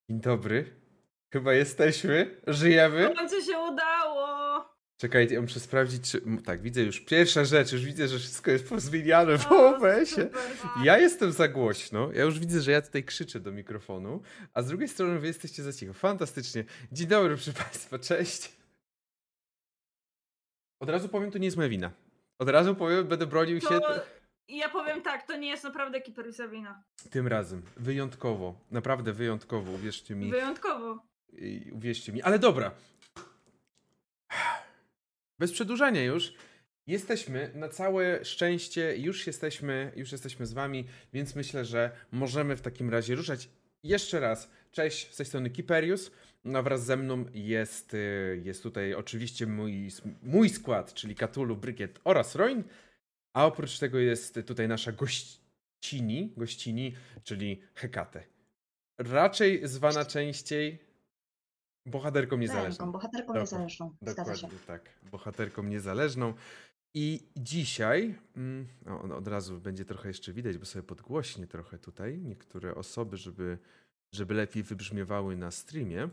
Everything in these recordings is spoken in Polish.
Dzień dobry. Chyba jesteśmy. Żyjemy. W końcu się udało! Czekajcie, ja muszę sprawdzić, czy... Tak, widzę już. Pierwsza rzecz, już widzę, że wszystko jest pozmieniane w O, OBS-ie. super. Ja jestem za głośno. Ja już widzę, że ja tutaj krzyczę do mikrofonu, a z drugiej strony wy jesteście za cicho. Fantastycznie. Dzień dobry, proszę państwa, cześć. Od razu powiem, to nie jest moja wina. Od razu powiem, będę bronił się Ja powiem tak, to nie jest naprawdę Kiperusa wina. tym razem. Wyjątkowo. Naprawdę wyjątkowo, uwierzcie mi. Wyjątkowo. Uwierzcie mi. Ale dobra. Bez przedłużania już. Jesteśmy na całe szczęście, już jesteśmy z wami, więc myślę, że możemy w takim razie ruszać. Jeszcze raz, cześć, z tej strony Kiperius, a wraz ze mną jest tutaj oczywiście mój skład, czyli Cthulhu, Brykiet oraz Roin, a oprócz tego jest tutaj nasza gościni, czyli Hekate. Raczej zwana częściej bohaterką niezależną. Bohaterką niezależną. Zgadza się. Dokładnie tak, bohaterką niezależną. I dzisiaj, od razu będzie trochę jeszcze widać, bo sobie podgłośnię trochę tutaj niektóre osoby, żeby lepiej wybrzmiewały na streamie.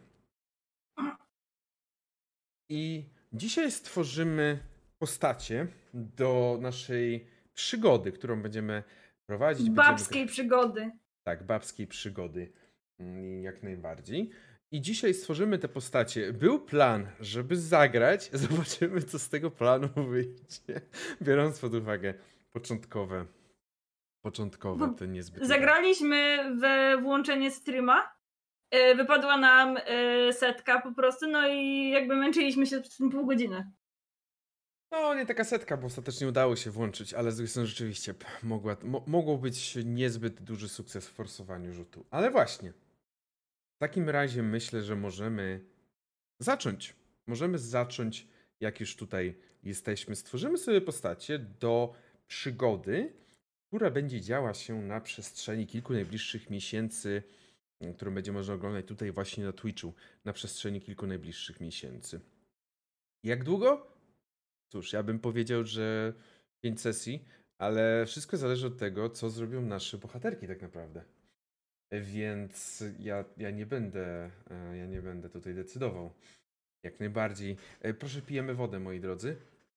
I dzisiaj stworzymy postacie do naszej przygody, którą będziemy prowadzić. Babskiej przygody. Tak, babskiej przygody. Jak najbardziej. I dzisiaj stworzymy te postacie. Był plan, żeby zagrać. Zobaczymy, co z tego planu wyjdzie. Biorąc pod uwagę początkowe to niezbyt. Zagraliśmy we włączenie streama. Wypadła nam setka po prostu, no i jakby męczyliśmy się przez pół godziny. No, nie taka setka, bo ostatecznie udało się włączyć, ale z drugiej strony rzeczywiście mogło być niezbyt duży sukces w forsowaniu rzutu. Ale właśnie. W takim razie myślę, że możemy zacząć. Jak już tutaj jesteśmy. Stworzymy sobie postacie do przygody, która będzie działa się na przestrzeni kilku najbliższych miesięcy, którą będzie można oglądać tutaj właśnie na Twitchu, na przestrzeni kilku najbliższych miesięcy. Jak długo? Cóż, ja bym powiedział, że 5 sesji, ale wszystko zależy od tego, co zrobią nasze bohaterki tak naprawdę. Więc ja nie będę tutaj decydował. Jak najbardziej. Proszę, pijemy wodę, moi drodzy.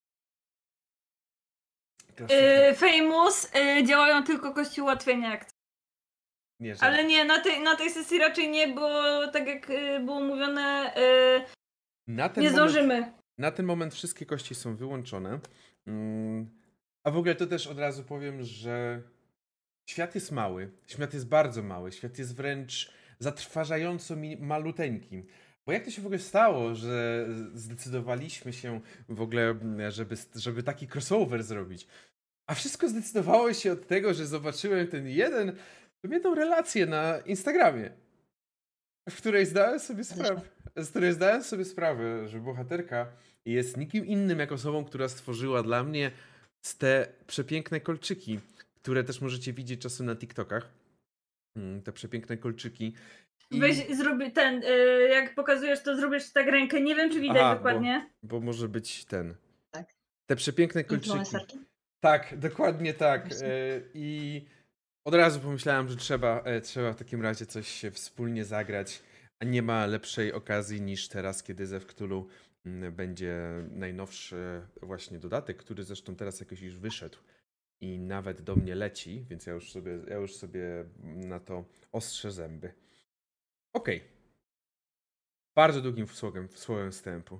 Famous działają tylko kości ułatwienia akcji. Nie, ale nie, na tej sesji raczej nie, bo tak jak było mówione, nie zdążymy. Na ten moment wszystkie kości są wyłączone. A w ogóle to też od razu powiem, że świat jest mały. Świat jest bardzo mały. Świat jest wręcz zatrważająco maluteńki. Bo jak to się w ogóle stało, że zdecydowaliśmy się w ogóle, żeby taki crossover zrobić? A wszystko zdecydowało się od tego, że zobaczyłem tą jedną relację na Instagramie, z której zdałem sobie sprawę, że bohaterka jest nikim innym jak osobą, która stworzyła dla mnie te przepiękne kolczyki, które też możecie widzieć czasem na TikTokach. Te przepiękne kolczyki. Weź, zrób jak pokazujesz, to zrobisz tak rękę. Nie wiem, czy widać dokładnie. Bo może być ten. Tak. Te przepiękne kolczyki. Tak, dokładnie tak. I od razu pomyślałem, że trzeba w takim razie coś wspólnie zagrać, a nie ma lepszej okazji niż teraz, kiedy ze Cthulhu będzie najnowszy właśnie dodatek, który zresztą teraz jakoś już wyszedł i nawet do mnie leci, więc ja już sobie na to ostrzę zęby. Okej. Bardzo długim słowem wstępu.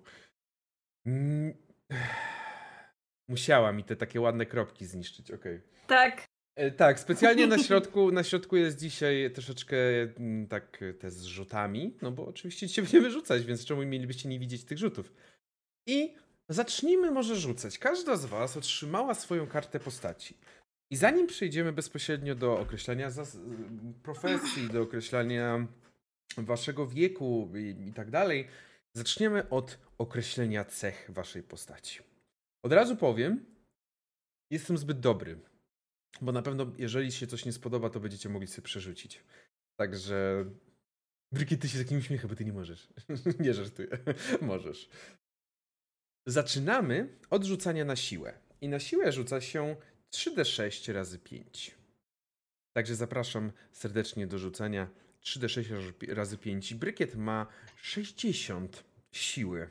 Musiała mi te takie ładne kropki zniszczyć, okej. Tak. Tak, specjalnie na środku jest dzisiaj troszeczkę tak te z rzutami, no bo oczywiście cię będziemy rzucać, więc czemu mielibyście nie widzieć tych rzutów? I zacznijmy może rzucać. Każda z was otrzymała swoją kartę postaci. I zanim przejdziemy bezpośrednio do określania profesji, do określania waszego wieku i tak dalej, zaczniemy od określenia cech waszej postaci. Od razu powiem, jestem zbyt dobry, bo na pewno jeżeli się coś nie spodoba, to będziecie mogli sobie przerzucić. Także Brykiet, ty się takim uśmiechem, bo ty nie możesz. Nie żartuję. Możesz. Zaczynamy od rzucania na siłę. I na siłę rzuca się 3d6 razy 5. Także zapraszam serdecznie do rzucenia 3d6 razy 5. Brykiet ma 60 siły.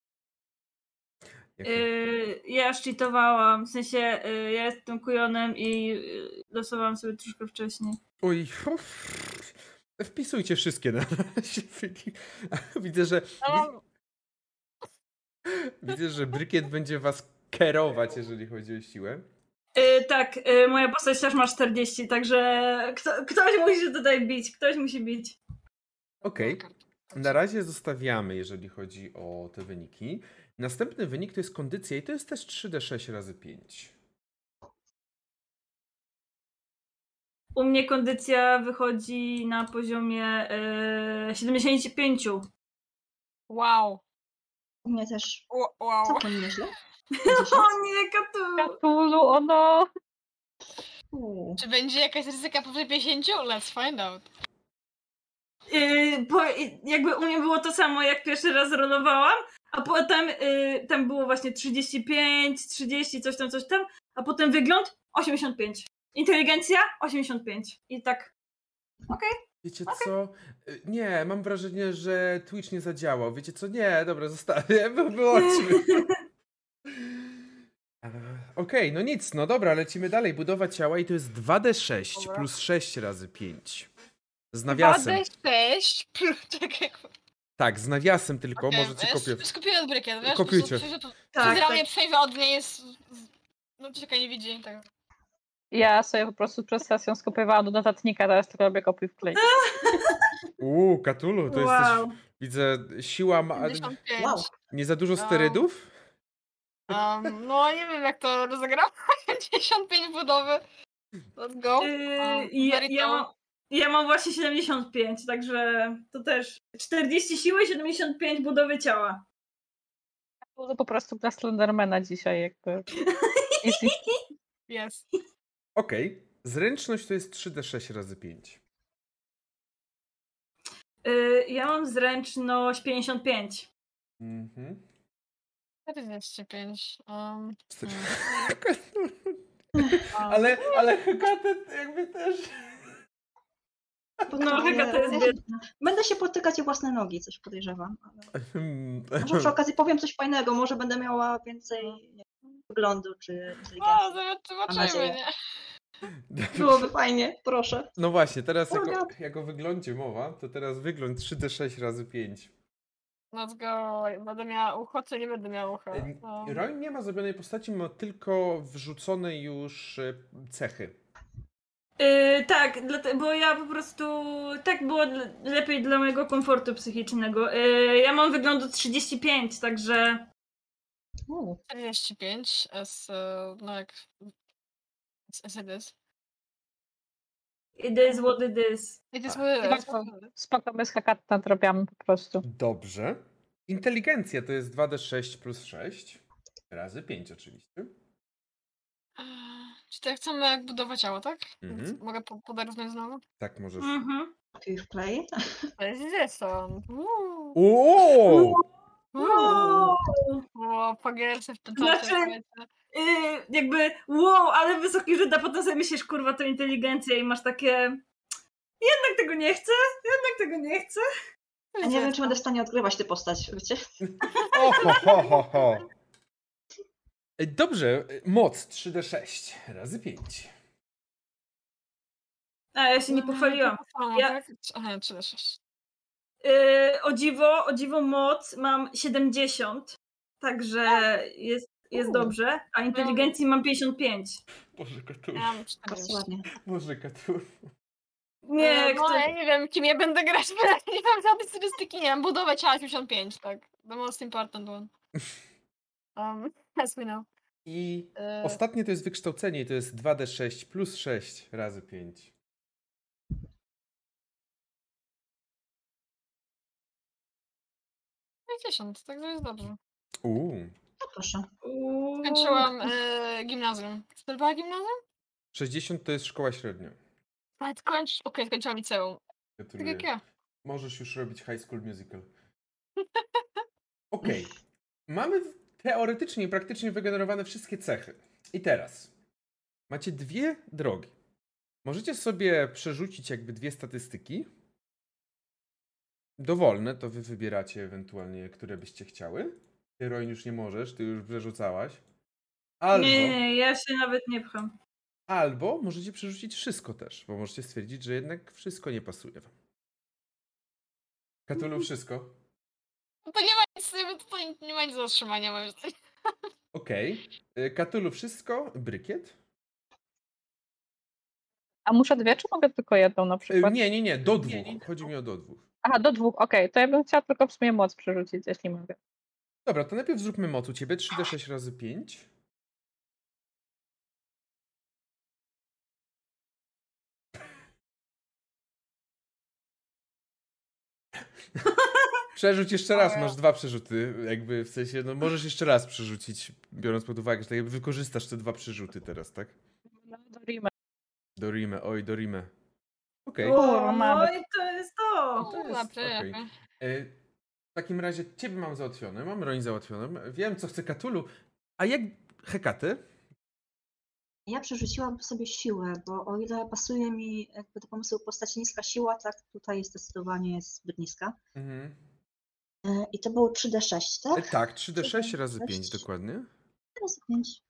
Ja szczytowałam, w sensie ja jestem kujonem i losowałam sobie troszkę wcześniej. Oj, wpisujcie wszystkie na razie. Widzę, że widzę, że Brykiet będzie was kierować, jeżeli chodzi o siłę. Tak, moja postać też ma 40, także ktoś musi się tutaj bić, ktoś musi bić. Okej. Na razie zostawiamy, jeżeli chodzi o te wyniki. Następny wynik to jest kondycja i to jest też 3d6 razy 5. U mnie kondycja wychodzi na poziomie 75. Wow. U mnie też Wow. całkiem nieźle. O nie, Katu! Katulu, ono! Czy będzie jakaś ryzyka powyżej 50? Let's find out. Jakby u mnie było to samo, jak pierwszy raz rolowałam, a potem tam było właśnie 35, 30, coś tam, a potem wygląd 85. Inteligencja 85. I tak. Okej. Wiecie co? Nie, mam wrażenie, że Twitch nie zadziałał. Wiecie co? Nie, dobra, zostawię. Wyłączmy. Okej, no nic, no dobra, lecimy dalej. Budowa ciała i to jest 2d6 Dobra. plus 6 razy 5. Z nawiasem. 2d6 plus... Czekaj. Tak, z nawiasem tylko, Okay. możecie kopiować. Skupiłem Brykiet, wiesz? Kopiujcie. Tak, Generalnie tak. przejwa od niej jest... No czekaj, nie widzi tego. Ja sobie po prostu przez sesję skopiowałam do notatnika, teraz tylko robię kopiuj wklej. Katulu, to Wow. jesteś, widzę, siła ma... 55. Wow. Nie za dużo sterydów? No nie wiem jak to rozegrałem. 55 budowy. Let's go. Ja mam właśnie 75, także to też 40 siły, 75 budowy ciała. To po prostu dla Slendermana dzisiaj jakby. Jest. Okej. Zręczność to jest 3d6 razy 5. Ja mam zręczność 55. Mhm. 45. Ale Hekate jakby też... No, Heka to jest biedna. Będę się potykać o własne nogi, coś podejrzewam. Ale może przy Hmm. okazji powiem coś fajnego, może będę miała więcej nie wiem, wyglądu czy inteligencji. Zobaczymy, nadzieję. nie? Byłoby fajnie, proszę. No właśnie, teraz Uwaga. jak o wyglądzie mowa, to teraz wygląd 3d6 razy 5. Let's go. Będę miała ucho, czy nie będę miała ucha? Roy nie ma zrobionej postaci, ma tylko wrzucone już cechy. Tak, bo ja po prostu tak było lepiej dla mojego komfortu psychicznego. Ja mam wyglądu 35, także 45 no jak as it is. it is what it is. It is Spoko, my z Hakat nadrobiamy po prostu. Dobrze. Inteligencja to jest 2d6 plus 6 razy 5 oczywiście. Czy tak chcemy jak budowa ciała, tak? Mhm. Mogę podarować znowu? Tak możesz. Mhm. Kopiuj wklej. To jest Jason. Ooo! O, pogierce w tym Znaczy- czasie. Jakby wow, ale wysoki rzut, a potem sobie myślisz, kurwa, to inteligencja i masz takie jednak tego nie chcę. Ja nie wiem, czy będę w stanie odgrywać tę postać, wiecie? Ohohoho. Dobrze, moc 3d6 razy 5. A ja się nie pochwaliłam. Ja- Aha, 3D6. O dziwo moc mam 70, także jest dobrze, a inteligencji mam 55. Boże, Katur. Ja mam Bardzo 40. ładnie. Boże, Katur. Nie, No, ja nie wiem, kim ja będę grać, bo ja nie mam żadnej statystyki, nie mam budowę ciała 85, tak. The most important one. As we know. I ostatnie to jest wykształcenie i to jest 2d6 plus 6 razy 5. Także jest dobrze. No proszę. Skończyłam gimnazjum. Czy to była gimnazjum? 60 to jest szkoła średnia. Okej, skończyłam liceum. Tak Gratuluję. jak ja. Możesz już robić High School Musical. Okej. Mamy teoretycznie i praktycznie wygenerowane wszystkie cechy. I teraz macie dwie drogi. możecie sobie przerzucić jakby dwie statystyki. Dowolne, to wy wybieracie ewentualnie, które byście chciały. Ty, Roin, już nie możesz, ty już przerzucałaś. Nie, ja się nawet nie pcham. Albo możecie przerzucić wszystko też, bo możecie stwierdzić, że jednak wszystko nie pasuje wam. Katulu, wszystko? No to nie ma nic, tutaj nie ma nic do zatrzymania, moim zdaniem. Okej. Katulu, wszystko? Brykiet? A muszę dwie, czy mogę tylko jedną na przykład? Nie, do dwóch. Chodzi mi o do dwóch. Aha, do dwóch, okej. To ja bym chciała tylko w sumie moc przerzucić, jeśli mogę. Dobra, to najpierw zróbmy moc u ciebie. 3d6 razy 5. Przerzuć jeszcze raz, masz dwa przerzuty. Jakby w sensie, no możesz jeszcze raz przerzucić, biorąc pod uwagę, że tak jakby wykorzystasz te dwa przerzuty teraz, tak? No, do Rimy. Do Rime. Okej. Kurwa, mamy. Oj, to jest to. To Kurwa, jest okej. przyjechał. W takim razie ciebie mam załatwione, mam Roin załatwione, wiem co chce Katulu, a jak Hekaty? Ja przerzuciłam sobie siłę, bo o ile pasuje mi jakby do pomysłu postaci niska siła, tak tutaj zdecydowanie jest zbyt niska. Mhm. I to było 3D6, tak? Tak, 3d6 3D6. razy 5 dokładnie. Razy 5.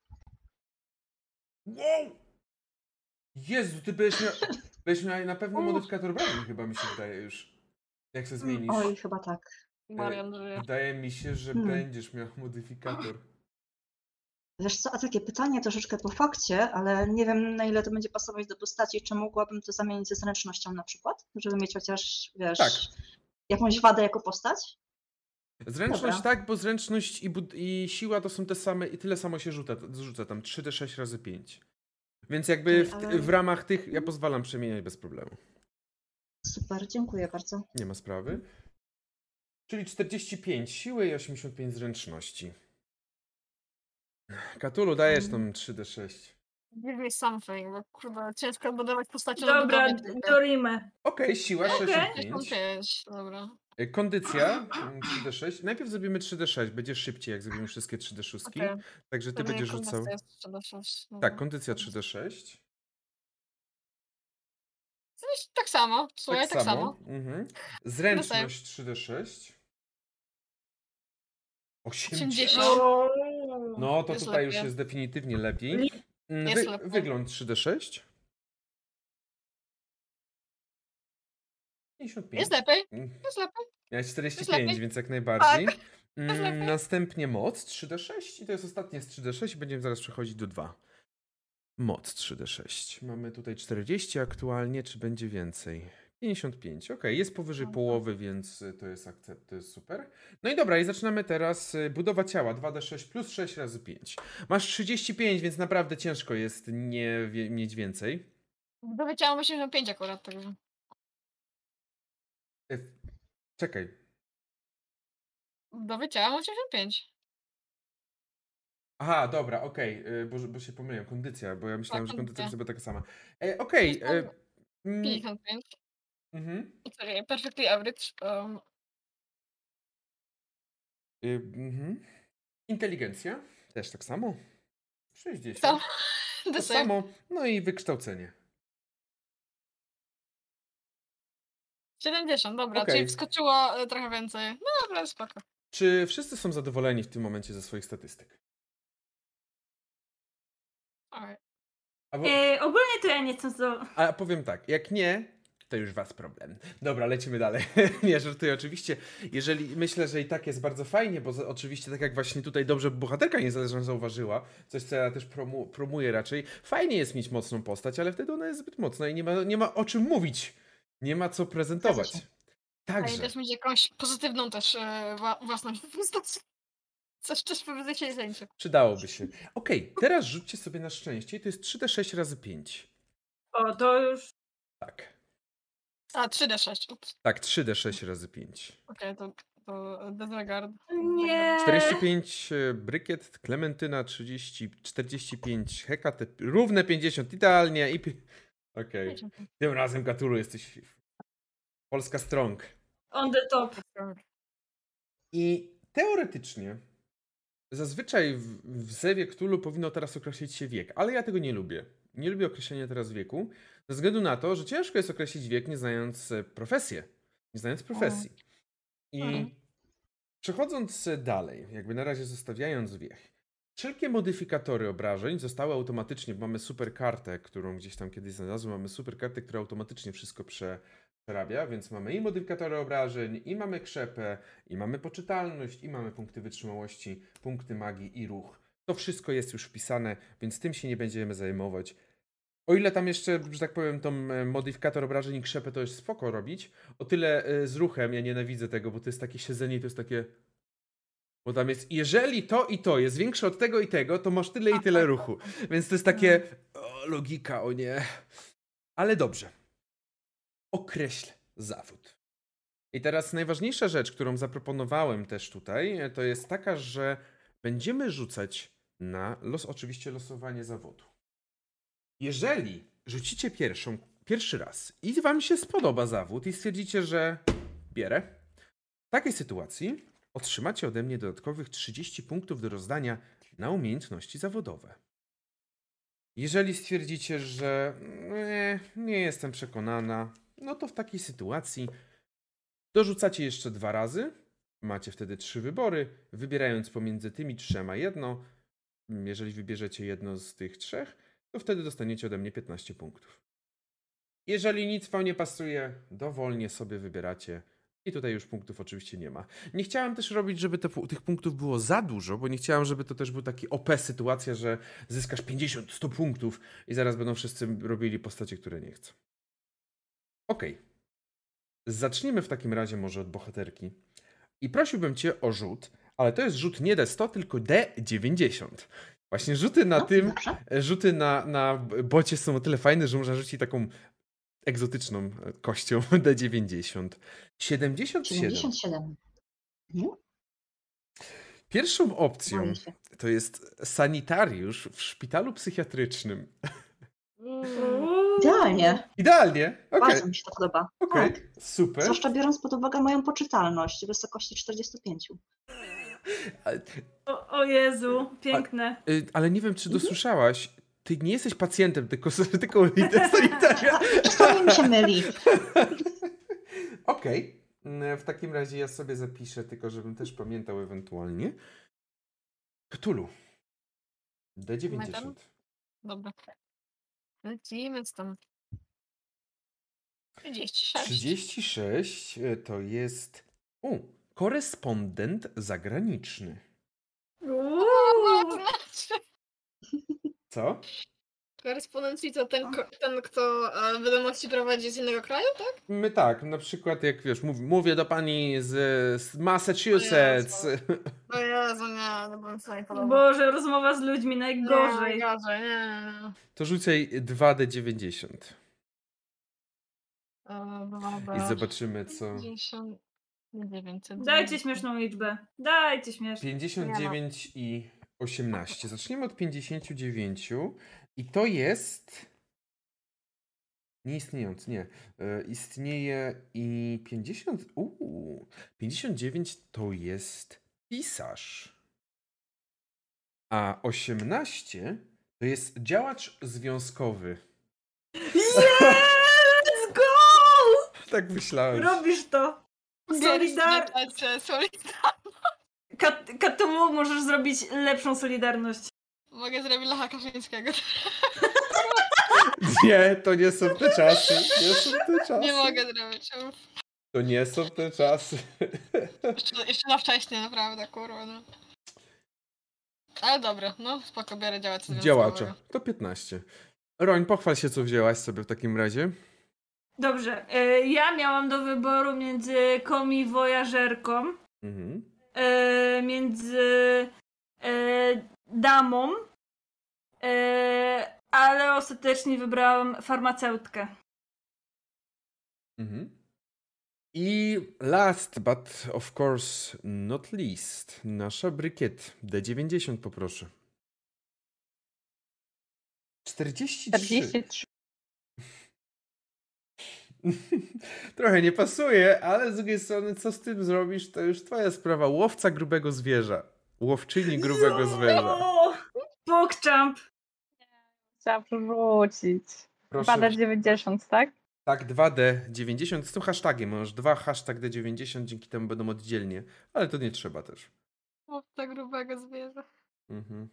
Wow! Jezu, ty będziesz miał na pewno modyfikator broni, chyba mi się wydaje już. Jak się zmienisz? Oj, chyba tak. Marian żyje. Wydaje mi się, że będziesz miał modyfikator. Wiesz co, a takie pytanie troszeczkę po fakcie, ale nie wiem na ile to będzie pasować do postaci, czy mogłabym to zamienić ze zręcznością na przykład, żeby mieć chociaż, wiesz, Tak. jakąś wadę jako postać? Zręczność Dobra. tak, bo zręczność i siła to są te same i tyle samo się rzuca tam 3d6 razy 5. Więc jakby Okej, ale- w ramach tych ja pozwalam przemieniać bez problemu. Super, dziękuję bardzo. Nie ma sprawy. Czyli 45 siły i 85 zręczności. Katulu, dajesz tam 3d6. Give me something, bo kurde, ciężko budować postacie Dobra, na budowie. Dorime. Okej, siła Okej. 65. 5, dobra. Kondycja 3d6. Najpierw zrobimy 3d6, będzie szybciej jak zrobimy wszystkie 3d6. Okej. Także ty To będziesz moja rzucał. kondycja jest 3D6, dobra. Tak, kondycja 3d6. Coś tak samo, słuchaj, tak samo. Mhm. Zręczność 3d6. 80. 80. No to Jest tutaj już lepiej. jest definitywnie lepiej. Jest lepiej. Wygląd 3d6. 55. Jest lepiej, Mm, jest lepiej. Miałeś Jest 45, lepiej. więc jak najbardziej. jest lepiej. Następnie moc 3d6 i to jest ostatnie z 3d6 i będziemy zaraz przechodzić do 2. Moc 3d6. Mamy tutaj 40 aktualnie, czy będzie więcej? 55. Ok, jest powyżej połowy, więc to jest akcept, to jest super. No i dobra, i zaczynamy teraz budowa ciała 2d6 plus 6 razy 5. Masz 35, więc naprawdę ciężko jest nie mieć więcej. Dowiedziałam 85 akurat, także. E, Czekaj. Dowiedziałam 85. Aha, dobra, okej, bo się pomyliłem. Kondycja, bo ja myślałem, że kondycja kondycja. sobie taka sama. Okej. Jestem mm, 55. mhm, Sorry, perfectly average. mhm. Inteligencja, też tak samo. 60. Co? To The same. samo. No i wykształcenie. 70, dobra, Okej. czyli wskoczyło trochę więcej. No dobra, spoko. Czy wszyscy są zadowoleni w tym momencie ze swoich statystyk? Alright. Ogólnie to ja nie chcę A powiem tak, jak nie, to już was problem. Dobra, lecimy dalej. Nie, żartuję oczywiście. Jeżeli myślę, że i tak jest bardzo fajnie, bo oczywiście tak jak właśnie tutaj dobrze bohaterka niezależna zauważyła, coś co ja też promuję raczej, fajnie jest mieć mocną postać, ale wtedy ona jest zbyt mocna i nie ma o czym mówić. Nie ma co prezentować. Zgadza się. A i Także. też mieć jakąś pozytywną też własność w postaci. Coś też powiedzę się zdjęciu. Przydałoby się. Okej, teraz rzućcie sobie na szczęście i to jest 3d6 razy 5. O, to już. Tak. A, 3D6. Ups. Tak, 3d6 razy 5. Okej, to disregard. Nie. 45 brykiet, klementyna 30, 45 hekat, równe 50, idealnie. Okej. Tym razem Katulu jesteś Polska strong. On the top. I teoretycznie zazwyczaj w Zewie Cthulhu powinno teraz określić się wiek, ale ja tego nie lubię. Nie lubię określenia teraz wieku, ze względu na to, że ciężko jest określić wiek, nie znając profesji. I przechodząc dalej, jakby na razie zostawiając wiek, wszelkie modyfikatory obrażeń zostały automatycznie, mamy super kartę, którą gdzieś tam kiedyś znalazłem, mamy super kartę, która automatycznie wszystko przerabia, więc mamy i modyfikatory obrażeń, i mamy krzepę, i mamy poczytalność, i mamy punkty wytrzymałości, punkty magii i ruch. To wszystko jest już wpisane, więc tym się nie będziemy zajmować. O ile tam jeszcze, że tak powiem, tą modyfikator obrażeń i krzepę to jest spoko robić, o tyle z ruchem ja nienawidzę tego, bo to jest takie siedzenie i to jest takie... Bo tam jest, jeżeli to i to jest większe od tego i tego, to masz tyle i tyle ruchu. Więc to jest takie, logika, o nie. Ale dobrze. Określ zawód. I teraz najważniejsza rzecz, którą zaproponowałem też tutaj, to jest taka, że będziemy rzucać na oczywiście losowanie zawodu. Jeżeli rzucicie pierwszy raz i wam się spodoba zawód i stwierdzicie, że bierę, w takiej sytuacji otrzymacie ode mnie dodatkowych 30 punktów do rozdania na umiejętności zawodowe. Jeżeli stwierdzicie, że nie jestem przekonana, no to w takiej sytuacji dorzucacie jeszcze 2 razy, macie wtedy 3 wybory, wybierając pomiędzy tymi 3 jedno. Jeżeli wybierzecie jedno z tych 3, to wtedy dostaniecie ode mnie 15 punktów. Jeżeli nic wam nie pasuje, dowolnie sobie wybieracie. I tutaj już punktów oczywiście nie ma. Nie chciałem też robić, żeby tych punktów było za dużo, bo nie chciałem, żeby to też był taki OP sytuacja, że zyskasz 50-100 punktów i zaraz będą wszyscy robili postacie, które nie chcą. Okej. Zacznijmy w takim razie może od bohaterki. I prosiłbym cię o rzut, ale to jest rzut nie D100, tylko D90. Właśnie rzuty na rzuty na bocie są o tyle fajne, że można rzucić taką egzotyczną kością D90. 77. Pierwszą opcją to jest sanitariusz w szpitalu psychiatrycznym. Idealnie. Idealnie? Bardzo mi się to podoba. Okej, Tak. super. Zwłaszcza biorąc pod uwagę moją poczytalność w wysokości 45. O Jezu, piękne. Ale nie wiem, czy dosłyszałaś. Ty nie jesteś pacjentem, tylko sanitaria. Czasami mi się myli. Okej. W takim razie ja sobie zapiszę, tylko żebym też pamiętał ewentualnie. Cthulhu. D90. Dobra. Lecimy co tam. 36. 36 to jest... korespondent zagraniczny. No, to znaczy. Co? Korespondencji to ten kto wiadomości prowadzi z innego kraju, tak? My tak, na przykład jak wiesz, mówię do pani z Massachusetts. O Jezu, nie, to bym sobie nie podobał. Boże, rozmowa z ludźmi najgorzej. Nie. To rzucaj 2D90. Dobra. I zobaczymy co. 900. Dajcie śmieszną liczbę. Dajcie śmieszną. 59 i 18. Zacznijmy od 59 i to jest nieistniejący, nie. Istnieje i 59 to jest pisarz. A 18 to jest działacz związkowy. Let's go! Tak myślałem. Robisz to. Katumu możesz zrobić lepszą solidarność. Mogę zrobić Lecha Kaczyńskiego. Nie, to nie są te czasy. Nie są te czasy. Nie mogę zrobić. To nie są te czasy. Jeszcze na wcześnie, naprawdę, kurwa, no. Ale dobra, no spoko, biorę Działacza. To 15. Roń, pochwal się, co wzięłaś sobie w takim razie. Dobrze. Ja miałam do wyboru między komiwojażerką, między damą, ale ostatecznie wybrałam farmaceutkę. I last but of course not least, nasza Brykiet. D90 poproszę. 43. Trochę nie pasuje, ale z drugiej strony co z tym zrobisz, to już twoja sprawa. Łowca grubego zwierza. Łowczyni grubego zwierza. PogChamp! Chciałam przerzucić. Proszę. 2D90, tak? Tak, 2D90 z tym hashtagiem. Masz 2 hashtag D90, dzięki temu będą oddzielnie. Ale to nie trzeba też. Chłopca grubego zwierzę. Mhm.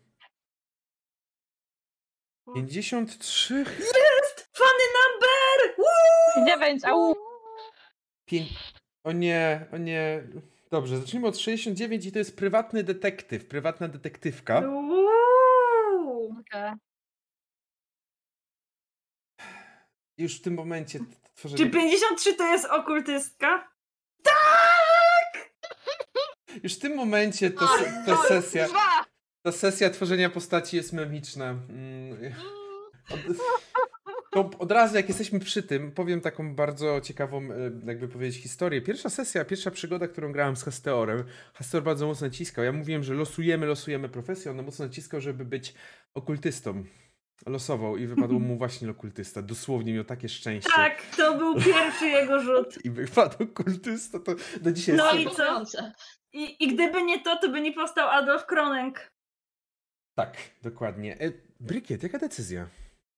53? Funny number! Woo! 9, au! O nie. Dobrze, zacznijmy od 69 i to jest prywatny detektyw, prywatna detektywka. Woo! Okej. Już w tym momencie Czy tworzenie... 53 to jest okultystka? Już w tym momencie ta sesja tworzenia postaci jest memiczna. Od razu jak jesteśmy przy tym, powiem taką bardzo ciekawą, jakby powiedzieć, historię. Pierwsza przygoda, którą grałem z Hasteorem. Hasteor bardzo mocno naciskał. Ja mówiłem, że losujemy profesję, on mocno naciskał, żeby być okultystą. Losował i wypadł mu właśnie okultysta. Dosłownie miał takie szczęście. Tak, to był pierwszy jego rzut. I wypadł okultysta, to do dzisiaj No jest... i co? I gdyby nie to, to by nie powstał Adolf Kronek. Tak, dokładnie. Brykiet, jaka decyzja?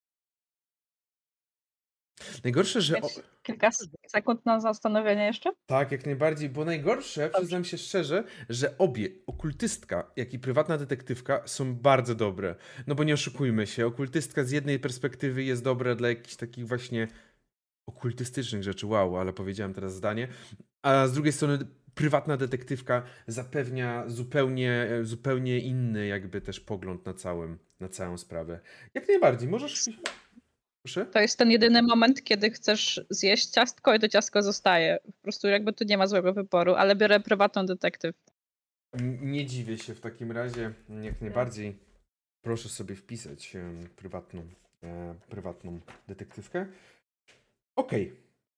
Najgorsze, że... Kilka sekund na zastanowienie jeszcze? Tak, jak najbardziej, bo najgorsze, przyznam się szczerze, że obie, okultystka, jak i prywatna detektywka są bardzo dobre. No bo nie oszukujmy się, okultystka z jednej perspektywy jest dobra dla jakichś takich właśnie okultystycznych rzeczy, wow, ale powiedziałem teraz zdanie, a z drugiej strony prywatna detektywka zapewnia zupełnie inny jakby też pogląd na całą sprawę. Jak najbardziej, możesz... Proszę? To jest ten jedyny moment, kiedy chcesz zjeść ciastko i to ciastko zostaje. Po prostu jakby tu nie ma złego wyboru, ale biorę prywatną detektyw. Nie dziwię się w takim razie, jak najbardziej. Proszę sobie wpisać prywatną detektywkę. Okej.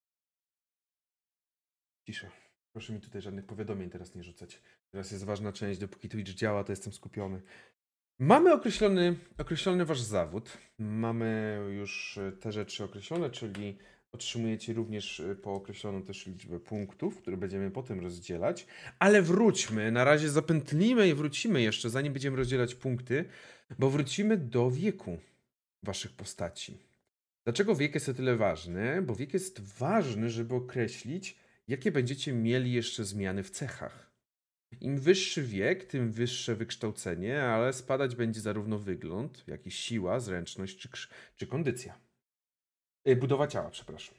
Cisza. Proszę mi tutaj żadnych powiadomień teraz nie rzucać. Teraz jest ważna część, dopóki Twitch działa, to jestem skupiony. Mamy określony wasz zawód. Mamy już te rzeczy określone, czyli otrzymujecie również po określoną też liczbę punktów, które będziemy potem rozdzielać. Ale wróćmy, na razie zapętlimy i wrócimy jeszcze, zanim będziemy rozdzielać punkty, bo wrócimy do wieku waszych postaci. Dlaczego wiek jest o tyle ważny? Bo wiek jest ważny, żeby określić, jakie będziecie mieli jeszcze zmiany w cechach. Im wyższy wiek, tym wyższe wykształcenie, ale spadać będzie zarówno wygląd, jak i siła, zręczność czy kondycja. Budowa ciała, przepraszam.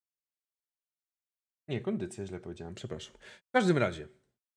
Nie, kondycja, źle powiedziałem, przepraszam. W każdym razie,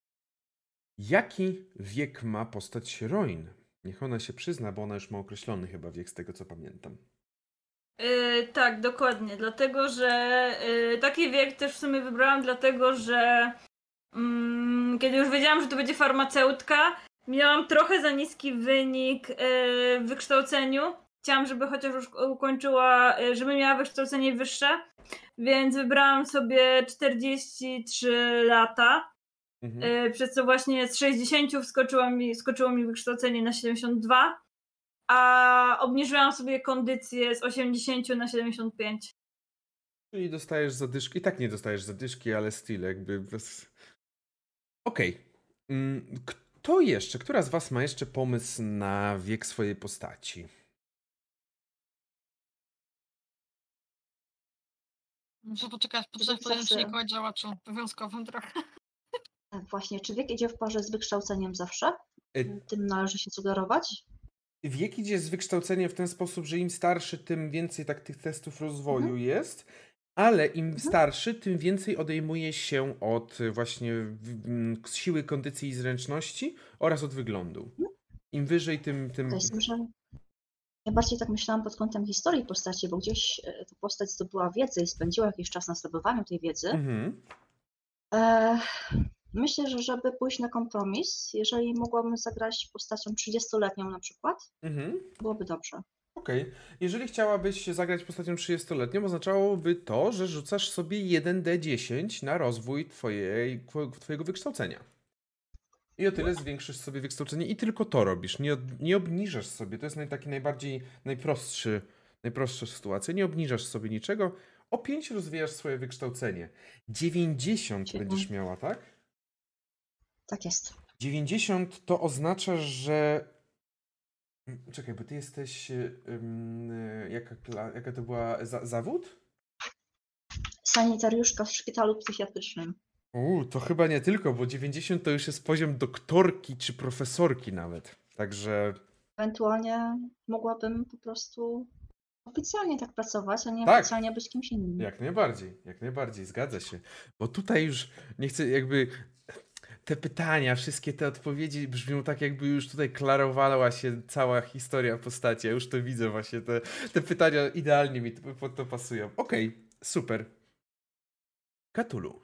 jaki wiek ma postać Roin? Niech ona się przyzna, bo ona już ma określony chyba wiek, z tego co pamiętam. Tak, dokładnie. Dlatego, że taki wiek też w sumie wybrałam, dlatego, że kiedy już wiedziałam, że to będzie farmaceutka, miałam trochę za niski wynik w wykształceniu. Chciałam, żeby chociaż już ukończyła, żeby miała wykształcenie wyższe, więc wybrałam sobie 43 lata, przez co właśnie z 60 skoczyło mi wykształcenie na 72, a obniżyłam sobie kondycję z 80 na 75. Czyli dostajesz zadyszki. I tak nie dostajesz zadyszki, ale styl jakby bez... Okej. Kto jeszcze? Która z was ma jeszcze pomysł na wiek swojej postaci? Muszę poczekać podręczniku o działaczu obowiązkowym trochę. Tak, właśnie. Czy wiek idzie w parze z wykształceniem zawsze? Tym należy się sugerować? Wiek idzie z wykształceniem w ten sposób, że im starszy, tym więcej tak tych testów rozwoju jest, ale im starszy, tym więcej odejmuje się od właśnie siły, kondycji i zręczności oraz od wyglądu. Im wyżej, tym... To jest może... Ja bardziej tak myślałam pod kątem historii postaci, bo gdzieś ta postać zdobyła wiedzę i spędziła jakiś czas na zdobywaniu tej wiedzy. Myślę, że żeby pójść na kompromis, jeżeli mogłabym zagrać postacią 30-letnią na przykład, byłoby dobrze. Okej. Jeżeli chciałabyś zagrać postacią 30-letnią, oznaczałoby to, że rzucasz sobie 1d10 na rozwój twojego wykształcenia. I o tyle zwiększysz sobie wykształcenie i tylko to robisz. Nie obniżasz sobie. To jest taki najprostsza sytuacja. Nie obniżasz sobie niczego. O 5 rozwijasz swoje wykształcenie. 90 będziesz miała, tak? Tak jest. 90 to oznacza, że Czekaj, bo ty jesteś... jaka to była zawód? Sanitariuszka w szpitalu psychiatrycznym. To chyba nie tylko, bo 90 to już jest poziom doktorki czy profesorki nawet. Także Ewentualnie mogłabym po prostu oficjalnie tak pracować, a nie Tak. oficjalnie być kimś innym. jak najbardziej, zgadza się. Bo tutaj już nie chcę jakby... Te pytania, wszystkie te odpowiedzi brzmią tak, jakby już tutaj klarowała się cała historia postaci. Ja już to widzę właśnie. Te pytania idealnie mi pod to pasują. Okej, super. Cthulhu.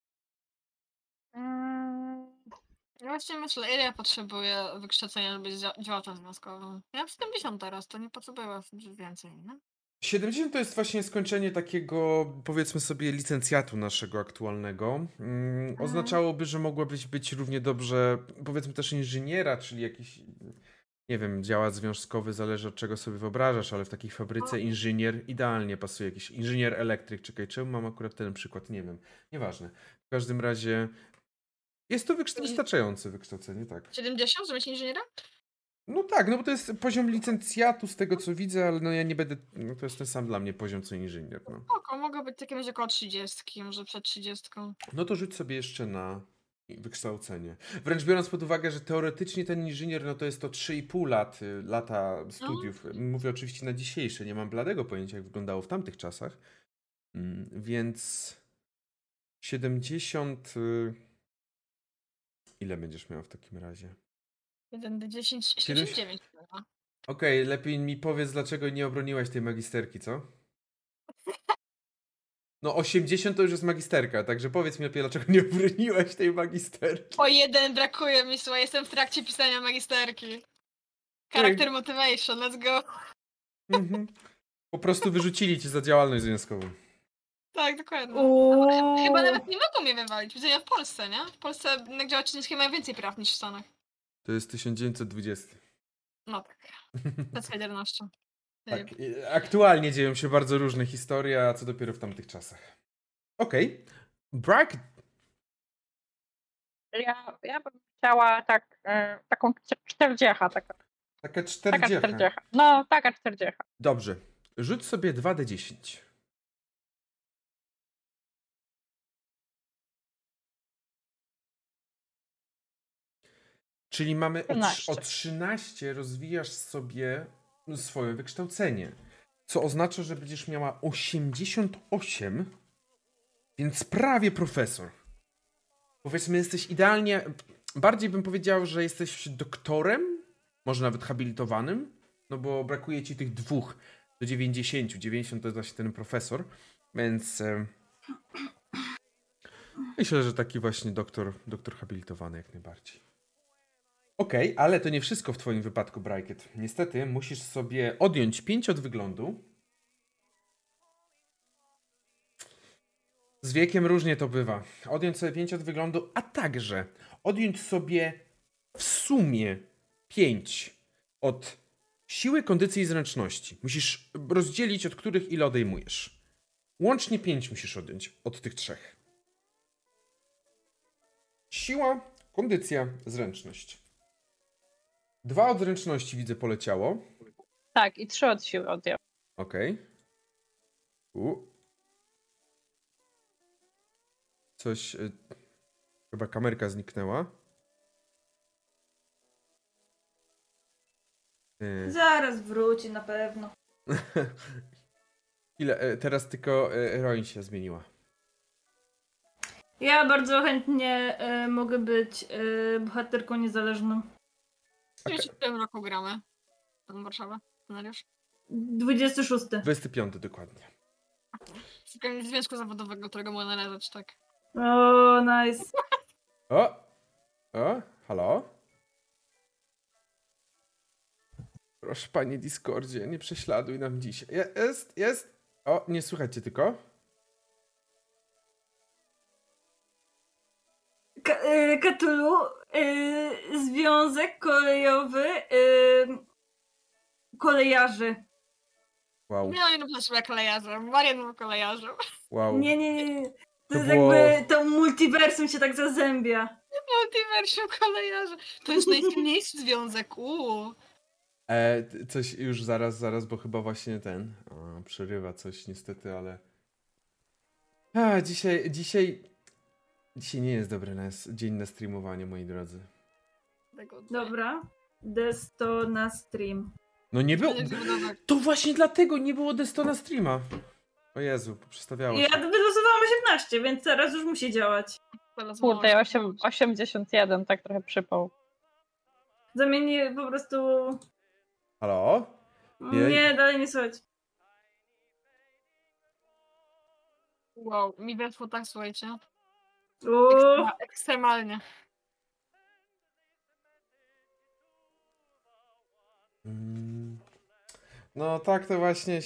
Ja właśnie myślę, ile ja potrzebuję wykształcenia, żeby być działaczem związkowym. Ja mam 70 teraz, to nie potrzebuję więcej, nie? 70 to jest właśnie skończenie takiego, powiedzmy sobie, licencjatu naszego aktualnego. Oznaczałoby, że mogłabyś być równie dobrze, powiedzmy też inżyniera, czyli jakiś, nie wiem, działacz związkowy, zależy od czego sobie wyobrażasz, ale w takiej fabryce inżynier idealnie pasuje. Jakiś inżynier elektryk, czekaj, czemu mam akurat ten przykład? Nie wiem, nieważne. W każdym razie jest to wystarczające wykształcenie, tak. 70, żeby być inżynierem? No tak, no bo to jest poziom licencjatu z tego co widzę, ale no ja nie będę, no to jest ten sam dla mnie poziom co inżynier, no. Spoko, mogę być takim razie około 30, może przed 30. No to rzuć sobie jeszcze na wykształcenie. Wręcz biorąc pod uwagę, że teoretycznie ten inżynier, no to jest to 3,5 lata studiów. Mówię oczywiście na dzisiejsze, nie mam bladego pojęcia jak wyglądało w tamtych czasach. Więc 70... Ile będziesz miał w takim razie? 1 do 10, 79 chyba. Okej, lepiej mi powiedz, dlaczego nie obroniłaś tej magisterki, co? No 80 to już jest magisterka, także powiedz mi lepiej, dlaczego nie obroniłaś tej magisterki. O 1 brakuje mi, słuchaj, jestem w trakcie pisania magisterki. Character motivation, let's go. Po prostu wyrzucili cię za działalność związkową. Tak, dokładnie. Uuu. Chyba nawet nie mogą mnie wywalić. Widzenia w Polsce, nie? W Polsce jednak działacze chińskie mają więcej praw niż w Stanach. To jest 1920. No tak. To jest wiadomością. Tak, aktualnie dzieją się bardzo różne historie, a co dopiero w tamtych czasach. Okej. Brak... Ja bym chciała taką 40. Taka Taka 40. 40. No, taka 40. Dobrze. Rzuć sobie 2d10. Czyli mamy o 13 rozwijasz sobie swoje wykształcenie. Co oznacza, że będziesz miała 88, więc prawie profesor. Powiedzmy, jesteś idealnie... Bardziej bym powiedział, że jesteś doktorem, może nawet habilitowanym, no bo brakuje ci tych 2 do 90. 90 to jest właśnie ten profesor, więc... Myślę, że taki właśnie doktor habilitowany jak najbardziej. Okej, ale to nie wszystko w twoim wypadku, Bryket. Niestety musisz sobie odjąć 5 od wyglądu. Z wiekiem różnie to bywa. Odjąć sobie 5 od wyglądu, a także odjąć sobie w sumie 5 od siły, kondycji i zręczności. Musisz rozdzielić, od których ile odejmujesz. Łącznie 5 musisz odjąć od tych 3. Siła, kondycja, zręczność. 2 od zręczności widzę poleciało. Tak, i 3 od siły odjął. Okej. Coś... chyba kamerka zniknęła. Zaraz wróci na pewno. Ile? Teraz tylko Roin się zmieniła. Ja bardzo chętnie mogę być bohaterką niezależną. W którym roku gramy? Tam Warszawa, scenariusz? 26. 25 dokładnie. Szukam związku zawodowego, którego mogę należeć, tak. O, nice. Halo? Proszę panie Discordzie, nie prześladuj nam dzisiaj. Jest. O, nie słuchajcie tylko. Cthulhu, związek kolejowy kolejarzy. Wow. Miałam jedną potrzebę kolejarzem, Marian był kolejarzem. Wow. Nie. To jest było... jakby to multiversum się tak zazębia. Multiversum kolejarze. To jest najsilniejszy związek, Coś już zaraz, bo chyba właśnie przerywa coś niestety, ale... Dzisiaj nie jest dobry dzień na streamowanie, moi drodzy. Dobra. Desto na stream. No nie było... To właśnie dlatego nie było Desto na streama. O Jezu, przestawiało się. Ja wylosowałam 18, więc teraz już musi działać. Kurde, ja 81, tak trochę przypał. Zamieni po prostu... Halo? Nie, dalej nie słychać. Wow, mi weszło tak, słuchajcie. Uuu. Ekstremalnie. No tak to właśnie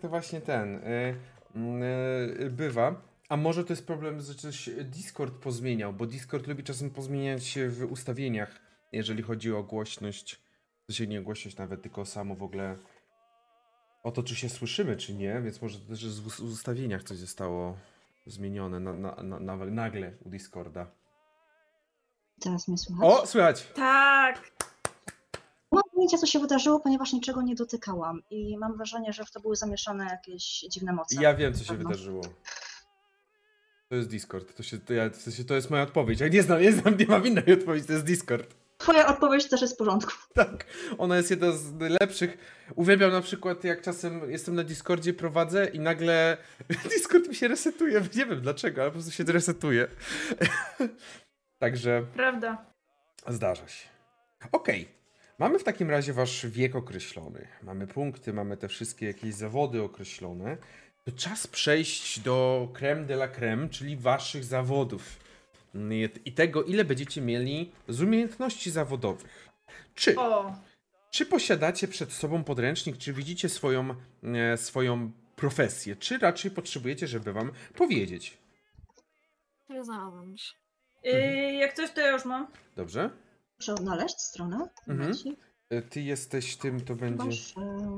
bywa. A może to jest problem, że coś Discord pozmieniał, bo Discord lubi czasem pozmieniać się w ustawieniach, jeżeli chodzi o głośność. To się nie głośność nawet, tylko samo w ogóle o to, czy się słyszymy, czy nie, więc może też w ustawieniach coś zostało zmienione nagle u Discorda. Teraz mnie słychać? O, słychać! Tak. Mam pojęcia, co się wydarzyło, ponieważ niczego nie dotykałam i mam wrażenie, że w to były zamieszane jakieś dziwne moce. Ja wiem, co się Pewno. wydarzyło. To jest Discord. To jest moja odpowiedź. Ja nie mam innej odpowiedzi, to jest Discord. Twoja odpowiedź też jest w porządku. Tak, ona jest jedna z najlepszych. Uwielbiam na przykład, jak czasem jestem na Discordzie, prowadzę i nagle Discord mi się resetuje. Nie wiem dlaczego, ale po prostu się resetuje. Także Prawda. zdarza się. Okej. Mamy w takim razie wasz wiek określony. Mamy punkty, mamy te wszystkie jakieś zawody określone. To czas przejść do crème de la crème, czyli waszych zawodów. I tego, ile będziecie mieli z umiejętności zawodowych. Czy posiadacie przed sobą podręcznik, czy widzicie swoją profesję, czy raczej potrzebujecie, żeby wam powiedzieć? Nie znalazłam już. Jak coś, to ja już mam. Dobrze? Muszę odnaleźć stronę. Mhm. Ty jesteś tym, to będzie... Masz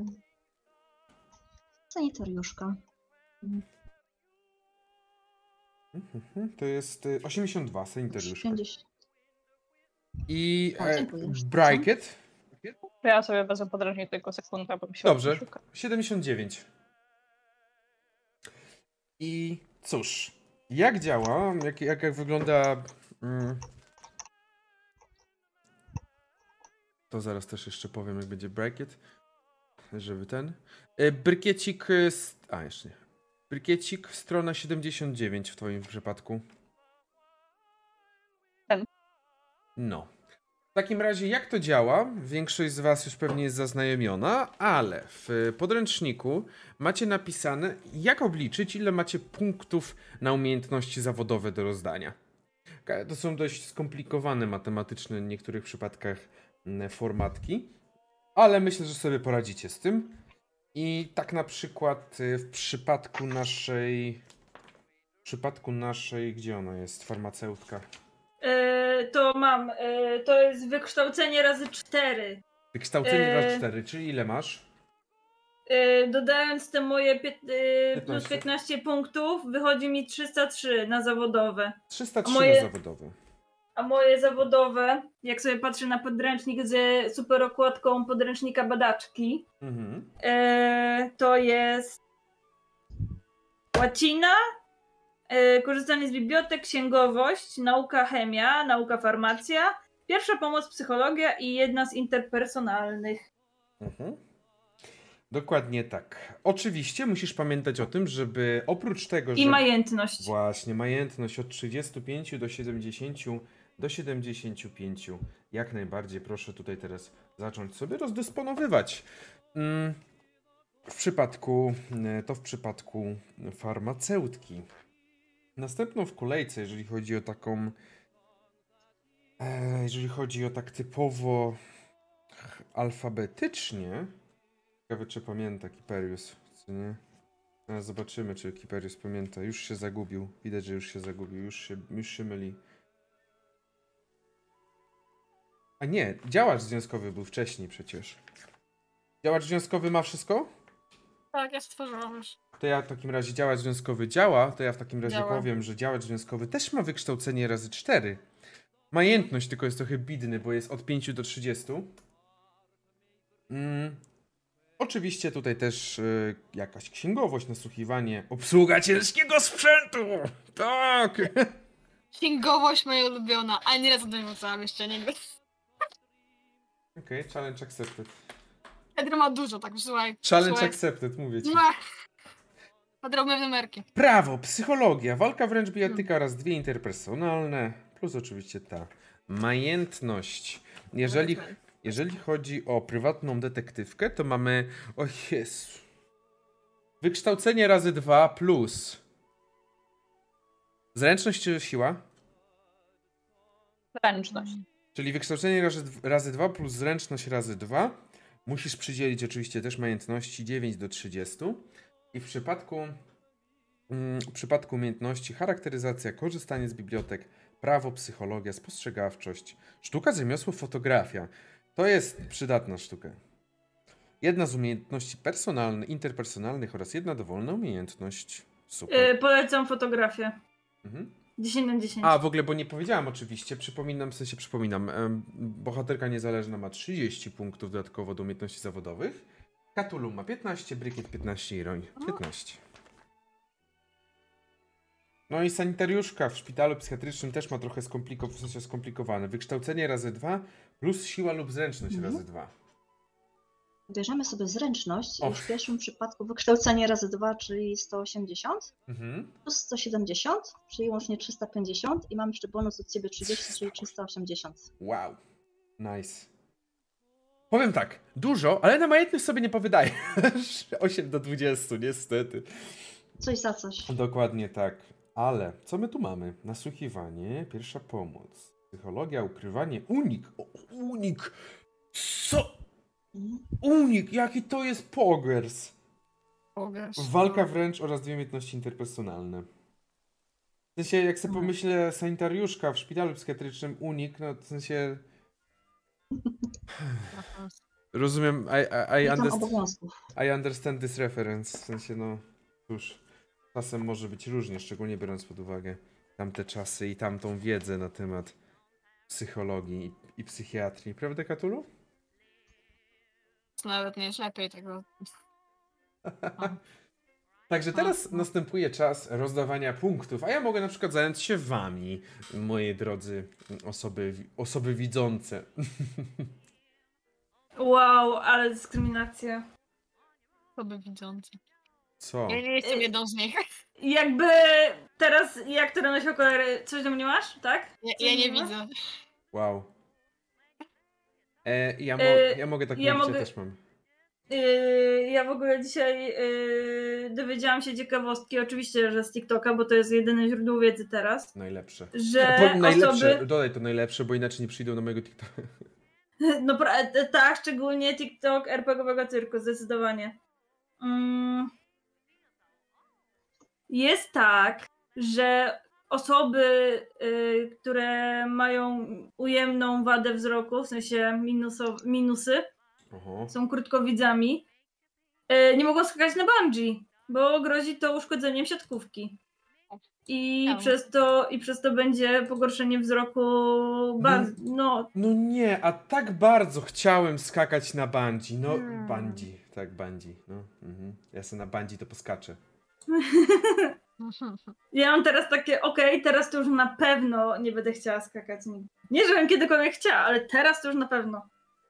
sanitariuszka. To jest 82, sanitariuszka. 50. I O, dziękuję. bracket? Ja sobie wezmę podręcznik tylko sekundę, bo mi się Dobrze, szuka. 79. I cóż, jak działa, jak wygląda... To zaraz też jeszcze powiem, jak będzie bracket, żeby ten... Brykiecik... jeszcze nie. Brykiecik, strona 79 w twoim przypadku. Ten. No. W takim razie, jak to działa? Większość z was już pewnie jest zaznajomiona, ale w podręczniku macie napisane, jak obliczyć, ile macie punktów na umiejętności zawodowe do rozdania. To są dość skomplikowane matematyczne w niektórych przypadkach formatki, ale myślę, że sobie poradzicie z tym. I tak na przykład w przypadku naszej, gdzie ona jest, farmaceutka? To mam. To jest wykształcenie razy 4. Wykształcenie razy 4, czyli ile masz? Dodając te moje plus 15. 15 punktów, wychodzi mi 303 na zawodowe. 303 moje- na zawodowe. A moje zawodowe, jak sobie patrzę na podręcznik z super okładką podręcznika badaczki, Mhm. to jest łacina, korzystanie z bibliotek, księgowość, nauka chemia, nauka farmacja, pierwsza pomoc, psychologia i jedna z interpersonalnych. Mhm. Dokładnie tak. Oczywiście musisz pamiętać o tym, żeby oprócz tego, I że... majętność. Właśnie, majętność od 35 do 70 do 75. Jak najbardziej proszę tutaj teraz zacząć sobie rozdysponowywać. W przypadku farmaceutki. Następną w kolejce, jeżeli chodzi o tak typowo alfabetycznie. Ciekawe, czy pamięta Kiperius, czy nie? Teraz zobaczymy, czy Kiperius pamięta. Już się zagubił. Widać, że już się zagubił. Już się myli. A nie, działacz związkowy był wcześniej przecież. Działacz związkowy ma wszystko? Tak, ja stworzyłam już. To ja w takim razie działacz związkowy działa, to ja w takim razie Działa. powiem, że działacz związkowy też ma wykształcenie razy 4. Majętność tylko jest trochę bidny, bo jest od 5 do 30. Oczywiście tutaj też jakaś księgowość, nasłuchiwanie, obsługa ciężkiego sprzętu! Tak! Księgowość moja ulubiona. Ani razu nie wracałam jeszcze nigdy. Okej, challenge accepted. Pedro ma dużo, tak słuchaj. Challenge słuchaj. accepted, mówię ci. Podrobne wymerki. Prawo, psychologia, walka wręcz bijatyka oraz 2 interpersonalne, plus oczywiście ta majętność. Jeżeli chodzi o prywatną detektywkę, to mamy... O Jezu. Wykształcenie razy 2 plus... Zręczność czy siła? Zręczność. Czyli wykształcenie razy 2 plus zręczność razy 2. Musisz przydzielić oczywiście też majętności 9 do 30. I w przypadku umiejętności charakteryzacja, korzystanie z bibliotek, prawo, psychologia, spostrzegawczość, sztuka, rzemiosło, fotografia. To jest przydatna sztuka. Jedna z umiejętności interpersonalnych oraz jedna dowolna umiejętność. Super. Polecam fotografię. Mhm. 10 na 10. A, w ogóle, bo nie powiedziałam oczywiście, przypominam, bohaterka niezależna ma 30 punktów dodatkowo do umiejętności zawodowych, Cthulhu ma 15, Brykiet 15 i Roń 15. No i sanitariuszka w szpitalu psychiatrycznym też ma trochę skomplikowane. Wykształcenie razy 2 plus siła lub zręczność razy 2. Bierzemy sobie zręczność Och. i w pierwszym przypadku wykształcenie razy 2, czyli 180, Mhm. plus 170, czyli łącznie 350 i mam jeszcze bonus od ciebie 30, czyli 380. Wow. Nice. Powiem tak, dużo, ale na majętność sobie nie powydaję. 8 do 20, niestety. Coś za coś. Dokładnie tak. Ale co my tu mamy? Nasłuchiwanie, pierwsza pomoc, psychologia, ukrywanie, unik. O, unik! Co? Mhm. Unik! Jaki to jest pogers! Pogers. Walka wręcz oraz 2 umiejętności interpersonalne. W sensie, jak sobie pomyślę, sanitariuszka w szpitalu psychiatrycznym, unik, no w sensie... Rozumiem, I understand this reference. W sensie, no cóż, czasem może być różnie, szczególnie biorąc pod uwagę tamte czasy i tamtą wiedzę na temat psychologii i psychiatrii. Prawda, Cthulhu? Nawet nie jest lepiej tego. Także teraz następuje czas rozdawania punktów, a ja mogę na przykład zająć się wami, moje drodzy osoby widzące. Wow, ale dyskryminacja. Osoby widzące. Co? Ja nie jestem jedną z nich. Jakby teraz, jak ty nosisz okulary, coś do mnie masz, tak? Ja nie widzę. Wow. Ja mogę tak ja mówić, mogę- ja też mam. Ja w ogóle dzisiaj dowiedziałam się ciekawostki, oczywiście, że z TikToka, bo to jest jedyne źródło wiedzy teraz, Najlepsze. że Najlepsze, osoby... dodaj to najlepsze, bo inaczej nie przyjdą na mojego TikToka. No tak, szczególnie TikTok RPGowego cyrku, zdecydowanie. Jest tak, że osoby, które mają ujemną wadę wzroku, w sensie minusy, Oho. są krótkowidzami, nie mogą skakać na bungee, bo grozi to uszkodzeniem siatkówki. I przez to będzie pogorszenie wzroku bardzo, no... No nie, a tak bardzo chciałem skakać na bungee. No, bungee, tak, bungee. No, Ja sobie na bungee to poskaczę. Ja mam teraz takie, okej, teraz to już na pewno nie będę chciała skakać nigdy. Nie, żebym kiedykolwiek chciała, ale teraz to już na pewno.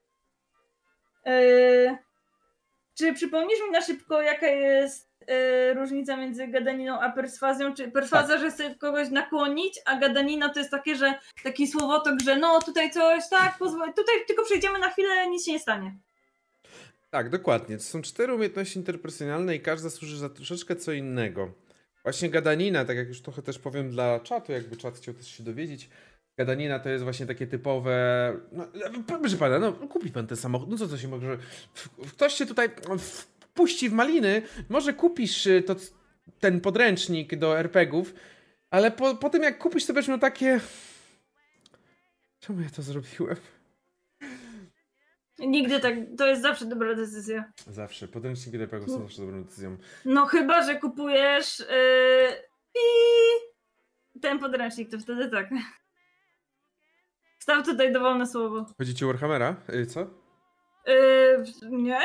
Czy przypomnisz mi na szybko, jaka jest różnica między gadaniną a perswazją? Czy perswazja, że chce kogoś nakłonić, a gadanina to jest takie, że taki słowotok, że no tutaj coś, tak, tutaj tylko przejdziemy na chwilę, nic się nie stanie. Tak, dokładnie. To są 4 umiejętności interpersonalne i każda służy za troszeczkę co innego. Właśnie gadanina, tak jak już trochę też powiem dla czatu, jakby czat chciał też się dowiedzieć, gadanina to jest właśnie takie typowe... No, proszę pana, no kupi pan ten samochód, no co się może... Ktoś cię tutaj wpuści w maliny, może kupisz ten podręcznik do RPG-ów, ale po tym jak kupisz, to będziesz miał takie... Czemu ja to zrobiłem? Nigdy tak, to jest zawsze dobra decyzja. Zawsze, podręczniki do RPG-ów są zawsze dobrą decyzją. No chyba, że kupujesz ten podręcznik, to wtedy tak. Wstaw tutaj dowolne słowo. Chodzi ci o Warhammera? Co? Nie,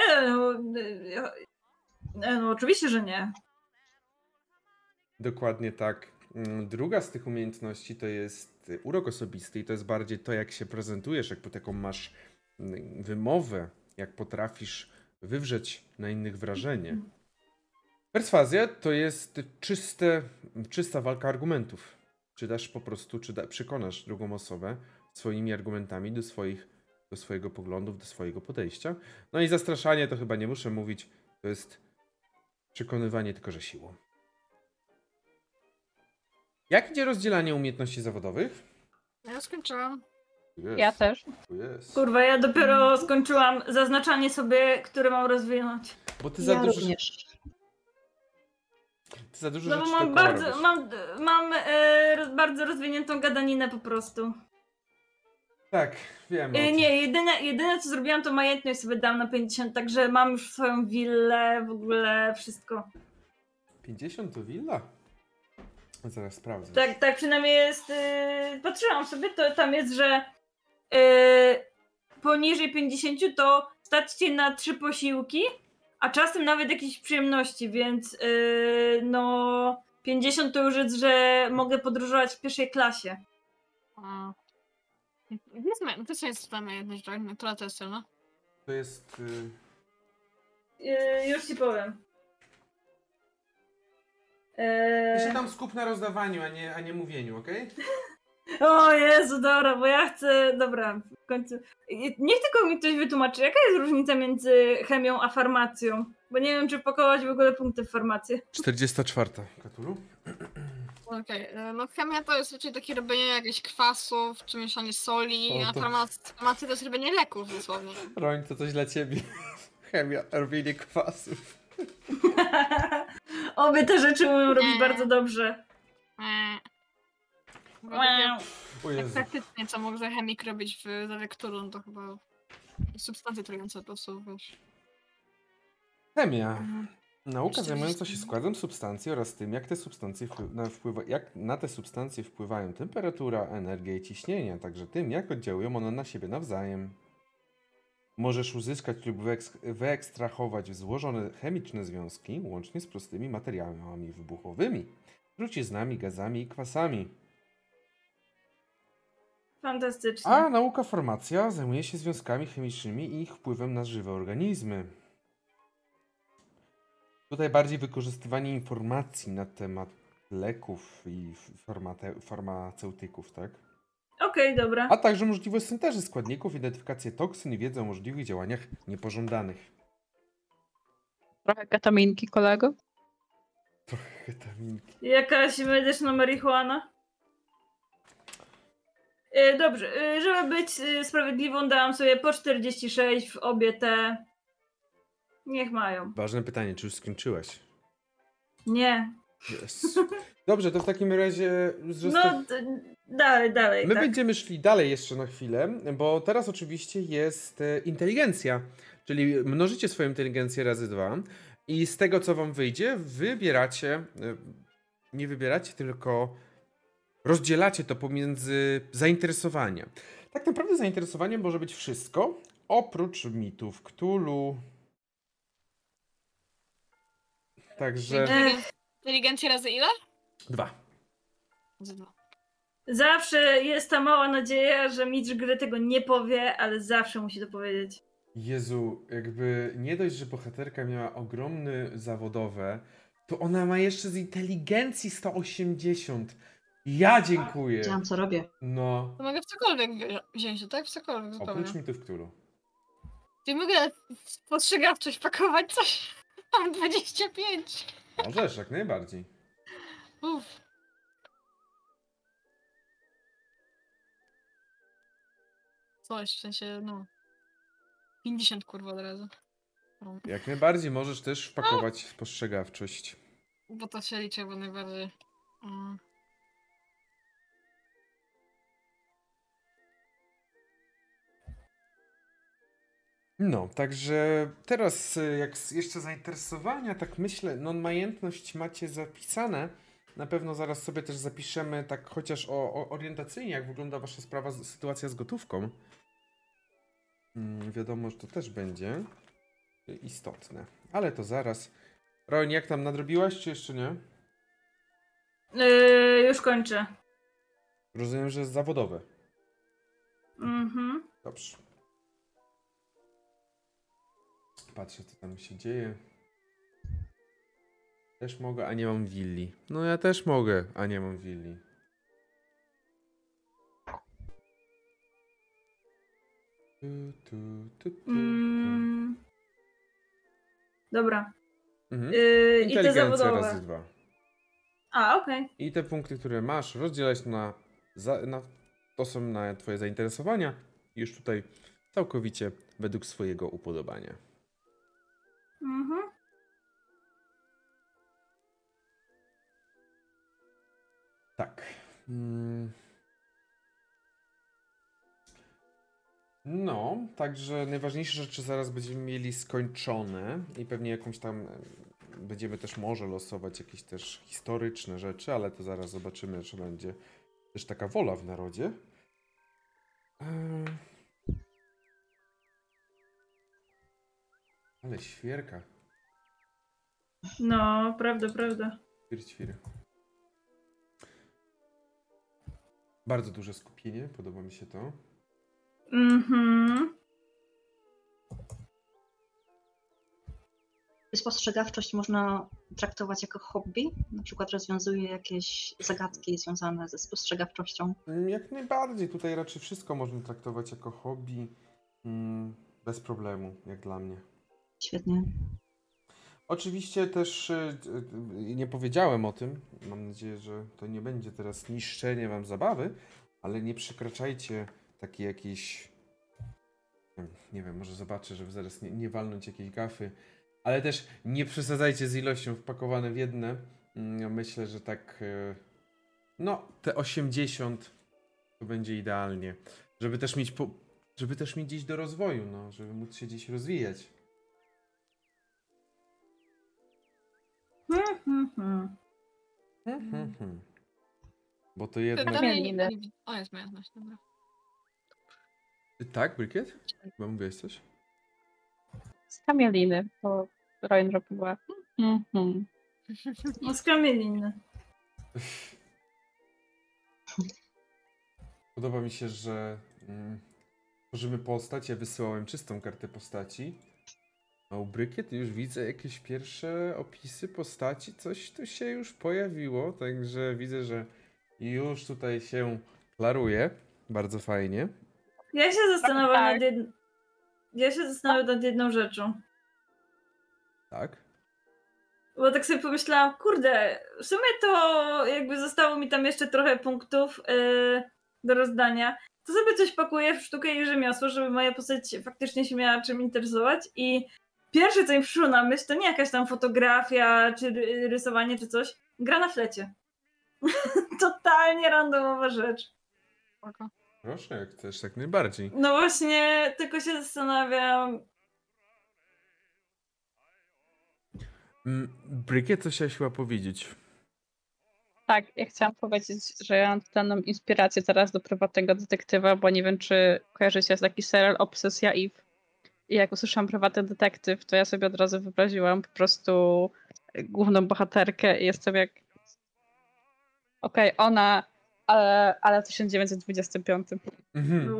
no oczywiście, że nie. Dokładnie tak. Druga z tych umiejętności to jest urok osobisty i to jest bardziej to, jak się prezentujesz, jak taką masz wymowę, jak potrafisz wywrzeć na innych wrażenie. Perswazja to jest czysta walka argumentów. Czy dasz po prostu, przekonasz drugą osobę swoimi argumentami do swojego poglądów, do swojego podejścia. No i zastraszanie to chyba nie muszę mówić, to jest przekonywanie tylko, że siłą. Jak idzie rozdzielanie umiejętności zawodowych? Ja skończyłam. Tu jest, Ja też. tu jest. Kurwa, ja dopiero skończyłam zaznaczanie sobie, które mam rozwinąć. Bo ty Ja za dużo, również. ty za dużo No bo rzeczy mam dookoła bardzo, robisz. bardzo rozwiniętą gadaninę po prostu. Tak, wiem. o tym. Nie, jedyne co zrobiłam to majętność sobie dam na 50, także mam już swoją willę, w ogóle wszystko. 50 to willa? Zaraz sprawdzę. Tak przynajmniej jest, patrzyłam sobie, to tam jest, że poniżej 50 to stać cię na 3 posiłki, a czasem nawet jakieś przyjemności, więc no 50 to już jest, że mogę podróżować w pierwszej klasie. A. To jest tam jedność, która to jest strona? To jest... Już ci powiem. Ty się tam skup na rozdawaniu, a nie mówieniu, okej? O Jezu, dobra, bo ja chcę... Dobra, w końcu... Niech tylko mi ktoś wytłumaczy, jaka jest różnica między chemią a farmacją? Bo nie wiem, czy pakować w ogóle punkty w farmację. 44. Katulu? Okej, no chemia to jest raczej takie robienie jakichś kwasów, czy mieszanie soli, O, a to- farmacja to jest robienie leków dosłownie. Roń, to coś dla ciebie. Chemia, robienie kwasów. Obie te rzeczy umiem robić bardzo dobrze. Bo takie, O tak Jezu. praktycznie, co może chemik robić za lekturą, to chyba substancje trujące po prostu, wiesz. Chemia. Nauka 40. zajmująca się składem substancji oraz tym, jak te substancje jak na te substancje wpływają temperatura, energia i ciśnienie, a także tym, jak oddziałują one na siebie nawzajem. Możesz uzyskać lub wyekstrahować złożone chemiczne związki, łącznie z prostymi materiałami wybuchowymi, truciznami, gazami i kwasami. Fantastycznie. A nauka farmacja zajmuje się związkami chemicznymi i ich wpływem na żywe organizmy. Tutaj bardziej wykorzystywanie informacji na temat leków i farmaceutyków, tak? Okej, dobra. A także możliwość syntezy składników, identyfikację toksyn i wiedzę o możliwych działaniach niepożądanych. Trochę ketaminki, kolego. Trochę ketaminki. Jakaś medyczna marihuana? Dobrze, żeby być sprawiedliwą, dałam sobie po 46 w obie te. Niech mają. Ważne pytanie, czy już skończyłaś? Nie. Yes. Dobrze, to w takim razie... No, dalej. My tak. będziemy szli dalej jeszcze na chwilę, bo teraz oczywiście jest inteligencja, czyli mnożycie swoją inteligencję razy 2 i z tego, co wam wyjdzie, wybieracie, nie wybieracie, tylko rozdzielacie to pomiędzy zainteresowania. Tak naprawdę zainteresowaniem może być wszystko, oprócz mitów Cthulhu. Także Inteligencja razy ile? 2. Razy 2. Zawsze jest ta mała nadzieja, że mistrz gry tego nie powie, ale zawsze musi to powiedzieć. Jezu, jakby nie dość, że bohaterka miała ogromne zawodowe, to ona ma jeszcze z inteligencji 180. Ja dziękuję. Wiedziałam, co robię. No, To mogę w cokolwiek wziąć, tak? W cokolwiek zupełnie. oprócz mitów Cthulhu. Ty mogę w postrzegawczość pakować coś? Mam 25. Możesz, jak najbardziej. Uff. Coś, w sensie, no. 50 kurwa od razu. No, Jak najbardziej możesz też wpakować spostrzegawczość. bo to się liczy chyba najbardziej. Mm. No, także teraz jak jeszcze zainteresowania, tak myślę, non-majętność macie zapisane. Na pewno zaraz sobie też zapiszemy tak chociaż orientacyjnie, jak wygląda wasza sytuacja z gotówką. Wiadomo, że to też będzie istotne. Ale to zaraz. Roń, jak tam nadrobiłaś, czy jeszcze nie? Już kończę. Rozumiem, że jest zawodowe. Mhm. Dobrze. Patrzę, co tam się dzieje. Też mogę, a nie mam willi. No ja też mogę, a nie mam willi. Mm. Mhm. Dobra. I te Inteligencja zawodowe. razy 2. A, okej. I te punkty, które masz, rozdzielać to są na twoje zainteresowania. Już tutaj całkowicie według swojego upodobania. Mhm. Tak. No, także najważniejsze rzeczy zaraz będziemy mieli skończone i pewnie jakąś tam będziemy też może losować jakieś też historyczne rzeczy, ale to zaraz zobaczymy, czy będzie też taka wola w narodzie. Ale świerka. No, prawda. Ćwir. Bardzo duże skupienie, podoba mi się to. Mhm. Czy spostrzegawczość można traktować jako hobby? Na przykład rozwiązuje jakieś zagadki związane ze spostrzegawczością. Jak najbardziej, tutaj raczej wszystko można traktować jako hobby, bez problemu, jak dla mnie. Świetnie. Oczywiście też nie powiedziałem o tym, mam nadzieję, że to nie będzie teraz niszczenie wam zabawy, ale nie przekraczajcie takiej jakiejś, nie wiem, może zobaczę, żeby zaraz nie walnąć jakiejś gafy, ale też nie przesadzajcie z ilością wpakowane w jedne. Myślę, że tak, no te 80 to będzie idealnie, żeby też mieć gdzieś do rozwoju, no, żeby móc się gdzieś rozwijać. Bo to jednak... Kamieniny. O, jest majętność, dobra. Tak, Brykiet? Chyba mówiłeś coś? Z kamieliny, bo Roin robiła. No z kamieniny. Podoba mi się, że tworzymy postać, ja wysyłałem czystą kartę postaci, a u Brykiet już widzę jakieś pierwsze opisy postaci, coś tu się już pojawiło, także widzę, że już tutaj się klaruje, bardzo fajnie. Ja się zastanawiam Tak. nad jedną rzeczą. Tak? Bo tak sobie pomyślałam, kurde, w sumie to jakby zostało mi tam jeszcze trochę punktów do rozdania. To sobie coś pakuję w sztukę i rzemiosło, żeby moja postać faktycznie się miała czym interesować. I pierwsze, co mi przyszło na myśl, to nie jakaś tam fotografia, czy rysowanie, czy coś. Gra na flecie. Totalnie randomowa rzecz. Spoko. Proszę, jak chcesz, jak najbardziej. No właśnie, tylko się zastanawiam. Brykiet, coś chciałeś chyba powiedzieć. Tak, ja chciałam powiedzieć, że ja mam totalną inspirację teraz do prywatnego detektywa, bo nie wiem, czy kojarzycie taki serial Obsesja Eve. I jak usłyszałam prywatny detektyw, to ja sobie od razu wyobraziłam po prostu główną bohaterkę i jestem jak okej, ona, ale w 1925. Mhm.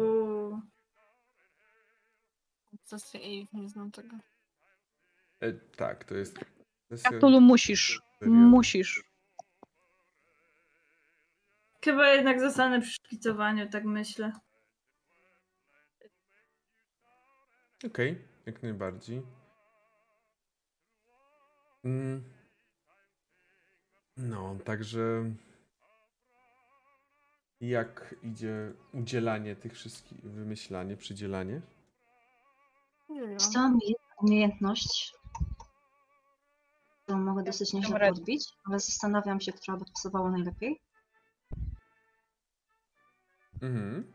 Co z tej nie znam tego. Tak, to jest... Cthulhu musisz. Musisz. Chyba jednak zostanę przy szkicowaniu, tak myślę. Okej, jak najbardziej. No, także jak idzie udzielanie tych wszystkich, wymyślanie, przydzielanie? Nie wiem. Dostałam jedną umiejętność, którą mogę dosyć nieźle radę. podbić, ale zastanawiam się, która by pasowała najlepiej. Mhm.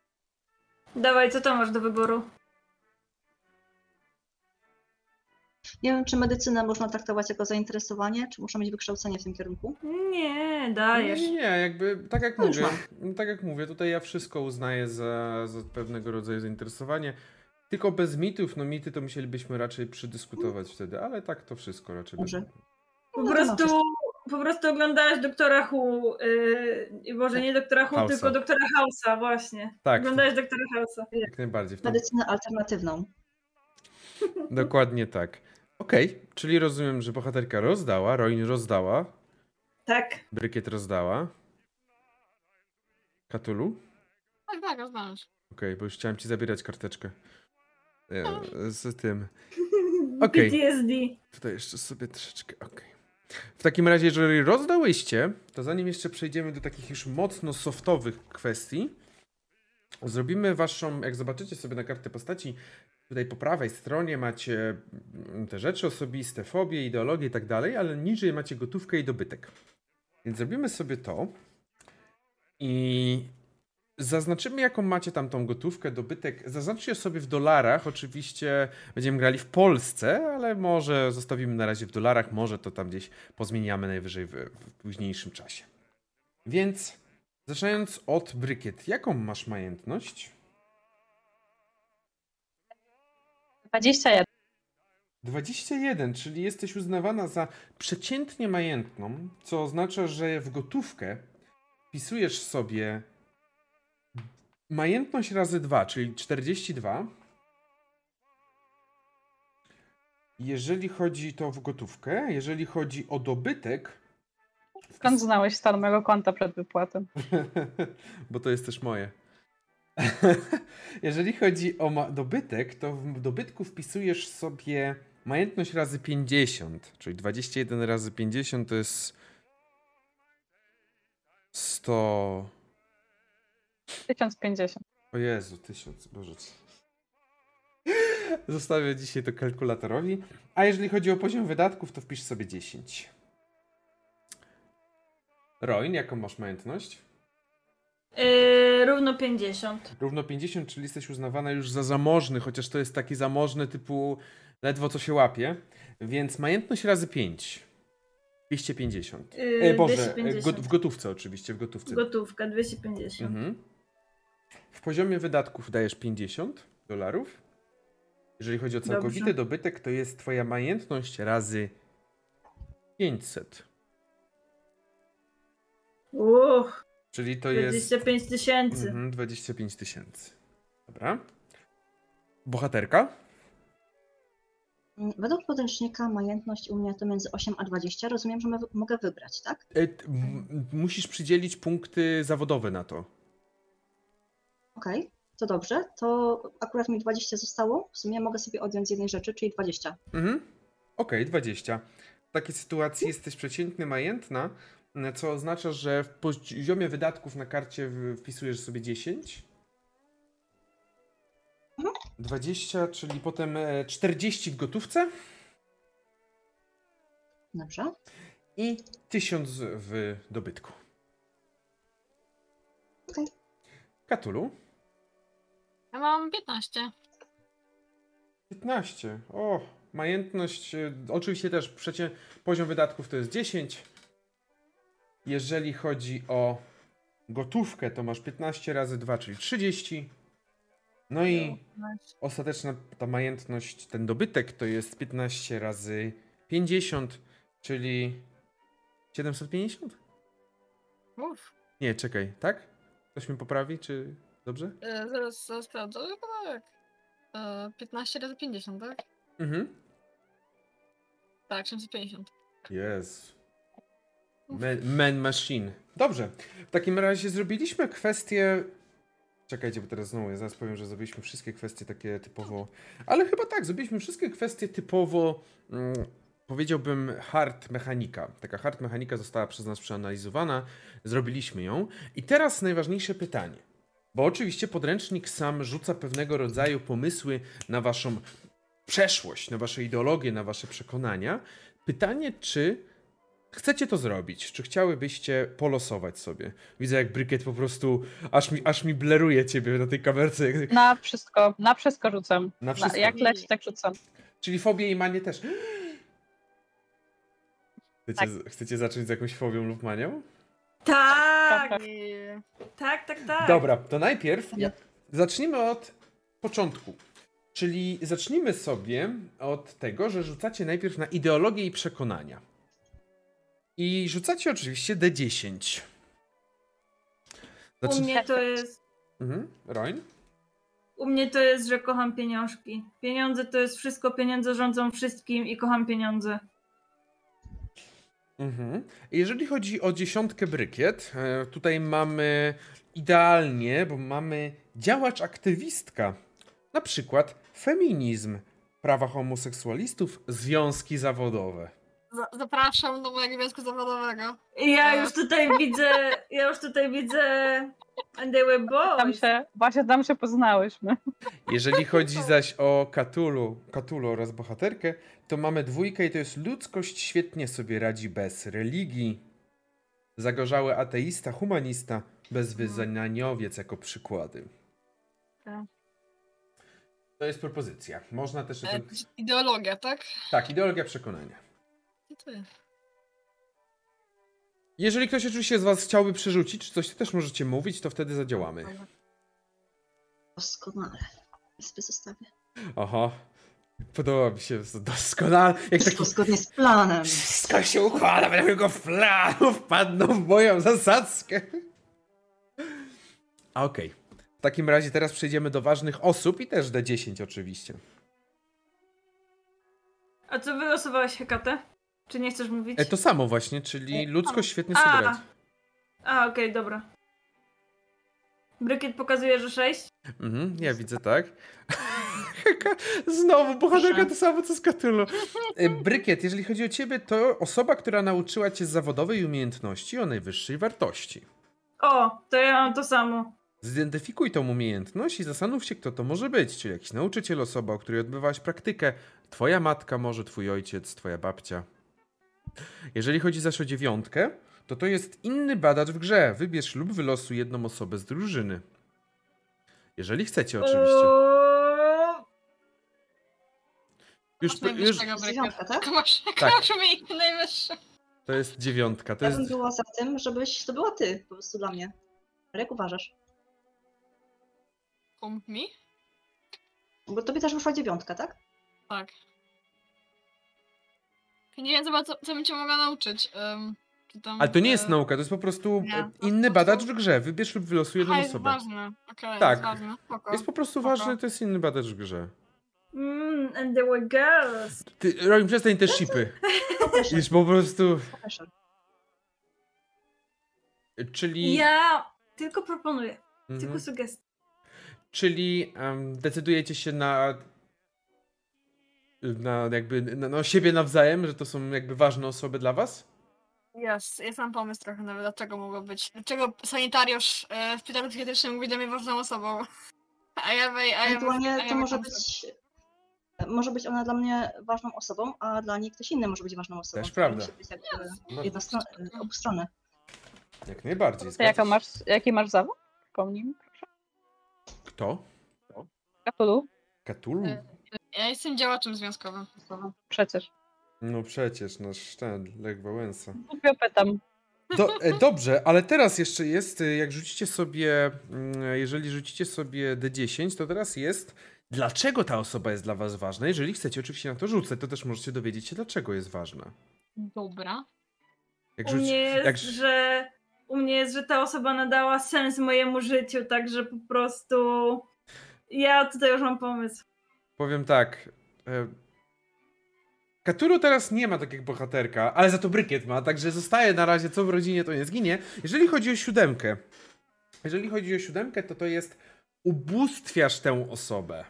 Dawaj, co to masz do wyboru? Nie wiem, czy medycynę można traktować jako zainteresowanie, czy muszę mieć wykształcenie w tym kierunku. Nie, dajesz. Nie, jakby tak jak No już mówię, tutaj ja wszystko uznaję za pewnego rodzaju zainteresowanie. Tylko bez mitów, no mity to musielibyśmy raczej przedyskutować wtedy, ale tak to wszystko raczej Dobrze. bez mitów. Po prostu oglądałaś Doktora Who, może nie Doktora Who, House'a. tylko Doktora House'a, właśnie. Tak, Oglądałeś Doktora House'a. jak najbardziej. Medycynę alternatywną. Dokładnie tak. Okej, czyli rozumiem, że bohaterka rozdała, Roin rozdała, Tak. Brykiet rozdała. Cthulhu? Tak, rozmawiasz. Okej, bo już chciałem ci zabierać karteczkę. Z tym. Okej. PTSD. Tutaj jeszcze sobie troszeczkę, okej. W takim razie, jeżeli rozdałyście, to zanim jeszcze przejdziemy do takich już mocno softowych kwestii, zrobimy waszą, jak zobaczycie sobie na kartę postaci, tutaj po prawej stronie macie te rzeczy osobiste, fobie, ideologię i tak dalej, ale niżej macie gotówkę i dobytek. Więc zrobimy sobie to i zaznaczymy, jaką macie tam tą gotówkę, dobytek. Zaznaczcie sobie w dolarach. Oczywiście będziemy grali w Polsce, ale może zostawimy na razie w dolarach. Może to tam gdzieś pozmieniamy najwyżej w późniejszym czasie. Więc zaczynając od Brykiet. Jaką masz majętność? 21. 21, czyli jesteś uznawana za przeciętnie majętną, co oznacza, że w gotówkę wpisujesz sobie majętność razy 2, czyli 42. Jeżeli chodzi to w gotówkę, jeżeli chodzi o dobytek... Skąd znałeś stan mojego konta przed wypłatą? Bo to jest też moje. Jeżeli chodzi o dobytek, to w dobytku wpisujesz sobie majętność razy 50, czyli 21 razy 50 to jest 100... 1050. O Jezu, 1000, Boże. Zostawię dzisiaj to kalkulatorowi. A jeżeli chodzi o poziom wydatków, to wpisz sobie 10. Roin, jaką masz majętność? Równo 50. Równo 50, czyli jesteś uznawana już za zamożny, chociaż to jest taki zamożny typu ledwo co się łapie. Więc majętność razy 5. 250. Boże, 250. w gotówce oczywiście, w gotówce. Gotówka, 250. Mhm. W poziomie wydatków dajesz $50. Jeżeli chodzi o całkowity Dobrze. dobytek, to jest twoja majętność razy 500. Czyli to jest 25 tysięcy. 25 tysięcy. Dobra. Bohaterka? Według podręcznika majętność u mnie to między 8 a 20. Rozumiem, że mogę wybrać, tak? Musisz przydzielić punkty zawodowe na to. Okej, to dobrze. To akurat mi 20 zostało. W sumie mogę sobie odjąć z jednej rzeczy, czyli 20. Okej, 20. W takiej sytuacji jesteś przeciętnie majętna, co oznacza, że w poziomie wydatków na karcie wpisujesz sobie 10. 20, czyli potem 40 w gotówce. Dobrze. I 1000 w dobytku. Okej. Cthulhu? Ja mam 15. 15. O, majętność. Oczywiście też poziom wydatków to jest 10. Jeżeli chodzi o gotówkę, to masz 15 razy 2, czyli 30. No i ostateczna ta majętność, ten dobytek to jest 15 razy 50, czyli 750? Uff. Nie, czekaj, tak? Ktoś mnie poprawi, czy dobrze? Zaraz sprawdzę, ale chyba tak. 15 razy 50, tak? Mhm. Tak, 750. Jest. Man machine. Dobrze. W takim razie zrobiliśmy kwestię... Czekajcie, bo teraz znowu, ja zaraz powiem, że zrobiliśmy wszystkie kwestie takie typowo... Ale chyba tak, zrobiliśmy wszystkie kwestie typowo... powiedziałbym hard mechanika. Taka hard mechanika została przez nas przeanalizowana. Zrobiliśmy ją. I teraz najważniejsze pytanie. Bo oczywiście podręcznik sam rzuca pewnego rodzaju pomysły na waszą przeszłość, na wasze ideologie, na wasze przekonania. Pytanie, czy chcecie to zrobić? Czy chciałybyście polosować sobie? Widzę, jak Brykiet po prostu aż mi bleruje ciebie na tej kamerce. Na wszystko rzucam. Na wszystko. Jak leci, tak rzucam. Czyli fobię i manię też. Tak. Chcecie zacząć z jakąś fobią lub manią? Tak, I... tak. Dobra, to najpierw Ja- zacznijmy od początku. Czyli zacznijmy sobie od tego, że rzucacie najpierw na ideologię i przekonania. I rzucacie oczywiście D10. U mnie to jest... Roin? U mnie to jest, że kocham pieniążki. Pieniądze to jest wszystko, pieniądze rządzą wszystkim i kocham pieniądze. Jeżeli chodzi o 10 brykiet, tutaj mamy idealnie, bo mamy działacz aktywistka. Na przykład feminizm, prawa homoseksualistów, związki zawodowe. Zapraszam do mojego związku zawodowego. Ja już tutaj widzę And they were boys. Tam się poznałyśmy. Jeżeli chodzi zaś o Cthulhu oraz bohaterkę, to mamy 2 i to jest ludzkość świetnie sobie radzi bez religii. Zagorzały ateista, humanista, bezwyznaniowiec jako przykłady. Tak. To jest propozycja. Można też... Ideologia, tak? Tak, ideologia przekonania. Co to jest? Jeżeli ktoś oczywiście z was chciałby przerzucić, czy coś, to też możecie mówić, to wtedy zadziałamy. Doskonale. Wyspy zostawię. Aha. Podoba mi się doskonale. Jak taki... Wszystko zgodnie z planem. Wszystko się układa, według jego planu wpadną w moją zasadzkę. Okej. W takim razie teraz przejdziemy do ważnych osób i też D10 oczywiście. A co wylosowałeś, Hekatę? Czy nie chcesz mówić? To samo właśnie, czyli ludzkość świetnie sobie radzi. Okej, dobra. Brykiet pokazuje, że 6. Ja widzę, tak. Znowu bohaterka to samo co z Cthulhu. Brykiet, jeżeli chodzi o ciebie, to osoba, która nauczyła cię zawodowej umiejętności o najwyższej wartości. O, to ja mam to samo. Zidentyfikuj tą umiejętność i zastanów się, kto to może być. Czy jakiś nauczyciel, osoba, o której odbywałaś praktykę, twoja matka, może twój ojciec, twoja babcia. Jeżeli chodzi zaś o 9, to jest inny badacz w grze. Wybierz lub wylosuj jedną osobę z drużyny. Jeżeli chcecie, oczywiście. Już, Najwyższego już... brykiet. tak? Masz Tak. umiejętność najwyższe. To jest 9. To Ja jest... bym była za tym, żebyś to była ty po prostu dla mnie. Ale jak uważasz? Mi? Bo tobie też wyszła 9, tak? Tak. Nie wiem, zobacz, co bym cię mogła nauczyć. Czy tam, Ale to nie jest nauka, to jest po prostu Nie, inny po badacz prostu- w grze. Wybierz lub wylosuj jedną Aha, jest osobę. ważne. Okej, Tak. jest ważne. Spoko. Jest po prostu Spoko. ważny, to jest inny badacz w grze. And they were girls. Ty, Rolim, przestań te shipy. Już po prostu... Proszę. Czyli... Ja tylko proponuję. Mhm. Tylko sugestie. Czyli decydujecie się na jakby na siebie nawzajem, że to są jakby ważne osoby dla was? Jest mam pomysł trochę nawet, dlaczego mogło być. Dlaczego sanitariusz w szpitalu psychiatrycznym mówi dla mnie ważną osobą? Ewentualnie to może być ona dla mnie ważną osobą, a dla niej ktoś inny może być ważną osobą. Też To prawda. musi być jakby obustronne. Jak najbardziej. To zgadza się. jaki masz zawód? Przypomnij mi, proszę. Kto? Cthulhu? Cthulhu? Ja jestem działaczem związkowym. Przecież. No przecież, nasz ten, Lech Wałęsa. Głupio pytam. Dobrze, ale teraz jeszcze jest, jak rzucicie sobie, jeżeli rzucicie sobie D10, to teraz jest, dlaczego ta osoba jest dla was ważna. Jeżeli chcecie oczywiście na to rzucać, to też możecie dowiedzieć się, dlaczego jest ważna. Dobra. Jak U mnie jest, że ta osoba nadała sens mojemu życiu, także po prostu ja tutaj już mam pomysł. Powiem tak. Cthulhu teraz nie ma tak jak bohaterka, ale za to Brykiet ma, także zostaje na razie, co w rodzinie to nie zginie. Jeżeli chodzi o 7, to jest ubóstwiasz tę osobę.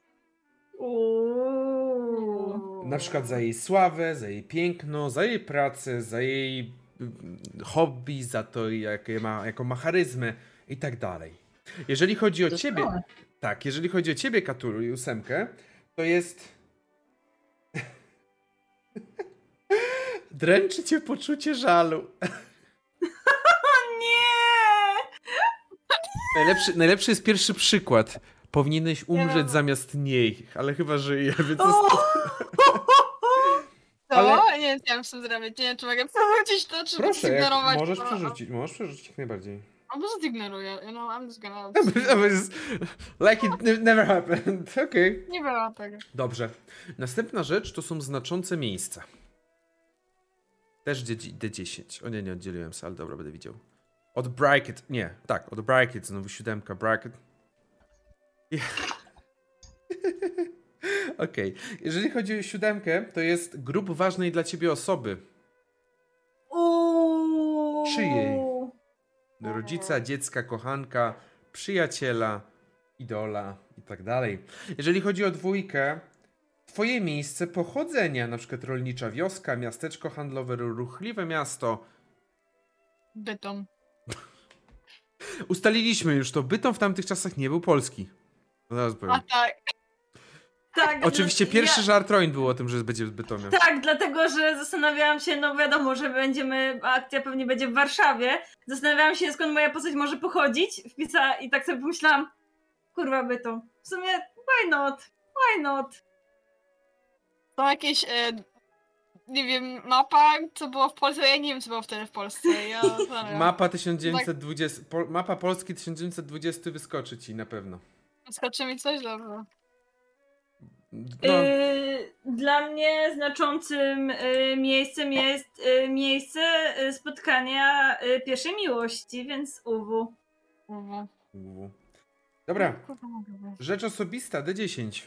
Na przykład za jej sławę, za jej piękno, za jej pracę, za jej hobby, za to jaką ma charyzmę i tak dalej. Jeżeli chodzi o ciebie, tak, jeżeli chodzi o ciebie, Cthulhu, i 8, to jest dręczy cię poczucie żalu. Nie! Najlepszy jest pierwszy przykład. Powinieneś umrzeć zamiast niej, ale chyba żyje, więc... To? Ale- Nie wiem, co ja mam z tym zrobić. Nie wiem, czy mogę przerzucić to, czy Proszę, jak zignorować możesz to. możesz przerzucić jak najbardziej. Albo zignoruję. You know, I'm just gonna... Like it never happened. Okej. Nie było tego. Dobrze. Następna rzecz to są znaczące miejsca. Też D10. O nie, nie oddzieliłem się, ale dobra, będę widział. Od bracket, nie, tak, od bracket, znowu 7, bracket. Okej. Jeżeli chodzi o 7, to jest grup ważnej dla ciebie osoby. Czyjej? Rodzica, dziecka, kochanka, przyjaciela, idola i tak dalej. Jeżeli chodzi o 2, twoje miejsce pochodzenia, na przykład rolnicza wioska, miasteczko handlowe, ruchliwe miasto. Bytom. Ustaliliśmy już to, Bytom w tamtych czasach nie był polski. Zaraz powiem. A tak. Tak, Oczywiście pierwszy żart Roin był o tym, że będzie z Bytomia. Tak, dlatego, że zastanawiałam się, no wiadomo, że akcja pewnie będzie w Warszawie. Zastanawiałam się, skąd moja postać może pochodzić. I tak sobie pomyślałam, kurwa Bytom. W sumie, why not? Why not? Są jakieś, nie wiem, mapa, co było w Polsce. Ja nie wiem, co było wtedy w Polsce. Mapa 1920, mapa Polski 1920 wyskoczy ci na pewno. Skoczy mi coś dobrze. No, Dla mnie znaczącym miejscem jest miejsce spotkania pierwszej miłości, więc UW. Dobra, rzecz osobista, D10.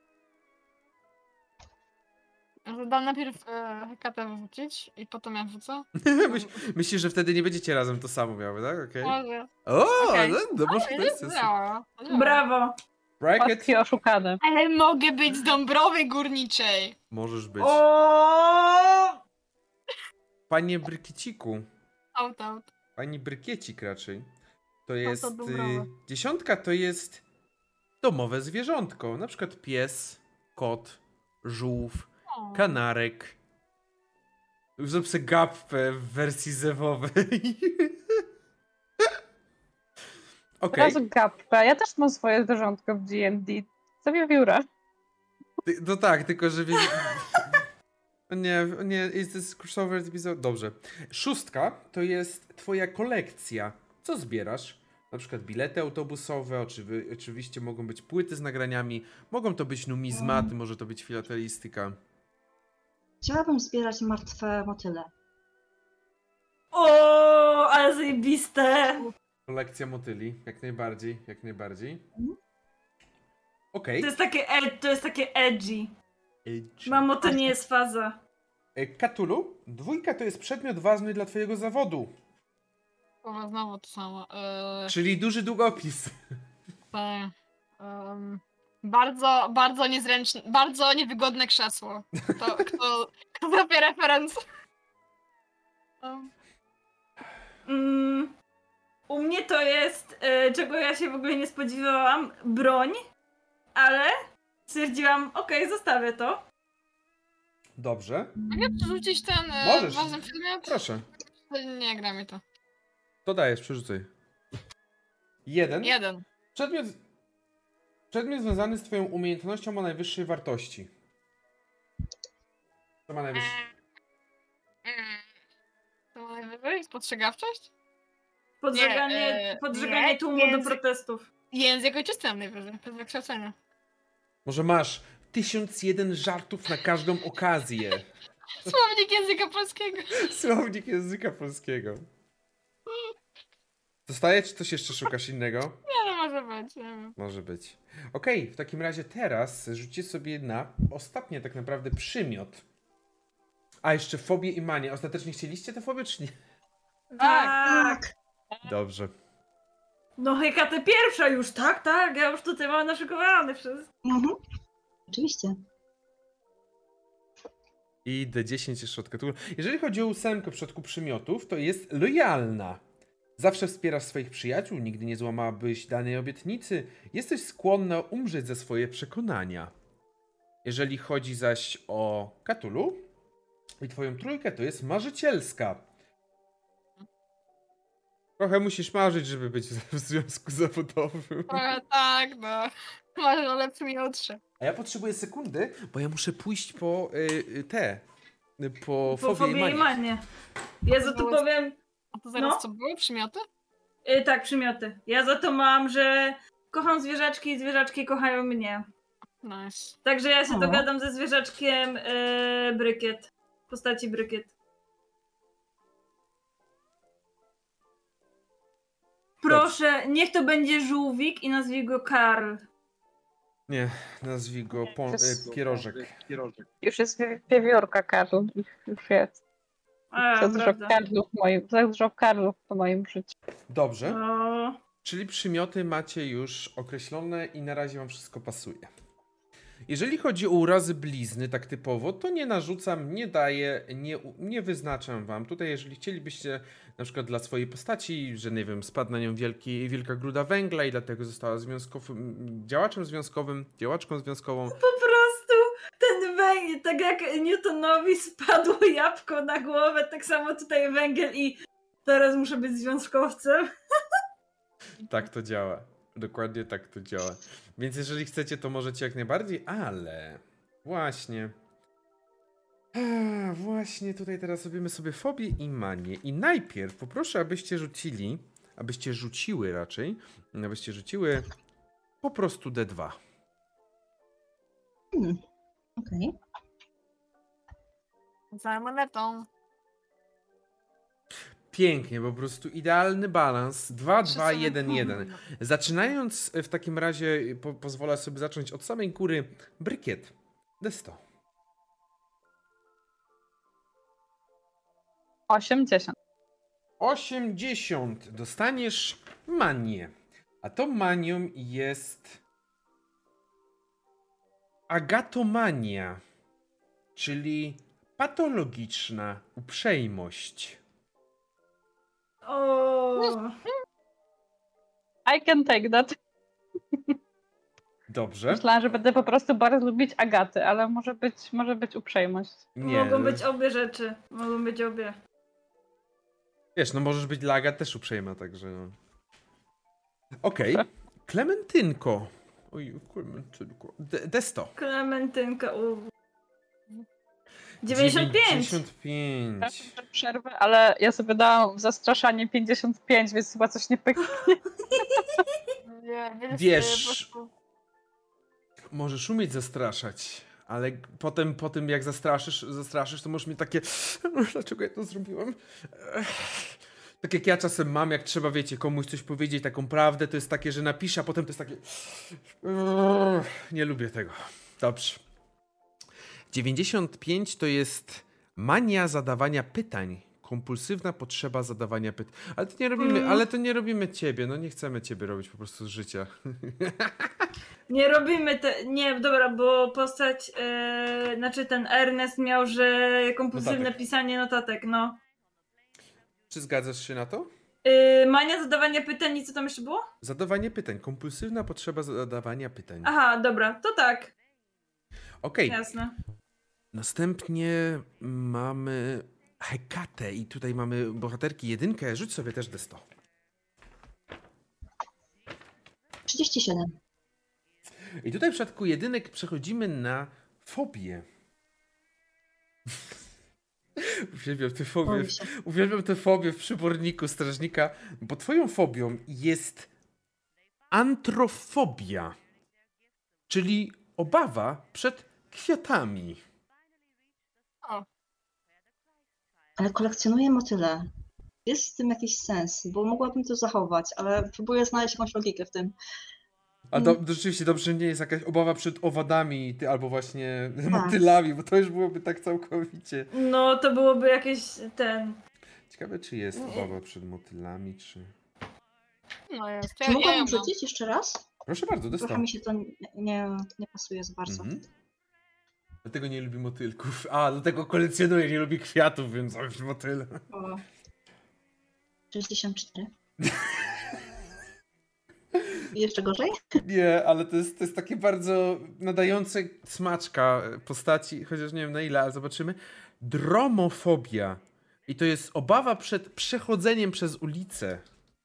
Dam najpierw Hekatę wyrzucić i potem ja wrzucę. Myślisz, że wtedy nie będziecie razem to samo miały, tak? Okej. Może. O, Okej. no może to jest Działa. Brawo! bracket. Kostki oszukane. Ale mogę być z Dąbrowy Górniczej. Możesz być. O! Panie Brykieciku, Out. pani Brykiecik raczej, to jest... Dąbrowa. 10 to jest domowe zwierzątko, na przykład pies, kot, żółw, O. kanarek. Zrób sobie gappę w wersji zewowej. Od Okej. razu gapę. Ja też mam swoje zwierzątko w D&D. Sobie wióra. No tak, tylko że... nie, jest this crossover episode? Dobrze. 6 to jest twoja kolekcja. Co zbierasz? Na przykład bilety autobusowe, oczywiście mogą być płyty z nagraniami, mogą to być numizmaty, może to być filatelistyka. Chciałabym zbierać martwe motyle. O, ale zajebiste! Kolekcja motyli, jak najbardziej, jak najbardziej. Okej. To jest takie edgy. Mamo, to nie jest faza. Cthulhu, 2 to jest przedmiot ważny dla twojego zawodu, Chyba znowu to samo. czyli duży długopis. Tak. Bardzo niezręczne, bardzo niewygodne krzesło. Kto zrobię referenc? U mnie to jest, czego ja się w ogóle nie spodziewałam, broń, ale stwierdziłam, okej, zostawię to. Dobrze, Mogę przerzucić ten Możesz. ważny przedmiot? proszę. Nie gra mi to. To dajesz, przerzucaj. 1. 1. Przedmiot związany z twoją umiejętnością o najwyższej wartości. Co ma najwyższą? To najwyżej? Spostrzegawczość? Podżeganie tłumu do protestów. Język ojczysty mam najwyżej, bez wykształcenia. Może masz 1001 żartów na każdą okazję. Słownik języka polskiego. Słownik języka polskiego. Zostaje, czy coś jeszcze szukasz innego? Nie, no może być, nie wiem. Może być. Okej, w takim razie teraz rzućcie sobie na ostatnie tak naprawdę przymiot. A, jeszcze fobię i manię. Ostatecznie chcieliście tę fobię, czy nie? Tak. Dobrze. No Hekatę pierwsza już, tak, ja już tutaj mam naszykowane wszystko. Mhm. Oczywiście. I D10 jeszcze od Cthulhu. Jeżeli chodzi o 8 w przypadku przymiotów, to jest lojalna. Zawsze wspierasz swoich przyjaciół, nigdy nie złamałabyś danej obietnicy. Jesteś skłonna umrzeć za swoje przekonania. Jeżeli chodzi zaś o Cthulhu i twoją 3, to jest marzycielska. Trochę musisz marzyć, żeby być w związku zawodowym. Trochę tak, no. Masz o lepszym jutrze. A ja potrzebuję sekundy, bo ja muszę pójść po po Po fobię i fobię i manię. manię. Ja za to Było- powiem... A to zaraz No. co było? Przymioty? Tak, przymioty. Ja za to mam, że kocham zwierzaczki i zwierzaczki kochają mnie. Nice. Także ja się O. dogadam ze zwierzaczkiem Brykiet. W postaci Brykiet. Proszę, niech to będzie żółwik i nazwij go Karl. Nie, nazwij go pierożek. Już jest wiewiórka Karl. Już jest. A, Za dużo prawda. Karlów w moim życiu. Dobrze, O, czyli przymioty macie już określone i na razie wam wszystko pasuje. Jeżeli chodzi o urazy blizny, tak typowo, to nie narzucam, nie daję, nie wyznaczam wam. Tutaj, jeżeli chcielibyście na przykład dla swojej postaci, że nie wiem, spadł na nią wielka gruda węgla i dlatego została działaczką związkową, po prostu ten węgiel, tak jak Newtonowi spadło jabłko na głowę, tak samo tutaj węgiel i teraz muszę być związkowcem. tak to działa. Dokładnie tak to działa. Więc jeżeli chcecie, to możecie jak najbardziej, ale właśnie. Właśnie tutaj teraz robimy sobie fobię i manię. I najpierw poproszę, abyście rzuciły po prostu D2. Okej. Za monetą. Pięknie, po prostu idealny balans. 2, 2, Wszyscy 1, 1. Zaczynając w takim razie, pozwolę sobie zacząć od samej góry. Brykiet. D100. 80. 80. Dostaniesz manię. A tą manią jest agatomania, czyli patologiczna uprzejmość. O, I can take that. Dobrze? Myślałam, że będę po prostu bardzo lubić Agaty, ale może być uprzejmość. Nie. mogą być obie rzeczy. Mogą być obie. Wiesz, no możesz być dla Agat też uprzejma, także no. Okej. Klementynko. Oj, Klementynko. D100. Klementynka. 95! 95. Przerwę, ale ja sobie dałam w zastraszanie 55, więc chyba coś nie pyknie. Nie, Wiesz- po prostu- Możesz umieć zastraszać, ale po tym jak zastraszysz, to możesz mieć takie dlaczego ja to zrobiłem? Tak jak ja czasem mam, jak trzeba, wiecie, komuś coś powiedzieć, taką prawdę, to jest takie, że napiszę, a potem to jest takie nie lubię tego. Dobrze. 95 to jest mania zadawania pytań. Kompulsywna potrzeba zadawania pytań. Ale to nie robimy ciebie, no nie chcemy ciebie robić po prostu z życia. Nie robimy Nie, dobra, bo postać, znaczy ten Ernest miał, że kompulsywne Notatek. pisanie notatek, no. Czy zgadzasz się na to? Mania zadawania pytań i co tam jeszcze było? Zadawanie pytań. Kompulsywna potrzeba zadawania pytań. Aha, dobra, to tak, Okej. jasne. Następnie mamy Hekatę i tutaj mamy bohaterki jedynkę. Rzuć sobie też D100. 37. I tutaj w przypadku jedynek przechodzimy na fobię. Uwielbiam tę fobię. Boję się. Uwielbiam tę fobię w przyborniku strażnika, bo twoją fobią jest antrofobia, czyli obawa przed kwiatami. Ale kolekcjonuję motyle. Jest w tym jakiś sens, bo mogłabym to zachować, ale próbuję znaleźć jakąś logikę w tym. A rzeczywiście dobrze, że nie jest jakaś obawa przed owadami albo właśnie Tak. motylami, bo to już byłoby tak całkowicie. No, to byłoby jakieś Ciekawe, czy jest obawa przed motylami, czy... No jest. Czy Ja mogłabym ją mam. rzucić jeszcze raz? Proszę bardzo, Trochę dostał. mi się to nie pasuje za bardzo. Mhm. Dlatego nie lubi motylków. A, dlatego kolekcjonuje, nie lubi kwiatów, więc motyle. O. 64. I jeszcze gorzej? Nie, ale to jest takie bardzo nadające smaczka postaci, chociaż nie wiem na ile, ale zobaczymy. Dromofobia. I to jest obawa przed przechodzeniem przez ulicę.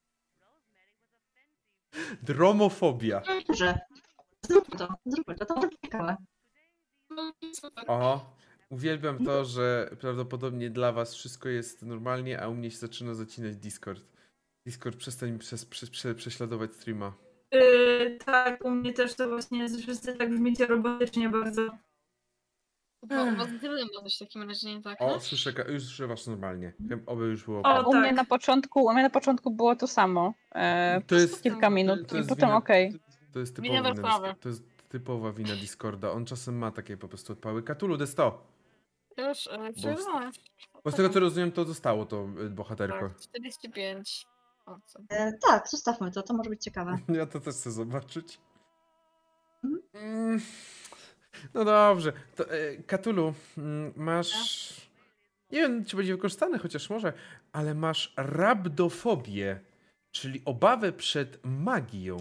Dromofobia. Dobrze. Zróbmy to będzie ciekawe. No i super. Oho. Uwielbiam to, że prawdopodobnie dla was wszystko jest normalnie, a u mnie się zaczyna zacinać Discord. Discord, przestań mi prześladować streama. Tak, u mnie też to właśnie jest, wszyscy tak brzmicie robotycznie bardzo. Bo u was tyle ma coś w takim razie nie tak, O, no? już słyszę was normalnie. Oby już było. O, U mnie tak. u mnie na początku było to samo. To jest, Kilka minut to i jest potem wina- okej. to jest Wina typowa wina Warszawy. To jest typowa wina Discorda. On czasem ma takie po prostu odpały. Cthulhu D100. Już, przeżyłem. Bo z tego co rozumiem, to zostało to bohaterko. Tak, 45. O, co? Tak, zostawmy to może być ciekawe. Ja to też chcę zobaczyć. Mhm. No dobrze. To, Cthulhu, masz... Nie wiem, czy będzie wykorzystane, chociaż może, ale masz rabdofobię, czyli obawę przed magią.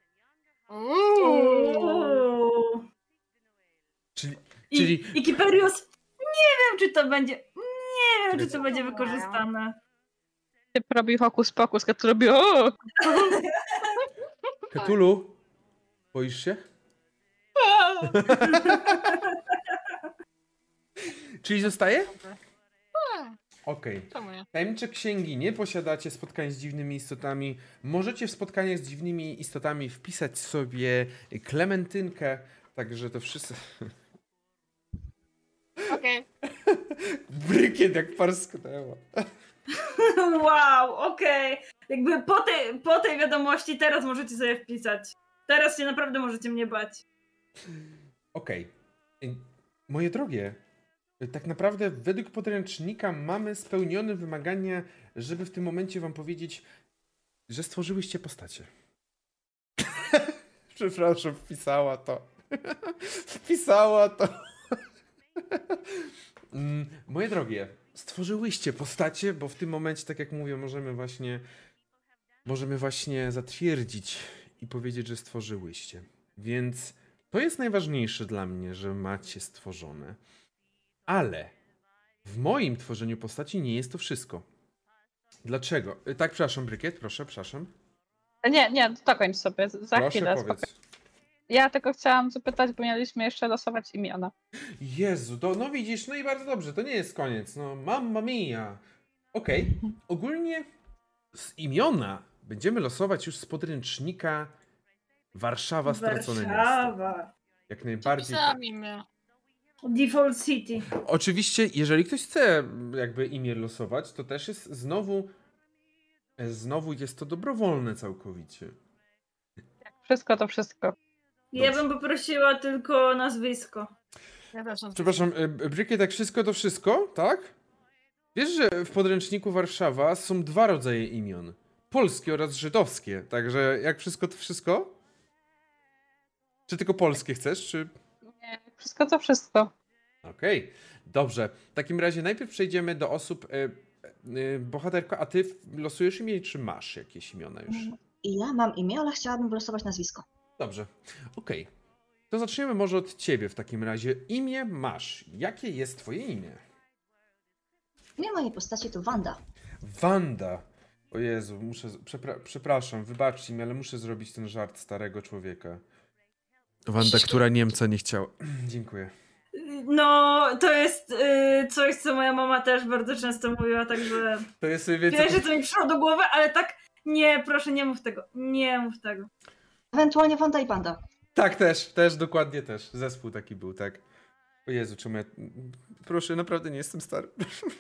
Uuu. Czyli I Kiperius, nie wiem, czy to będzie. Nie wiem, czy to będzie wykorzystane. Typ robi hokus pokus, a tu robi o! Cthulhu, boisz się? Czyli zostaje? Okej. Czemu nie? Tajemnicze księgi nie posiadacie, spotkań z dziwnymi istotami. Możecie w spotkaniach z dziwnymi istotami wpisać sobie Klementynkę, także to wszyscy... Okej. Brykiet jak parsknęła. Wow, okej. Jakby po tej wiadomości teraz możecie sobie wpisać. Teraz się naprawdę możecie mnie bać. Okej. Moje drogie, tak naprawdę według podręcznika mamy spełnione wymagania, żeby w tym momencie wam powiedzieć, że stworzyłyście postacie. Przepraszam, wpisała to. Wpisała to. Moje drogie, stworzyłyście postacie, bo w tym momencie, tak jak mówię, możemy właśnie zatwierdzić i powiedzieć, że stworzyłyście. Więc to jest najważniejsze dla mnie, że macie stworzone. Ale w moim tworzeniu postaci nie jest to wszystko. Dlaczego? Tak, przepraszam, Brykiet, proszę, przepraszam. Nie, dokończ sobie, za Proszę, chwilę. powiedz. Spokojnie. Ja tylko chciałam zapytać, bo mieliśmy jeszcze losować imiona. Jezu, no widzisz, no i bardzo dobrze, to nie jest koniec, no mamma mia. Okej, ogólnie z imiona będziemy losować już z podręcznika Warszawa Stracone Miasto. Warszawa. Jak najbardziej. Tak. Pisami mnie. Default City. Oczywiście, jeżeli ktoś chce jakby imię losować, to też jest znowu jest to dobrowolne całkowicie. Wszystko to wszystko. Ja bym poprosiła tylko nazwisko. Ja też mam Przepraszam, Brykiet, tak wszystko to wszystko, tak? Wiesz, że w podręczniku Warszawa są dwa rodzaje imion. Polskie oraz żydowskie. Także jak wszystko to wszystko? Czy tylko polskie chcesz, czy... Nie, wszystko to wszystko. Okej, dobrze. W takim razie najpierw przejdziemy do osób... bohaterko, a ty losujesz imię, czy masz jakieś imiona już? I ja mam imię, ale chciałabym wylosować nazwisko. Dobrze, okej. To zaczniemy może od ciebie w takim razie. Imię masz. Jakie jest twoje imię? Imię mojej postaci to Wanda. Wanda. O Jezu, przepraszam, wybaczcie mi, ale muszę zrobić ten żart starego człowieka. Wanda, która Niemca nie chciała. Dziękuję. No, to jest coś, co moja mama też bardzo często mówiła, także To jest wiesz, że to mi przyszło do głowy, ale tak, nie, proszę, nie mów tego, nie mów tego. Ewentualnie Wanda i Panda. Tak, dokładnie też. Zespół taki był, tak. O Jezu, czemu ja... Proszę, naprawdę nie jestem stary.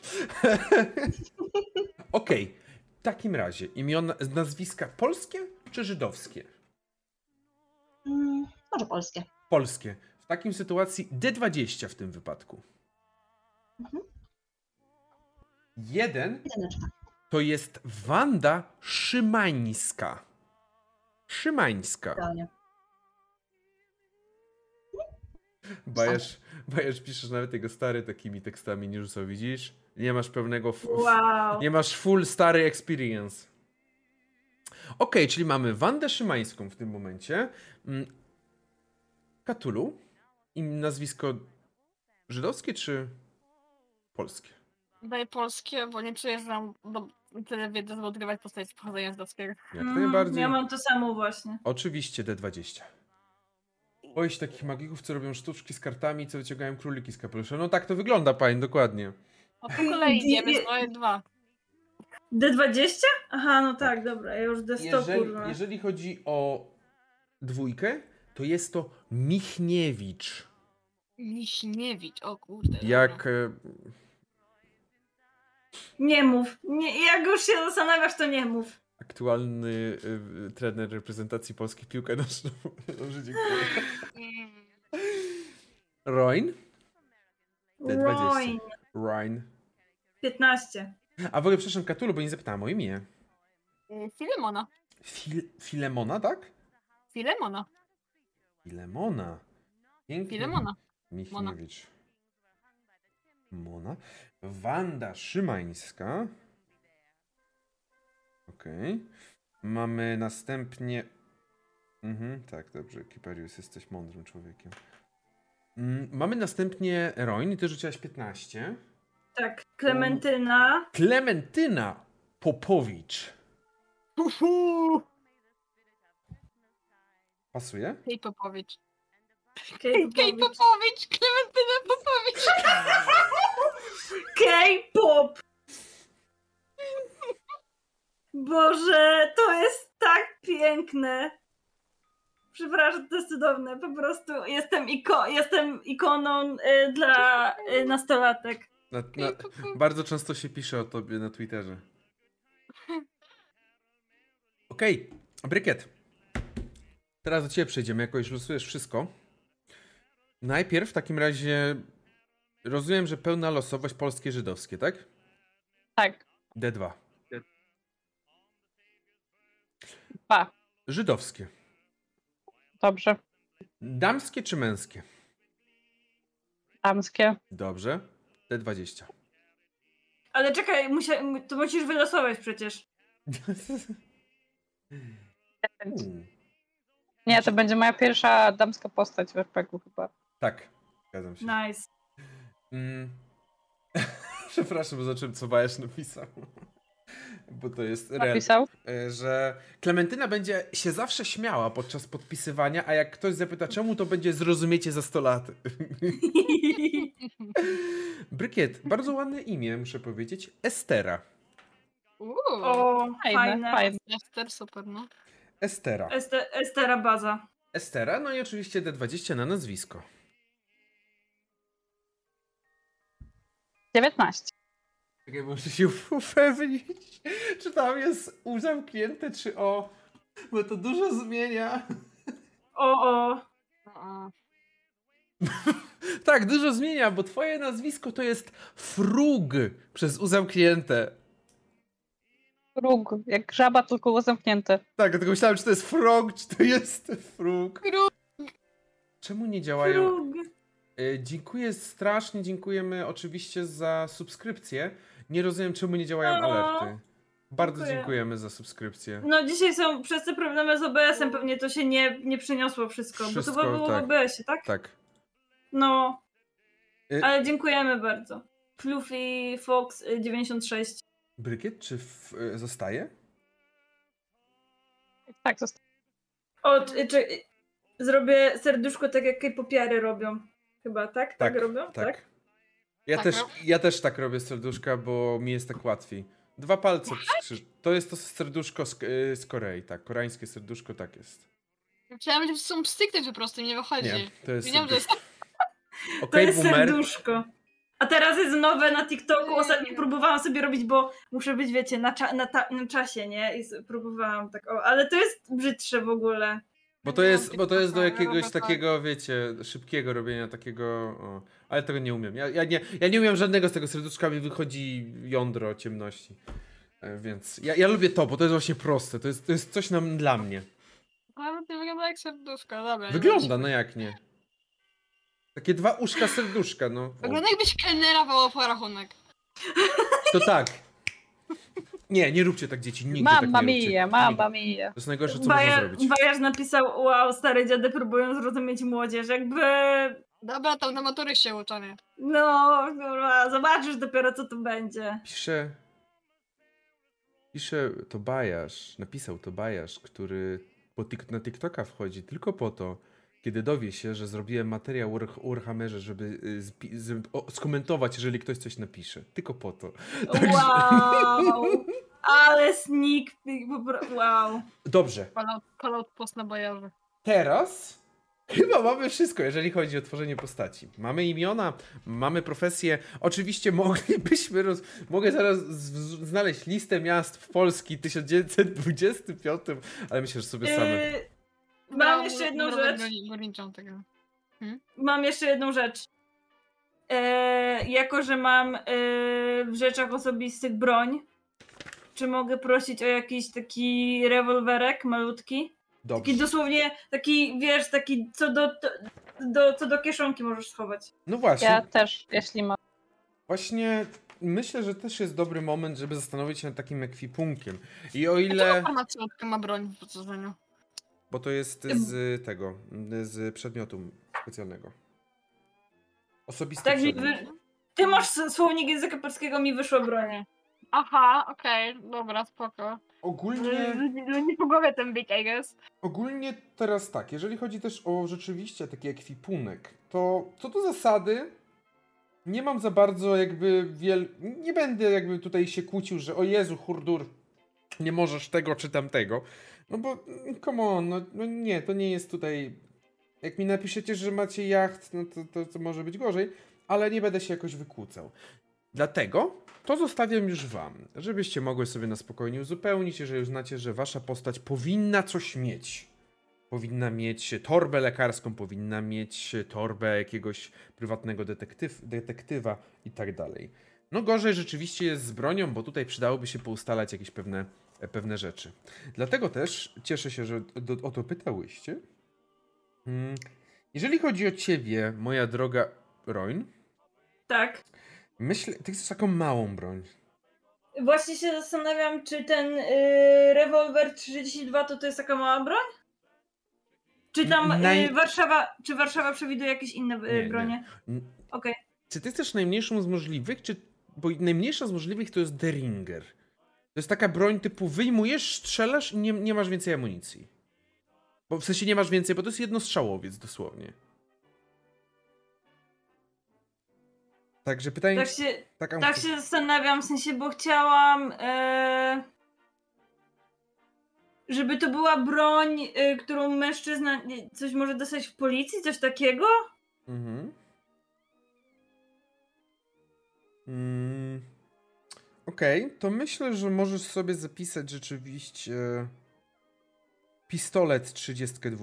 Okej, w takim razie imiona, nazwiska polskie czy żydowskie? Może polskie. Polskie. W takim sytuacji D20 w tym wypadku. Mhm. Jedyneczka. To jest Wanda Szymańska. Szymańska. Idealnie. Bajerz piszesz nawet jego stary takimi tekstami nie rzucał, widzisz? Nie masz pełnego... Wow. Nie masz full stary experience. Okej, czyli mamy Wandę Szymańską w tym momencie. Cthulhu. I nazwisko żydowskie czy polskie? Daj polskie, bo nie przyjeżdżam tyle wiedzy, żeby odgrywać postać z pochodzenia żydowskiego. Jak najbardziej. Ja mam to samo właśnie. Oczywiście D20. Boję się takich magików, co robią sztuczki z kartami, co wyciągają króliki z kapelusza. No tak to wygląda, pani, dokładnie. No po kolei idziemy, swoje 2. D20? Aha, no tak, dobra, ja już D100 kurwa. Jeżeli chodzi o dwójkę, to jest to Michniewicz. Michniewicz, o kurde. Jak... dobra. Nie mów. Nie, jak już się zastanawiasz, to nie mów. aktualny trener reprezentacji Polski w piłkę nożną. Dobrze, dziękuję. Roin? Roin. Roin. 15. A w ogóle, przepraszam, Katulu, bo nie zapytałem o imię. Filemona. Filemona, tak? Filemona. Filemona. Pięknie. Filemona. Michniewicz. Mona. Wanda Szymańska. Okej. Mamy następnie... tak, dobrze. Kiparius, jesteś mądrym człowiekiem. Mamy następnie Roin. Ty rzuciłaś 15. Tak, Klementyna. Klementyna Popowicz. Pasuje? Kej Popowicz. Kej Popowicz. Klementyna Popowicz. K-pop! Boże, to jest tak piękne. Przepraszam, to jest cudowne. Po prostu jestem ikoną dla nastolatek. Bardzo często się pisze o tobie na Twitterze. Okej, Brykiet. Teraz do ciebie przejdziemy, jako już losujesz wszystko. Najpierw w takim razie rozumiem, że pełna losowość polskie żydowskie, tak? Tak. D2. 2. Żydowskie. Dobrze. Damskie czy męskie? Damskie. Dobrze. D20. Ale czekaj, to musisz wylosować przecież. Nie, to będzie moja pierwsza damska postać w RPG-u chyba. Tak, zgadzam się. Nice. Przepraszam, za czym co Bajasz napisał. Bo to jest Napisał? że Klementyna będzie się zawsze śmiała podczas podpisywania, a jak ktoś zapyta czemu, to będzie zrozumiecie za 100 lat. Brykiet, bardzo ładne imię, muszę powiedzieć. Estera. O, fajne. Fajne. Ester, super, no. Estera. Estera Baza. Estera, no i oczywiście D20 na nazwisko. 19. Czekaj, muszę się upewnić, czy tam jest U zamknięte, czy O. Bo to dużo zmienia. O. Tak, dużo zmienia, bo twoje nazwisko to jest Frug przez U zamknięte. Frug. Jak żaba, tylko zamknięte. Tak, dlatego myślałem, czy to jest Frog, czy to jest Frug. Czemu nie działają? Frug. Dziękuję, strasznie dziękujemy oczywiście za subskrypcję. Nie rozumiem, czemu nie działają O, alerty. Bardzo dziękuję. dziękujemy za subskrypcję. No dzisiaj są przez te problemy z OBS-em pewnie to się nie przeniosło wszystko. Bo Wszystko, to było tak. w OBS-ie, tak? Tak. No. Y- Ale dziękujemy bardzo. Fluffy Fox 96. Brykiet, czy zostaje? Tak, zostało. Zrobię serduszko tak jak K-popiary robią. Chyba, tak? Tak robią? Tak. Tak. Ja też tak robię serduszka, bo mi jest tak łatwiej. 2 palce przykrzyż. To jest to serduszko z Korei, tak. Koreańskie serduszko, tak jest. Myślałem, że są styknąć po prostu, nie wychodzi. Nie, to jest Wiedziałam, że jest... To Okej, jest boomer. serduszko. A teraz jest nowe na TikToku. Ostatnio próbowałam sobie robić, bo muszę być, wiecie, na czasie, nie? I próbowałam tak, ale to jest brzydsze w ogóle. Bo to jest do jakiegoś Tak. takiego, wiecie, szybkiego robienia takiego. O. Ale tego nie umiem. Ja nie umiem żadnego z tego serduszka, mi wychodzi jądro ciemności. Więc ja lubię to, bo to jest właśnie proste. To jest coś dla mnie. Ale to wygląda jak serduszko, dobra. Wygląda, no jak nie. Takie 2 uszka serduszka, no. O. Wygląda jakbyś kelnera wołał po rachunek. To tak. Nie róbcie tak, dzieci. Nigdy tak Mamma nie róbcie. mia, mamma Nigdy. mia. To jest najgorsze, co można zrobić. Bajarz napisał, wow, stare dziady próbują zrozumieć młodzież. Jakby, Dobra, tam na matury się uczą, nie? no, kurwa, zobaczysz dopiero, co to będzie. Pisze Pisze Tobiasz, napisał Tobiasz, który na TikToka wchodzi tylko po to, kiedy dowie się, że zrobiłem materiał o Warhammerze, żeby skomentować, jeżeli ktoś coś napisze. Tylko po to. Wow! Ale sneak peek, wow. Dobrze. Call-out post na bajarze. Teraz chyba mamy wszystko, jeżeli chodzi o tworzenie postaci. Mamy imiona, mamy profesje. Oczywiście moglibyśmy, mogę zaraz znaleźć listę miast w Polski w 1925, ale myślę, że sobie same. Mam jeszcze jedną rzecz. Tego. Mam jeszcze jedną rzecz. Jako, że mam w rzeczach osobistych broń, czy mogę prosić o jakiś taki rewolwerek malutki? Dobrze. Taki dosłownie, taki, wiesz, taki co do kieszonki możesz schować. No właśnie. Ja też, jeśli ma. Właśnie myślę, że też jest dobry moment, żeby zastanowić się nad takim ekwipunkiem. I o Ile... ile... farmaceutka ma broń w wyposażeniu? Bo to jest z tego, z przedmiotu specjalnego. Osobisty Tak, przedmiot. ty masz słownik języka polskiego, mi wyszło broń. Aha, okej, dobra, spoko. Ogólnie... Nie po głowie ten big, I guess. Ogólnie teraz tak, jeżeli chodzi też o rzeczywiście taki ekwipunek, to co do zasady nie mam za bardzo jakby nie będę jakby tutaj się kłócił, że o Jezu, Hurdur, nie możesz tego czy tamtego. No bo, come on, no nie, to nie jest tutaj... Jak mi napiszecie, że macie jacht, no to może być gorzej, ale nie będę się jakoś wykłócał. Dlatego to zostawiam już wam, żebyście mogły sobie na spokojnie uzupełnić, jeżeli uznacie, że wasza postać powinna coś mieć. Powinna mieć torbę lekarską, powinna mieć torbę jakiegoś prywatnego detektywa i tak dalej. No gorzej rzeczywiście jest z bronią, bo tutaj przydałoby się poustalać jakieś pewne rzeczy. Dlatego też cieszę się, że o to pytałyście. Jeżeli chodzi o ciebie, moja droga Roin, Tak. myślę, ty chcesz taką małą broń. Właśnie się zastanawiam, czy ten rewolwer 32 to jest taka mała broń? Czy tam Warszawa przewiduje jakieś inne bronie? Okej. Czy ty chcesz najmniejszą z możliwych, bo najmniejsza z możliwych to jest Deringer. To jest taka broń typu wyjmujesz, strzelasz i nie masz więcej amunicji. Bo w sensie nie masz więcej, bo to jest jednostrzałowiec dosłownie. Także pytanie... Tak się zastanawiam, w sensie, bo chciałam... żeby to była broń, którą mężczyzna coś może dostać w policji, coś takiego? Mhm. Okej, to myślę, że możesz sobie zapisać rzeczywiście pistolet 32.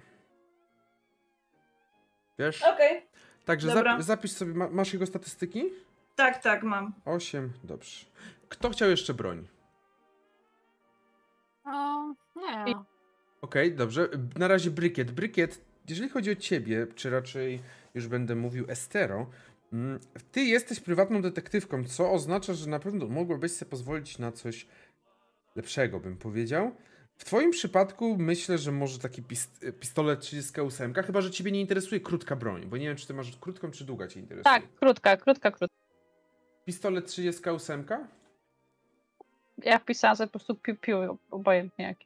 Wiesz? Okej. Także zapisz sobie, masz jego statystyki? Tak, mam. 8, dobrze. Kto chciał jeszcze broń? Nie. Okej, dobrze. Na razie Brykiet. Brykiet, jeżeli chodzi o ciebie, czy raczej już będę mówił Estero, ty jesteś prywatną detektywką, co oznacza, że na pewno mogłabyś sobie pozwolić na coś lepszego, bym powiedział. W twoim przypadku myślę, że może taki pistolet 38, chyba że ciebie nie interesuje krótka broń, bo nie wiem, czy ty masz krótką, czy długa cię interesuje. Tak, krótka. Pistolet 38? Ja wpisałam sobie po prostu piu, obojętnie jaki.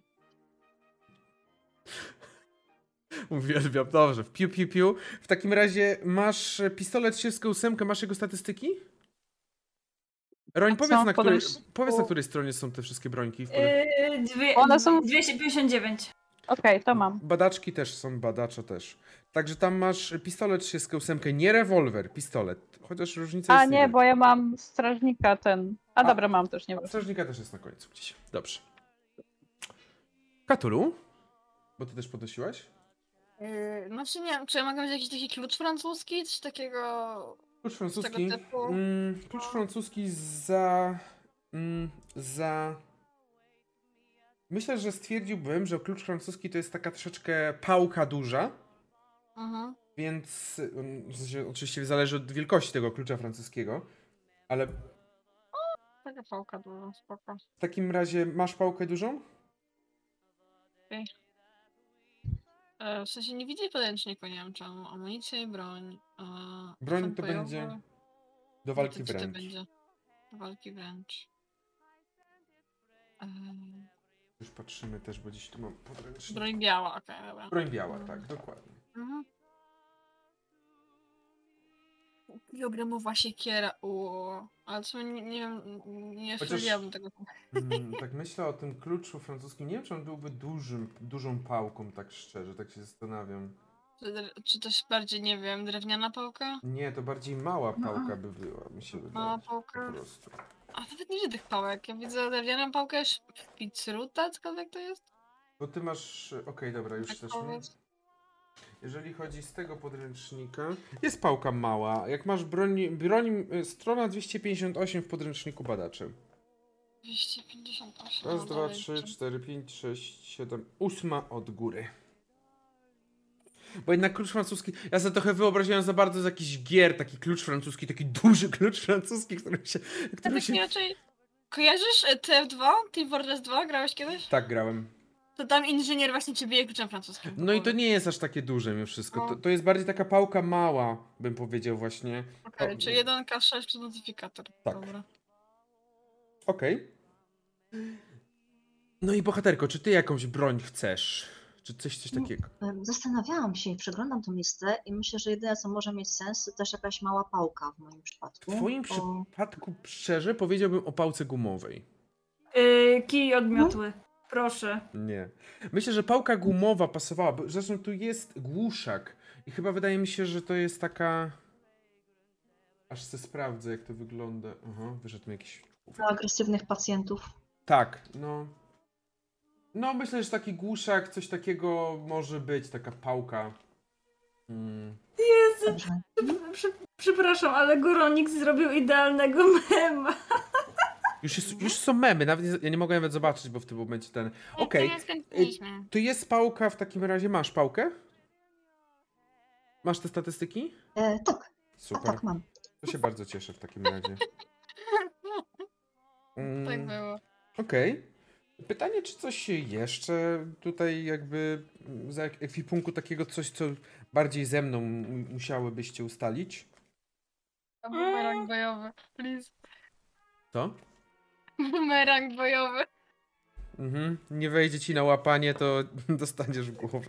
Uwielbiam, dobrze. Piu. W takim razie masz pistolet 38, masz jego statystyki? Roń, powiedz na której stronie są te wszystkie brońki. One są 259. Okej, to mam. Badaczki też są, badacza też. Także tam masz pistolet 38, nie rewolwer, pistolet. Chociaż różnica jest... Nie, bo ja mam strażnika ten. Dobra, mam też, nie wiem. Strażnika też jest na końcu gdzieś. Dobrze. Katulu? Bo ty też podnosiłaś? No czy nie wiem, czy ja mogę mieć jakiś taki klucz francuski, coś takiego... Klucz francuski. Tego typu? Klucz francuski za... Myślę, że stwierdziłbym, że klucz francuski to jest taka troszeczkę pałka duża. Mhm. Więc w sensie, oczywiście zależy od wielkości tego klucza francuskiego. Ale Taka pałka duża, spoko. w takim razie masz pałkę dużą? W sensie nie widzę podręczniku, nie wiem czemu. Amunicja i broń. Broń to będzie do walki wręcz. Do walki wręcz. Już patrzymy też, bo gdzieś tu mam podręcznik. Broń biała, okej, dobra. Broń biała, tak, dokładnie. Mhm. Kilogramowa siekiera, ale co nie wiem, nie Chociaż- sprawdziłabym tego. Tak myślę o tym kluczu francuskim. Nie wiem, czy on byłby dużą pałką, tak szczerze, tak się zastanawiam. Czy też bardziej, nie wiem, drewniana pałka? Nie, to bardziej mała pałka by była, mi się wydaje. Mała pałka? Po prostu. A nawet nie widzę tych pałek. Ja widzę drewnianą pałkę Spitruta, cokolwiek to jest. Bo ty masz... Okej, dobra, już Tak też... powiedz. Jeżeli chodzi z tego podręcznika, jest pałka mała. Jak masz strona 258 w podręczniku badaczym. 258. Raz, no dwa, dalej. 3, 4, 5, 6, 7, 8 od góry. Bo jednak klucz francuski, ja sobie trochę wyobraziłem za bardzo z jakichś gier, taki klucz francuski, taki duży klucz francuski, który Tak się... inaczej. Kojarzysz TF2? Team Fortress 2? Grałeś kiedyś? Tak, grałem. To tam inżynier właśnie cię bije kluczem francuskim. No i to nie jest aż takie duże mimo wszystko. No. To jest bardziej taka pałka mała, bym powiedział właśnie. Okej, czy 1K6 przez notyfikator. Tak. Dobra. Okej. No i bohaterko, czy ty jakąś broń chcesz? Czy coś takiego? Zastanawiałam się i przeglądam tą listę i myślę, że jedyne co może mieć sens to też jakaś mała pałka w moim przypadku. W twoim bo- przypadku szczerze powiedziałbym o pałce gumowej. Kij odmiotły. Proszę. Nie. Myślę, że pałka gumowa pasowała. Zresztą tu jest głuszak. I chyba wydaje mi się, że to jest taka... Aż se sprawdzę, jak to wygląda. Aha, wyszedł mi jakiś... Dla agresywnych pacjentów. Tak, no. No, myślę, że taki głuszak, coś takiego może być, taka pałka. Jezu, Dobrze. przepraszam, ale Goronik zrobił idealnego mema. Już są memy, nawet ja nie mogłem nawet zobaczyć, bo w tym momencie ten... Okej, to jest pałka, w takim razie masz pałkę? Masz te statystyki? Tak, Super, tak mam. to się bardzo cieszę w takim razie. Tak było. Okej. Pytanie, czy coś jeszcze tutaj jakby za ekwipunku takiego coś, co bardziej ze mną musiałybyście ustalić? Bumerang bojowy, please. Co? Bumerang bojowy. Nie wejdzie ci na łapanie, to dostaniesz w głowę.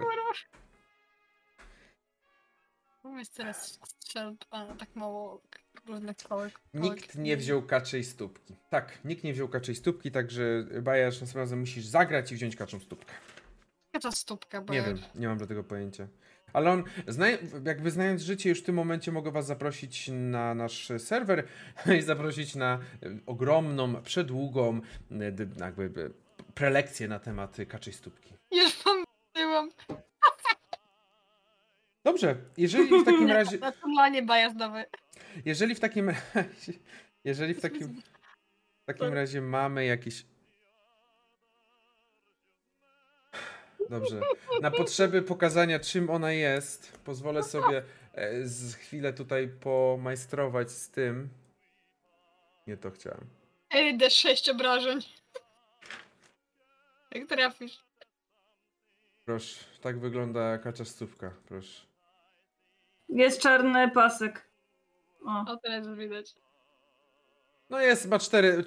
Jest teraz strzelb, a tak mało różnych pałek. Nikt nie wziął kaczej stópki. Tak, nikt nie wziął kaczej stópki, także Bajasz następnym razem musisz zagrać i wziąć kaczą stópkę. Jaka to stópka, bo Nie wiem, nie mam do tego pojęcia. Ale on, jakby znając życie, już w tym momencie mogę was zaprosić na nasz serwer i zaprosić na ogromną, przedługą jakby prelekcję na temat kaczej stópki. Już pomyliłam. Dobrze, jeżeli w takim razie... Na turlanie bajazdowy. Jeżeli w takim razie mamy jakieś... Dobrze. Na potrzeby pokazania, czym ona jest, pozwolę sobie chwilę tutaj pomajstrować z tym. Nie to chciałem. D6 obrażeń. Jak trafisz. Proszę, tak wygląda kaczastówka, proszę. Jest czarny pasek. O. O, teraz już widać. No jest, ma 4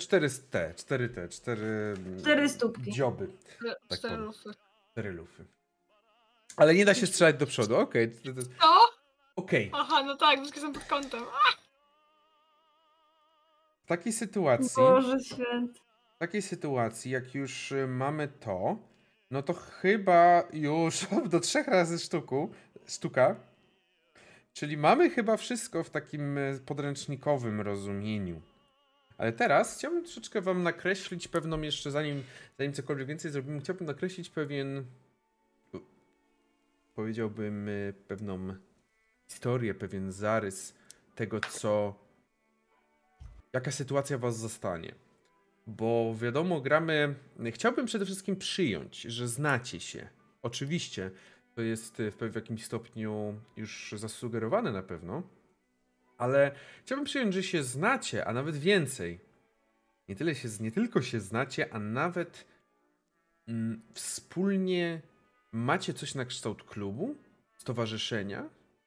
stópki. dzioby. Tak 4 powiem. lufy. 4 lufy. Ale nie da się strzelać do przodu, okej. Co? Okej. Aha, no tak, wszystkie są pod kątem. W takiej sytuacji... Boże święty. W takiej sytuacji, jak już mamy to, no to chyba już do 3 razy sztuka. Czyli mamy chyba wszystko w takim podręcznikowym rozumieniu. Ale teraz chciałbym troszeczkę wam nakreślić pewną jeszcze, zanim cokolwiek więcej zrobimy, chciałbym nakreślić pewien, powiedziałbym, pewną historię, pewien zarys tego, jaka sytuacja was zastanie. Bo wiadomo, chciałbym przede wszystkim przyjąć, że znacie się. Oczywiście, to jest w jakimś stopniu już zasugerowane na pewno, ale chciałbym przyjąć, że się znacie, a nawet więcej. Nie tylko się znacie, a nawet wspólnie macie coś na kształt klubu, stowarzyszenia,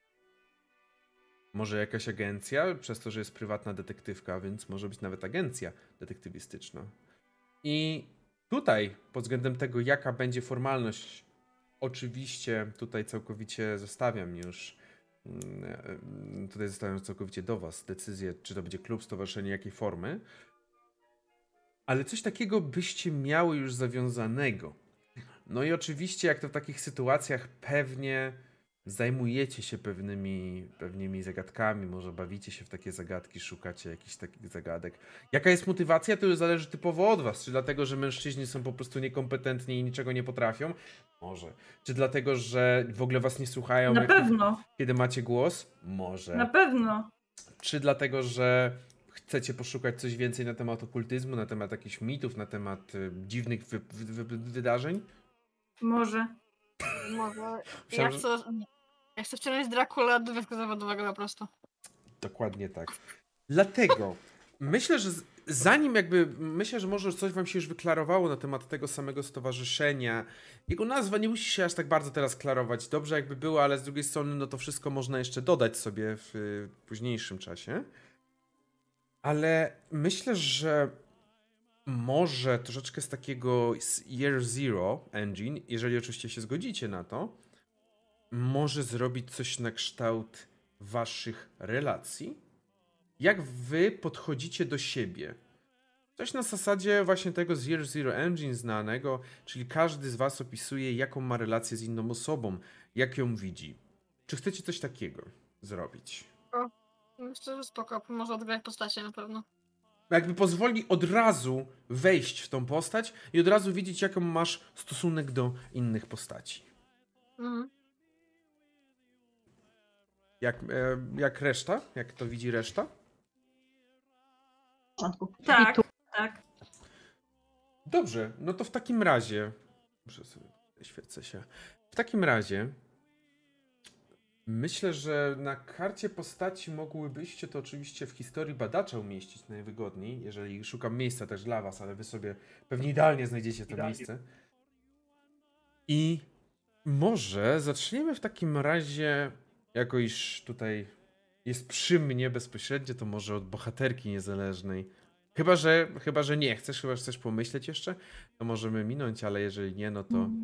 może jakaś agencja, przez to, że jest prywatna detektywka, więc może być nawet agencja detektywistyczna. I Tutaj, pod względem tego, jaka będzie formalność, oczywiście tutaj całkowicie zostawiam już, tutaj zostawiam całkowicie do was decyzję, czy to będzie klub, stowarzyszenie, jakiej formy, ale coś takiego byście miały już zawiązanego. No i oczywiście, jak to w takich sytuacjach, pewnie zajmujecie się pewnymi zagadkami, może bawicie się w takie zagadki, szukacie jakichś takich zagadek. Jaka jest motywacja, to już zależy typowo od was. Czy dlatego, że mężczyźni są po prostu niekompetentni i niczego nie potrafią? Może. Czy dlatego, że w ogóle was nie słuchają, Na pewno, kiedy macie głos? Może. na pewno. Czy dlatego, że chcecie poszukać coś więcej na temat okultyzmu, na temat jakichś mitów, na temat dziwnych wydarzeń? Może. Może. Myślałem, Ja chcę wciągnąć Dracula do związku zawodowego po prostu. Dokładnie tak. Dlatego myślę, że myślę, że może coś wam się już wyklarowało na temat tego samego stowarzyszenia. Jego nazwa nie musi się aż tak bardzo teraz klarować. Dobrze jakby było, ale z drugiej strony no to wszystko można jeszcze dodać sobie w późniejszym czasie. Ale myślę, że może troszeczkę z takiego Year Zero Engine, jeżeli oczywiście się zgodzicie na to, może zrobić coś na kształt waszych relacji. Jak wy podchodzicie do siebie? Coś na zasadzie właśnie tego z Year Zero Engine znanego, czyli każdy z was opisuje, jaką ma relację z inną osobą, jak ją widzi. Czy chcecie coś takiego zrobić? Myślę, że spoko. Może odgrać postacie na pewno. Jakby pozwoli od razu wejść w tą postać i od razu widzieć, jaką masz stosunek do innych postaci. Mhm. Jak reszta? Jak to widzi reszta? W porządku. Tak, tak. Dobrze, no to w takim razie... Muszę sobie... Świecę się. W takim razie... Myślę, że na karcie postaci mogłybyście to oczywiście w historii badacza umieścić najwygodniej, jeżeli szukam miejsca też dla was, ale wy sobie pewnie idealnie znajdziecie to miejsce. I może zaczniemy w takim razie, jako iż tutaj jest przy mnie bezpośrednio, to może od bohaterki niezależnej. Chyba, że nie chcesz, chyba, że chcesz pomyśleć jeszcze, to możemy minąć, ale jeżeli nie, no to...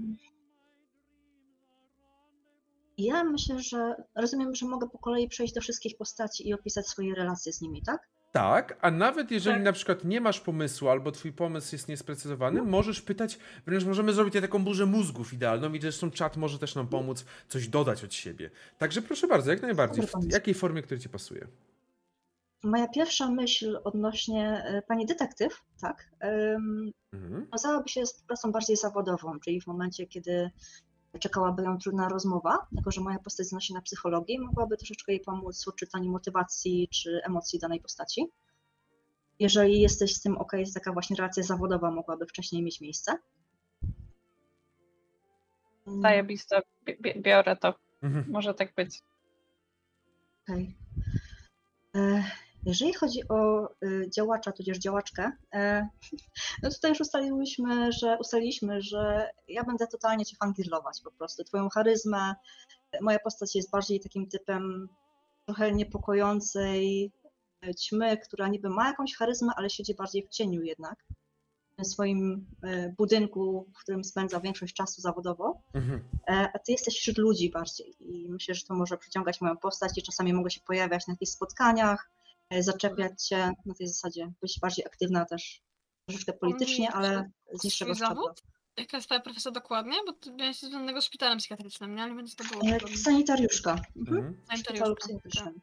Ja myślę, że rozumiem, że mogę po kolei przejść do wszystkich postaci i opisać swoje relacje z nimi, tak? Tak, a nawet jeżeli Tak. na przykład nie masz pomysłu, albo twój pomysł jest niesprecyzowany, możesz pytać, wręcz możemy zrobić taką burzę mózgów idealną i zresztą czat może też nam pomóc coś dodać od siebie. Także proszę bardzo, jak najbardziej. Dobry pomysł. W jakiej formie, która ci pasuje? Moja pierwsza myśl odnośnie pani detektyw, tak, wiązałaby się z pracą bardziej zawodową, czyli w momencie, kiedy czekałaby ją trudna rozmowa, jako że moja postać zna się na psychologii, mogłaby troszeczkę jej pomóc w odczytaniu motywacji czy emocji danej postaci. Jeżeli jesteś z tym ok, jest taka właśnie relacja zawodowa mogłaby wcześniej mieć miejsce. Zajebiste, biorę to. Mhm. Może tak być. Okej. Jeżeli chodzi o działacza, tudzież działaczkę, no tutaj już ustaliliśmy, że ja będę totalnie cię fangirlować po prostu. Twoją charyzmę. Moja postać jest bardziej takim typem trochę niepokojącej ćmy, która niby ma jakąś charyzmę, ale siedzi bardziej w cieniu jednak. W swoim budynku, w którym spędza większość czasu zawodowo. A ty jesteś wśród ludzi bardziej i myślę, że to może przyciągać moją postać i czasami mogę się pojawiać na jakichś spotkaniach, zaczepiać się na tej zasadzie, być bardziej aktywna też troszeczkę politycznie, ale z niższego Swój szczebla. zawód? Jaka jest twoja profesja dokładnie? Bo ty miałeś związanego szpitalem psychiatrycznym, nie? Ale więc to było. Sanitariuszka. Mhm. W szpitalu Sanitariuszka. psychiatrycznym.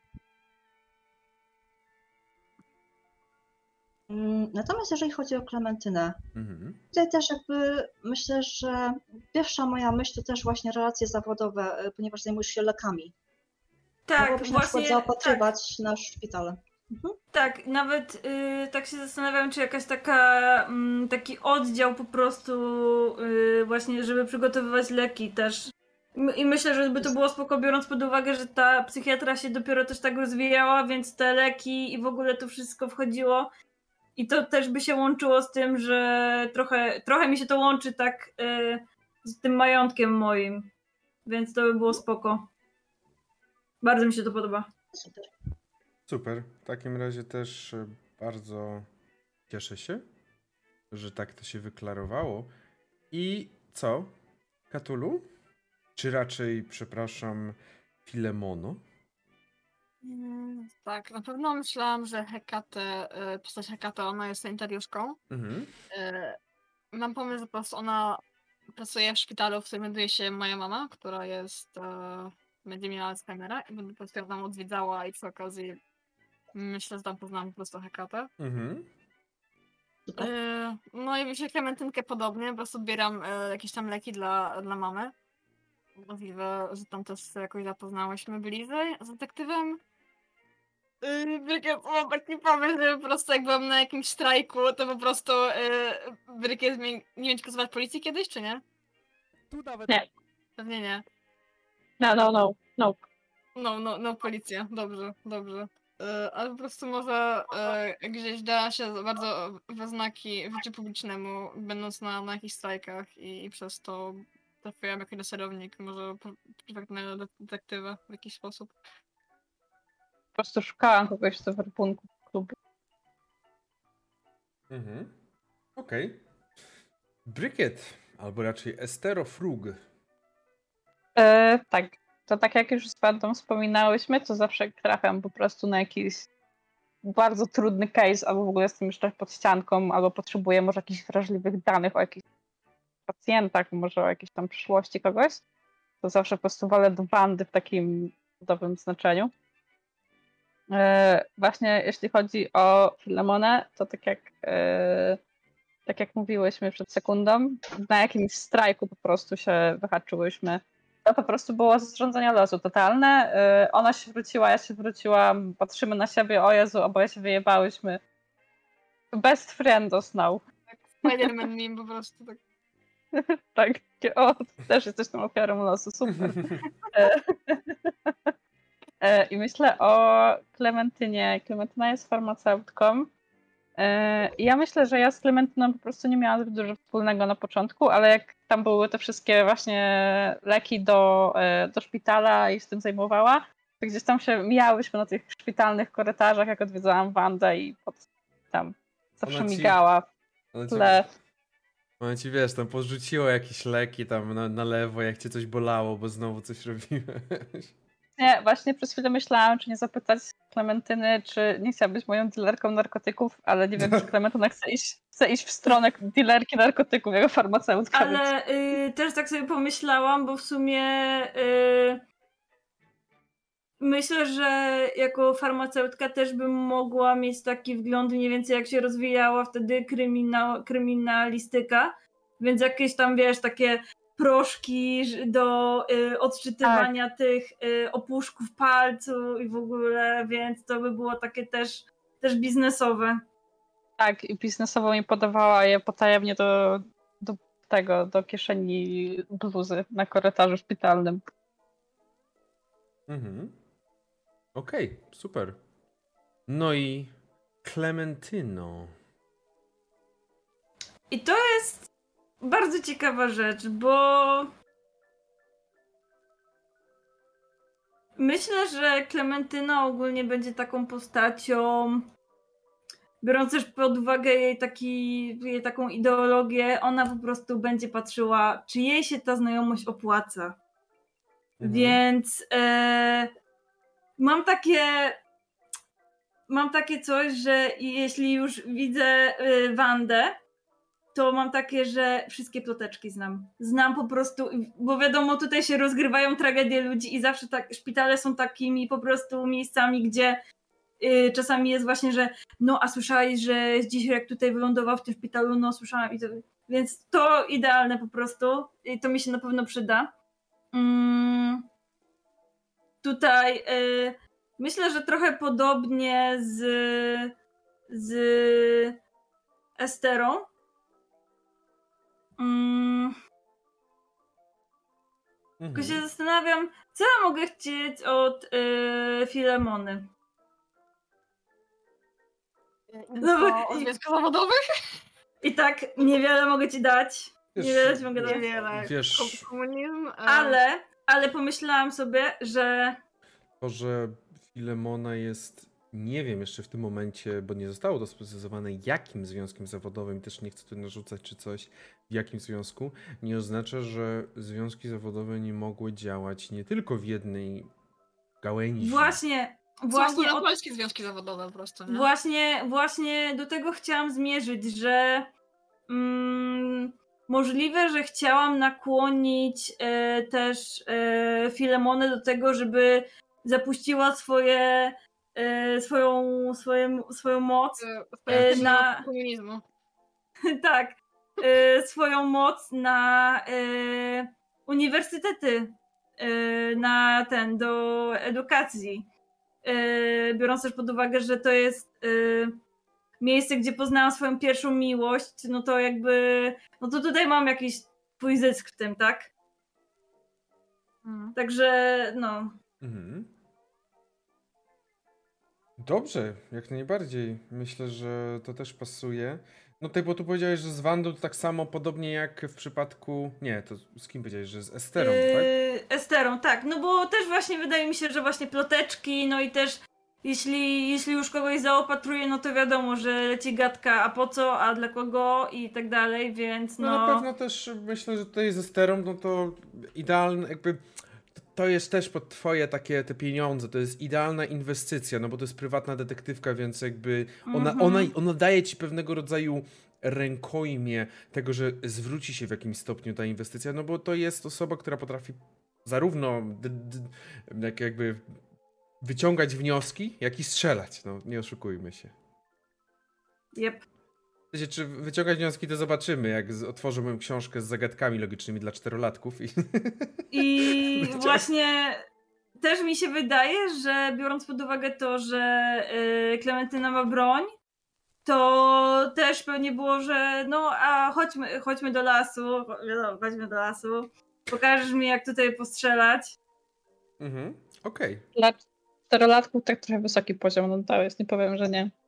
Natomiast jeżeli chodzi o Klementynę, Mhm. tutaj też jakby myślę, że pierwsza moja myśl to też właśnie relacje zawodowe, ponieważ zajmujesz się lekami. Tak, Mogłabyś na przykład właśnie. zaopatrywać nasz szpital. Tak, nawet tak się zastanawiam, czy jakaś taki oddział po prostu właśnie, żeby przygotowywać leki też. I myślę, że by to było spoko, biorąc pod uwagę, że ta psychiatra się dopiero też tak rozwijała, więc te leki i w ogóle to wszystko wchodziło. I to też by się łączyło z tym, że trochę mi się to łączy tak z tym majątkiem moim. Więc to by było spoko. Bardzo mi się to podoba. Super. Super. W takim razie też bardzo cieszę się, że tak to się wyklarowało. I co? Cthulhu? Czy raczej, przepraszam, Filemono? Tak, na pewno myślałam, że Hekate, postać Hekate, ona jest sanitariuszką. Mhm. Mam pomysł, że po prostu ona pracuje w szpitalu, w którym znajduje się moja mama, która jest, będzie miała Alzheimera i będę po prostu ją tam odwiedzała i przy okazji myślę, że tam poznałam po prostu Hekatę. Mhm. Super. No i myślę, Klementynkę podobnie, po prostu zbieram jakieś tam leki dla mamy. Możliwe, że tam też się jakoś zapoznałyśmy bliżej z detektywem. Brykiet, mam taki pomysł, że po prostu jak byłam na jakimś strajku, to po prostu Brykiet nie wiem, czy pozywać policji kiedyś, czy nie? Tu nawet Nie. Pewnie nie. No. No, policja. Dobrze. Ale po prostu może gdzieś da się bardzo we znaki życiu publicznemu, będąc na jakichś strajkach i przez to trafiłam jako naserownik, może perfektnego detektywa w jakiś sposób. Po prostu szukałam kogoś do werpunku klubu. Mhm. Okej. Brykiet, albo raczej Esterofrug. Tak, to tak jak już z Fantom wspominałyśmy, to zawsze jak trafiam po prostu na jakiś bardzo trudny case, albo w ogóle jestem już trochę pod ścianką, albo potrzebuję może jakichś wrażliwych danych o jakichś pacjentach, może o jakiejś tam przyszłości kogoś, to zawsze po prostu walę do Wandy w takim dobrym znaczeniu. Właśnie jeśli chodzi o Filemonę, to tak jak mówiłyśmy przed sekundą, na jakimś strajku po prostu się wyhaczyłyśmy. To po prostu było zrządzenie losu totalne. Ona się wróciła, ja się wróciłam, patrzymy na siebie, o Jezu, oboje się wyjebałyśmy. Best friendos now. Spider-Man meme po prostu tak. Tak, o, ty też jesteś tą ofiarą losu, super. I myślę o Klementynie. Klementyna jest farmaceutką. Ja myślę, że ja z Klementyną po prostu nie miałam zbyt dużo wspólnego na początku, ale jak tam były te wszystkie właśnie leki do szpitala i się tym zajmowała, to gdzieś tam się mijałyśmy na tych szpitalnych korytarzach, jak odwiedzałam Wandę i tam zawsze Ona ci- migała w tle. Ona ci, wiesz, tam podrzuciła jakieś leki tam na lewo, jak cię coś bolało, bo znowu coś robiłeś. Nie, właśnie przez chwilę myślałam, czy nie zapytać Klementyny, czy nie chciała być moją dealerką narkotyków, ale nie wiem, czy Klementyna chce iść w stronę dealerki narkotyków jako farmaceutka. więc- Ale też tak sobie pomyślałam, bo w sumie myślę, że jako farmaceutka też bym mogła mieć taki wgląd mniej więcej jak się rozwijała wtedy kryminalistyka, więc jakieś tam, wiesz, takie proszki do odczytywania tych opuszków palcu i w ogóle, więc to by było takie też biznesowe. Tak, i biznesowo mi podawała je potajemnie do kieszeni bluzy na korytarzu szpitalnym. Mhm. Okej, super. No i Klementyno. I to jest bardzo ciekawa rzecz, bo myślę, że Klementyna ogólnie będzie taką postacią, biorąc też pod uwagę jej taką ideologię, ona po prostu będzie patrzyła, czy jej się ta znajomość opłaca. Więc mam takie coś, że jeśli już widzę Wandę, to mam takie, że wszystkie ploteczki znam. Znam po prostu, bo wiadomo, tutaj się rozgrywają tragedie ludzi i zawsze szpitale są takimi po prostu miejscami, gdzie czasami jest właśnie, że no, a słyszałeś, że dzisiaj jak tutaj wylądował w tym szpitalu, no słyszałam. Więc to idealne po prostu i to mi się na pewno przyda. Tutaj myślę, że trochę podobnie z Esterą. Tylko się zastanawiam, co ja mogę chcieć od Filemony. O związkach zawodowych? I tak niewiele mogę ci dać. Niewiele ci mogę dać. Niewiele. Wiesz, Komunizm. Ale pomyślałam sobie, że to, że Filemona jest nie wiem jeszcze w tym momencie, bo nie zostało to sprecyzowane, jakim związkiem zawodowym, też nie chcę tu narzucać czy coś, w jakim związku, nie oznacza, że związki zawodowe nie mogły działać nie tylko w jednej gałęzi. Właśnie Właśnie o polskie związki zawodowe po prostu, nie? Właśnie do tego chciałam zmierzyć, że możliwe, że chciałam nakłonić też Filemonę do tego, żeby zapuściła swoją moc na komunizmu. tak, swoją moc na uniwersytety, do edukacji. Biorąc też pod uwagę, że to jest miejsce, gdzie poznałam swoją pierwszą miłość, no to jakby, no to tutaj mam jakiś twój zysk w tym, tak? Także, no. Mhm. Dobrze, jak najbardziej. Myślę, że to też pasuje. No tutaj, bo tu powiedziałeś, że z Wandą to tak samo, podobnie jak w przypadku... Nie, to z kim powiedziałeś, że z Esterą, tak? Esterą, tak. No bo też właśnie wydaje mi się, że właśnie ploteczki, no i też jeśli już kogoś zaopatruje, no to wiadomo, że leci gadka, a po co, a dla kogo i tak dalej, więc no... No na pewno też myślę, że tutaj z Esterą, no to idealne, jakby... To jest też pod twoje takie te pieniądze, to jest idealna inwestycja, no bo to jest prywatna detektywka, więc jakby ona daje ci pewnego rodzaju rękojmię tego, że zwróci się w jakimś stopniu ta inwestycja, no bo to jest osoba, która potrafi zarówno jakby wyciągać wnioski, jak i strzelać, no nie oszukujmy się. Yep. Czy wyciągać wnioski, to zobaczymy, jak otworzę moją książkę z zagadkami logicznymi dla 4-latków. I właśnie też mi się wydaje, że biorąc pod uwagę to, że Klementyna ma broń, to też pewnie było, że no a chodźmy do lasu, chodźmy do lasu, pokażesz mi, jak tutaj postrzelać. Okej. Dla 4-latków tak trochę wysoki poziom, no to jest, nie powiem, że nie.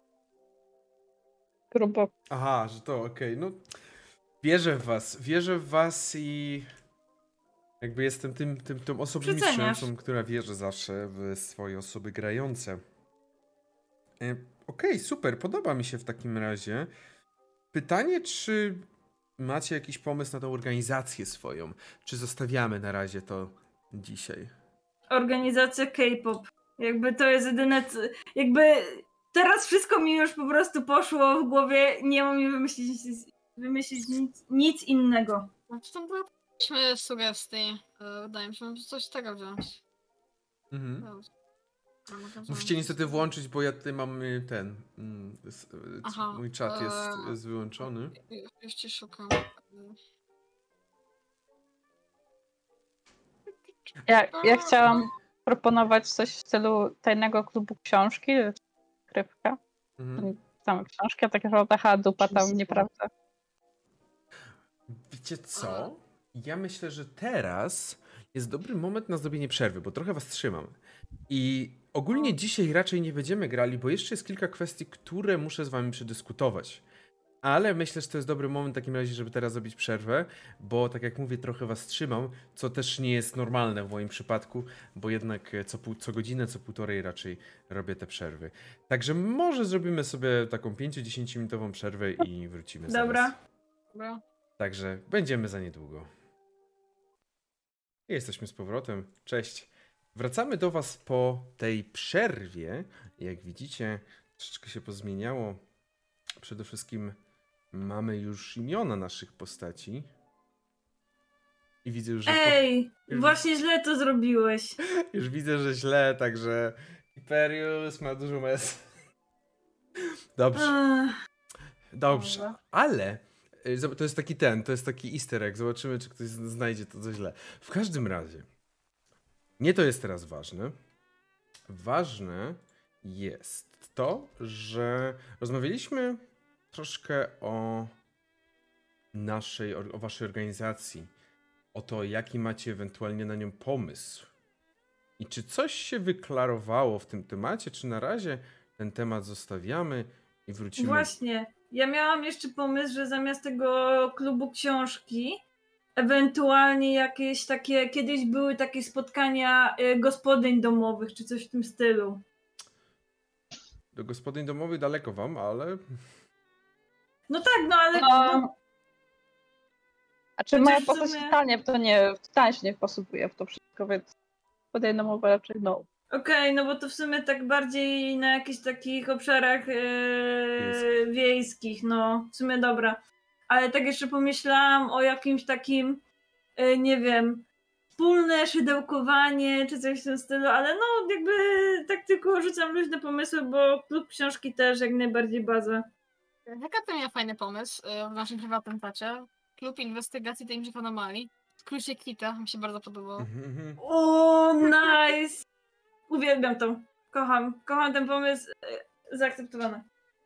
Grubo. Aha, że to okej. No wierzę w was i jakby jestem tą osobą mistrzującą, która wierzy zawsze w swoje osoby grające. Okej, super, podoba mi się w takim razie. Pytanie, czy macie jakiś pomysł na tą organizację swoją? Czy zostawiamy na razie to dzisiaj? Organizacja K-pop. Jakby to jest jedyne, jakby teraz wszystko mi już po prostu poszło w głowie, nie mam mi wymyślić nic innego. No to tam były sugestii. Wydaje mi się, że coś z tego wziąć. Musicie niestety włączyć, bo ja tutaj mam mój czat jest wyłączony. Już ci szukam. Ja chciałam proponować coś w stylu tajnego klubu książki, skrywka. Same książki, a takie, że taka dupa tam nieprawda. Wiecie co? Ja myślę, że teraz jest dobry moment na zrobienie przerwy, bo trochę was trzymam. I ogólnie dzisiaj raczej nie będziemy grali, bo jeszcze jest kilka kwestii, które muszę z wami przedyskutować. Ale myślę, że to jest dobry moment w takim razie, żeby teraz zrobić przerwę, bo tak jak mówię, trochę was trzymam, co też nie jest normalne w moim przypadku, bo jednak co godzinę, co półtorej raczej robię te przerwy. Także może zrobimy sobie taką 5-10 minutową przerwę i wrócimy zaraz. Dobra. Także będziemy za niedługo. I jesteśmy z powrotem. Cześć. Wracamy do was po tej przerwie. Jak widzicie, troszeczkę się pozmieniało. Przede wszystkim mamy już imiona naszych postaci. I widzę już, że... Właśnie źle to zrobiłeś. Już widzę, że źle, także... Imperius ma dużo mes. Dobrze. Ale... To jest taki easter egg. Zobaczymy, czy ktoś znajdzie to co źle. W każdym razie, nie to jest teraz ważne. Ważne jest to, że rozmawialiśmy troszkę o waszej organizacji. O to, jaki macie ewentualnie na nią pomysł. I czy coś się wyklarowało w tym temacie, czy na razie ten temat zostawiamy i wrócimy... Właśnie. Ja miałam jeszcze pomysł, że zamiast tego klubu książki, ewentualnie jakieś takie, kiedyś były takie spotkania gospodyń domowych, czy coś w tym stylu. Do gospodyń domowych daleko wam, ale... No tak, no ale... No. A czy moja Chociaż w postać sumie- totalnie się nie wpasowuje w to wszystko, więc podejdę mowa raczej no. Okej, no bo to w sumie tak bardziej na jakichś takich obszarach wiejskich, no w sumie dobra. Ale tak jeszcze pomyślałam o jakimś takim, nie wiem, wspólne szydełkowanie czy coś w tym stylu, ale no jakby tak tylko rzucam luźne pomysły, bo klub książki też jak najbardziej baza. Jaka to miała fajny pomysł w naszym prywatnym tacie? Klub Inwestygacji Tajemniczych Anomalii. W skrócie KITA, mi się bardzo podobało. O, nice! Uwielbiam to. Kocham ten pomysł. Zaakceptowany.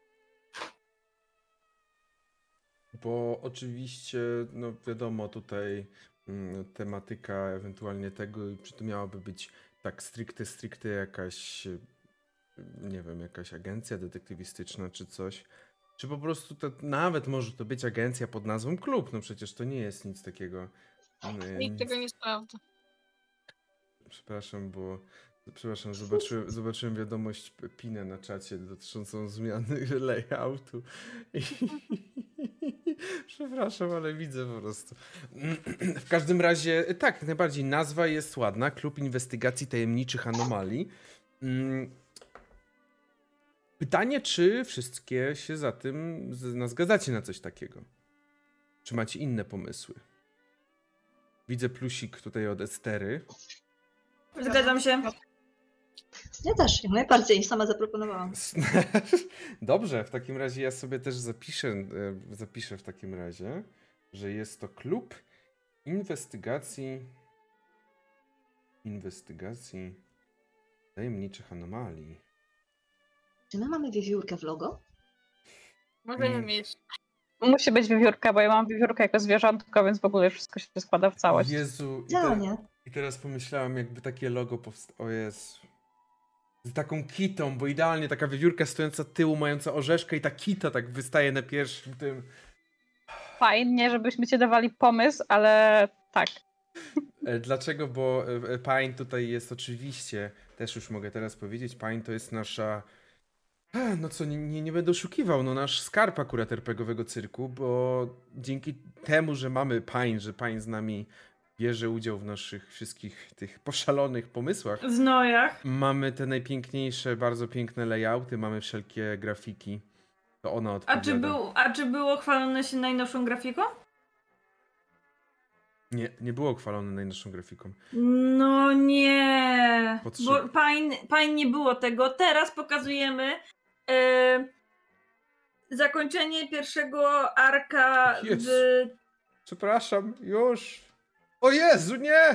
Bo oczywiście, no wiadomo, tutaj tematyka ewentualnie tego i przy tym miałaby być tak stricte jakaś, nie wiem, jakaś agencja detektywistyczna czy coś. Czy po prostu to, nawet może to być agencja pod nazwą klub, no przecież to nie jest nic takiego. Nikt tego nie sprawdza. Przepraszam, zobaczyłem wiadomość Pinę na czacie dotyczącą zmiany layoutu. Przepraszam, ale widzę po prostu. W każdym razie, tak, jak najbardziej nazwa jest ładna. Klub Inwestygacji Tajemniczych Anomalii. Pytanie, czy wszystkie się za tym zgadzacie na coś takiego? Czy macie inne pomysły? Widzę plusik tutaj od Estery. Zgadzam się. Ja też, jak najbardziej, sama zaproponowałam. Dobrze, w takim razie ja sobie też zapiszę w takim razie, że jest to klub inwestygacji tajemniczych anomalii. Czy my mamy wiewiórkę w logo? Możemy mieć. Musi być wiewiórka, bo ja mam wiewiórkę jako zwierzątko, więc w ogóle wszystko się składa w całość. Jezu, Idealnie. i teraz pomyślałam, jakby takie logo powstało. O Jezu. Z taką kitą, bo idealnie taka wiewiórka stojąca tyłu, mająca orzeszkę i ta kita tak wystaje na pierwszym tym. Fajnie, żebyśmy ci dawali pomysł, ale tak. Dlaczego? Bo Pine tutaj jest oczywiście, też już mogę teraz powiedzieć, Pine to jest nasza, no co, nie będę oszukiwał, no nasz skarb akurat RPGowego cyrku, bo dzięki temu, że mamy Pine, że Pine z nami bierze udział w naszych wszystkich tych poszalonych pomysłach. W znojach. Mamy te najpiękniejsze, bardzo piękne layouty, mamy wszelkie grafiki. To ona odpowiada. A czy było chwalone się najnowszą grafiką? Nie było chwalone najnowszą grafiką. No nie. Potrzeb- Bo Pine nie było tego. Teraz pokazujemy zakończenie pierwszego arka Jest. w... Przepraszam, już. O Jezu, nie!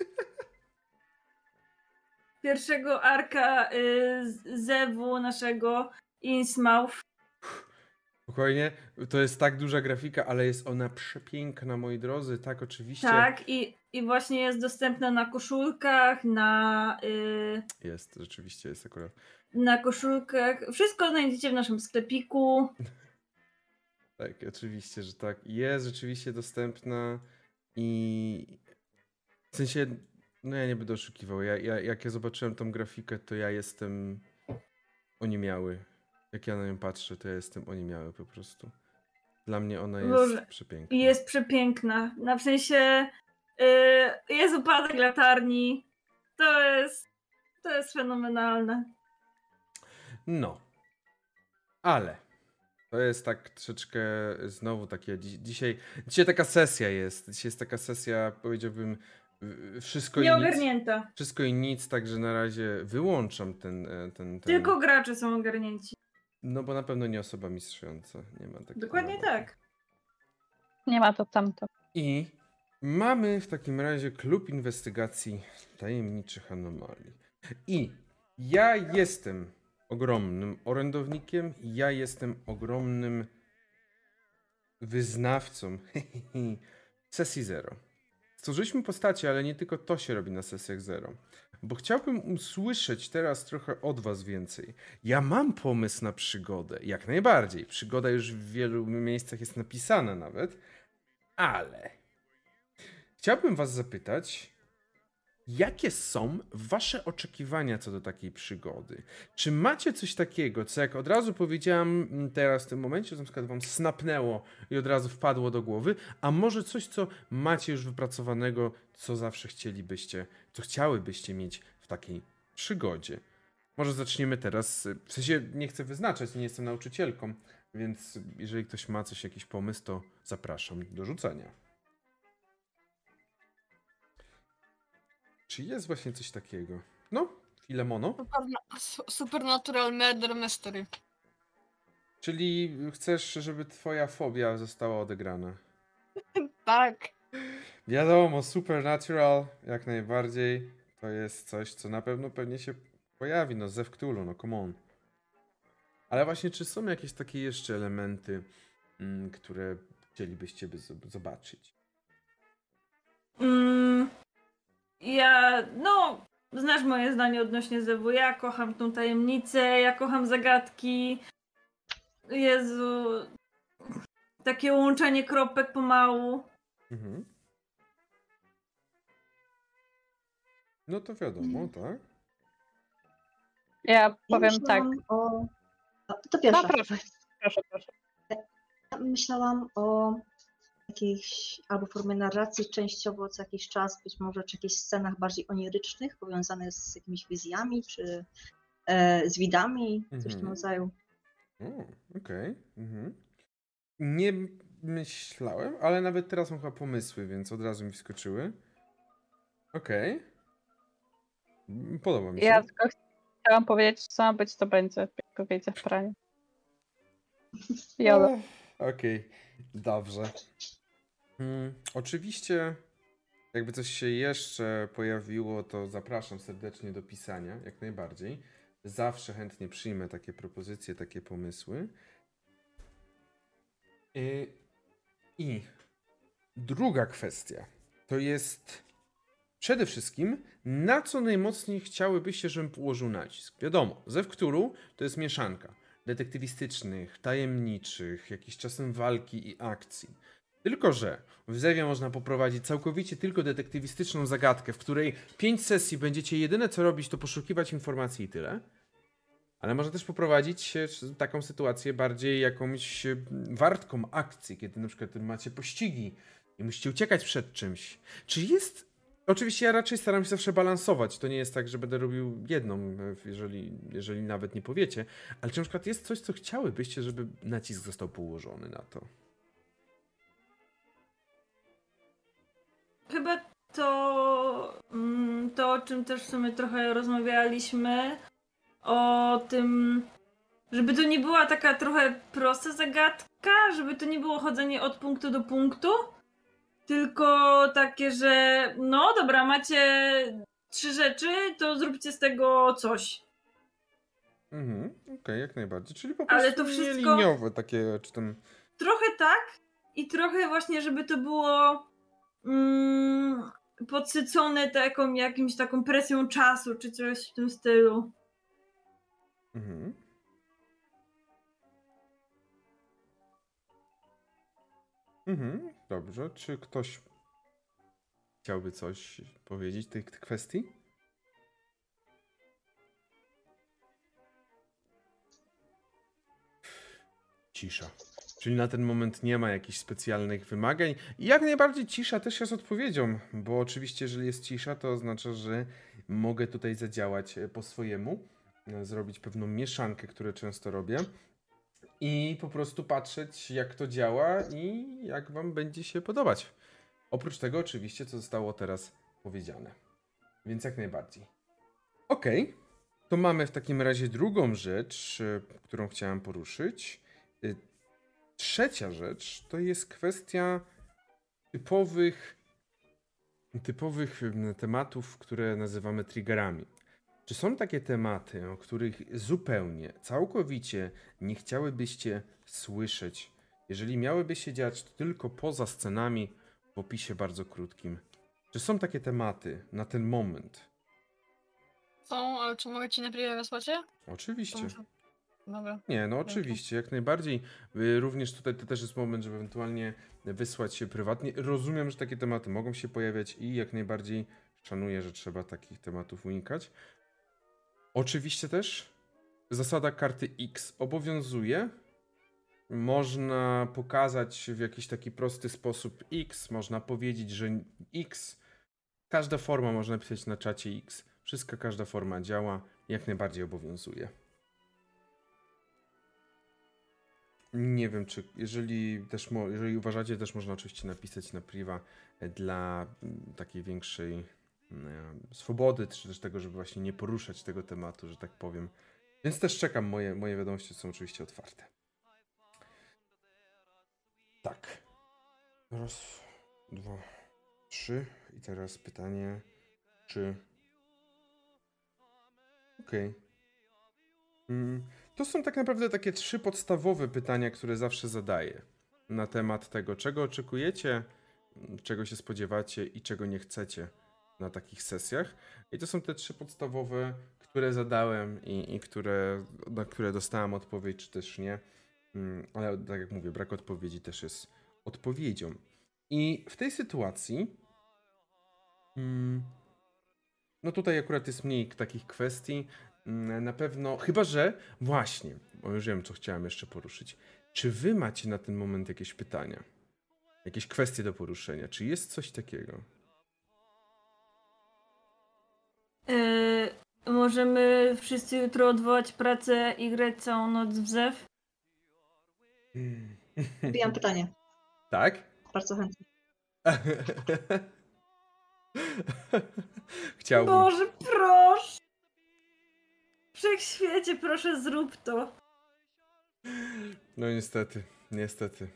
Pierwszego arka zewu naszego Innsmouth. Spokojnie, to jest tak duża grafika, ale jest ona przepiękna, moi drodzy, tak, oczywiście. Tak, i właśnie jest dostępna na koszulkach, Jest, rzeczywiście jest akurat. na koszulkach. Wszystko znajdziecie w naszym sklepiku. Tak, oczywiście, że tak. Jest rzeczywiście dostępna i w sensie, no ja nie będę oszukiwał. Jak ja zobaczyłem tą grafikę, to ja jestem oniemiały. Jak ja na nią patrzę, to ja jestem oniemiały po prostu. Dla mnie ona jest Boże, przepiękna. Jest przepiękna. Na w sensie jest upadek latarni. To jest fenomenalne. No. Ale to jest tak troszeczkę znowu takie dzisiaj taka sesja jest. Dzisiaj jest taka sesja, powiedziałbym, wszystko i nic. Nieogarnięta. Wszystko i nic, także na razie wyłączam ten. Tylko gracze są ogarnięci. No bo na pewno nie osoba mistrzująca. Nie ma takiego. Dokładnie tak. Nie ma to tamto. I mamy w takim razie klub inwestygacji tajemniczych anomalii. I ja jestem ogromnym orędownikiem, ja jestem ogromnym wyznawcą sesji zero. Stworzyliśmy postacie, ale nie tylko to się robi na sesjach zero. Bo chciałbym usłyszeć teraz trochę od was więcej. Ja mam pomysł na przygodę, jak najbardziej. Przygoda już w wielu miejscach jest napisana nawet. Ale chciałbym was zapytać, Jakie są wasze oczekiwania co do takiej przygody? Czy macie coś takiego, co jak od razu powiedziałam teraz w tym momencie, na przykład wam snapnęło i od razu wpadło do głowy, a może coś, co macie już wypracowanego, co zawsze chcielibyście, co chciałybyście mieć w takiej przygodzie? Może zaczniemy teraz, w sensie nie chcę wyznaczać, nie jestem nauczycielką, więc jeżeli ktoś ma jakiś pomysł, to zapraszam do rzucenia. Czy jest właśnie coś takiego? No, Filemono. Supernatural Murder Mystery. Czyli chcesz, żeby twoja fobia została odegrana. Tak. Wiadomo, Supernatural jak najbardziej to jest coś, co na pewno pewnie się pojawi, no ze Cthulhu, no come on. Ale właśnie, czy są jakieś takie jeszcze elementy, które chcielibyście by zobaczyć? No, znasz moje zdanie odnośnie Zewu. Ja kocham tą tajemnicę, ja kocham zagadki. Jezu. Takie łączenie kropek pomału. Mhm. No to wiadomo, tak? Ja powiem tak. To pierwsza. No, proszę. Ja myślałam o jakiejś albo formie narracji częściowo co jakiś czas, być może czy jakichś scenach bardziej onirycznych, powiązanych z jakimiś wizjami, czy z widami, coś w tym rodzaju. Okej. Nie myślałem, ale nawet teraz mam chyba pomysły, więc od razu mi wskoczyły. Okej. Podoba mi się. Ja tylko chciałam powiedzieć, co ma być, to będzie, jak powiedział Franie. Jolo. Okej, dobrze. Oczywiście, jakby coś się jeszcze pojawiło, to zapraszam serdecznie do pisania, jak najbardziej. Zawsze chętnie przyjmę takie propozycje, takie pomysły. I druga kwestia to jest przede wszystkim, na co najmocniej chciałybyście, żebym położył nacisk. Wiadomo, Zew Cthulhu to jest mieszanka detektywistycznych, tajemniczych, jakichś czasem walki i akcji. Tylko że w Zewie można poprowadzić całkowicie tylko detektywistyczną zagadkę, w której 5 sesji będziecie jedyne co robić, to poszukiwać informacji i tyle. Ale można też poprowadzić taką sytuację bardziej jakąś wartką akcji, kiedy na przykład macie pościgi i musicie uciekać przed czymś. Czy jest... Oczywiście ja raczej staram się zawsze balansować. To nie jest tak, że będę robił jedną, jeżeli nawet nie powiecie. Ale czy na przykład jest coś, co chciałybyście, żeby nacisk został położony na to? Chyba to, o czym też w sumie trochę rozmawialiśmy, o tym, żeby to nie była taka trochę prosta zagadka, żeby to nie było chodzenie od punktu do punktu, tylko takie, że no dobra, macie 3 rzeczy, to zróbcie z tego coś. Okej, jak najbardziej. Czyli po prostu Ale to wszystko nieliniowe takie, czy tam... Trochę tak i trochę właśnie, żeby to było podsycone jakimś taką presją czasu, czy coś w tym stylu. Dobrze. Czy ktoś chciałby coś powiedzieć tych kwestii? Cisza. Czyli na ten moment nie ma jakichś specjalnych wymagań. I jak najbardziej cisza też jest odpowiedzią, bo oczywiście jeżeli jest cisza, to oznacza, że mogę tutaj zadziałać po swojemu, zrobić pewną mieszankę, które często robię i po prostu patrzeć, jak to działa i jak wam będzie się podobać. Oprócz tego oczywiście, co zostało teraz powiedziane. Więc jak najbardziej. Okej, to mamy w takim razie drugą rzecz, którą chciałem poruszyć. Trzecia rzecz to jest kwestia typowych tematów, które nazywamy triggerami. Czy są takie tematy, o których zupełnie, całkowicie nie chciałybyście słyszeć, jeżeli miałyby się dziać tylko poza scenami w opisie bardzo krótkim? Czy są takie tematy na ten moment? Są, ale czy mogę ci na privie wysłać je? Oczywiście. Dobra. Nie, no oczywiście, jak najbardziej. Również tutaj to też jest moment, żeby ewentualnie wysłać się prywatnie. Rozumiem, że takie tematy mogą się pojawiać i jak najbardziej szanuję, że trzeba takich tematów unikać. Oczywiście też zasada karty X obowiązuje. Można pokazać w jakiś taki prosty sposób X, można powiedzieć, że X, każda forma można napisać na czacie X. Każda forma działa, jak najbardziej obowiązuje. Nie wiem, czy jeżeli uważacie, też można oczywiście napisać na priva dla takiej większej swobody, czy też tego, żeby właśnie nie poruszać tego tematu, że tak powiem. Więc też czekam, moje wiadomości są oczywiście otwarte. Tak. Raz, dwa, trzy. I teraz pytanie, czy... Okej. To są tak naprawdę takie 3 podstawowe pytania, które zawsze zadaję na temat tego, czego oczekujecie, czego się spodziewacie i czego nie chcecie na takich sesjach. I to są te 3 podstawowe, które zadałem i na które dostałem odpowiedź, czy też nie. Ale tak jak mówię, brak odpowiedzi też jest odpowiedzią. I w tej sytuacji no tutaj akurat jest mniej takich kwestii. Na pewno, chyba że właśnie, bo już wiem, co chciałem jeszcze poruszyć. Czy wy macie na ten moment jakieś pytania? Jakieś kwestie do poruszenia? Czy jest coś takiego? Możemy wszyscy jutro odwołać pracę i grać całą noc w zew? Wbijam pytanie. Tak? Bardzo chętnie. Chciałbym. Boże, proszę! Wszechświecie, proszę, zrób to. No niestety.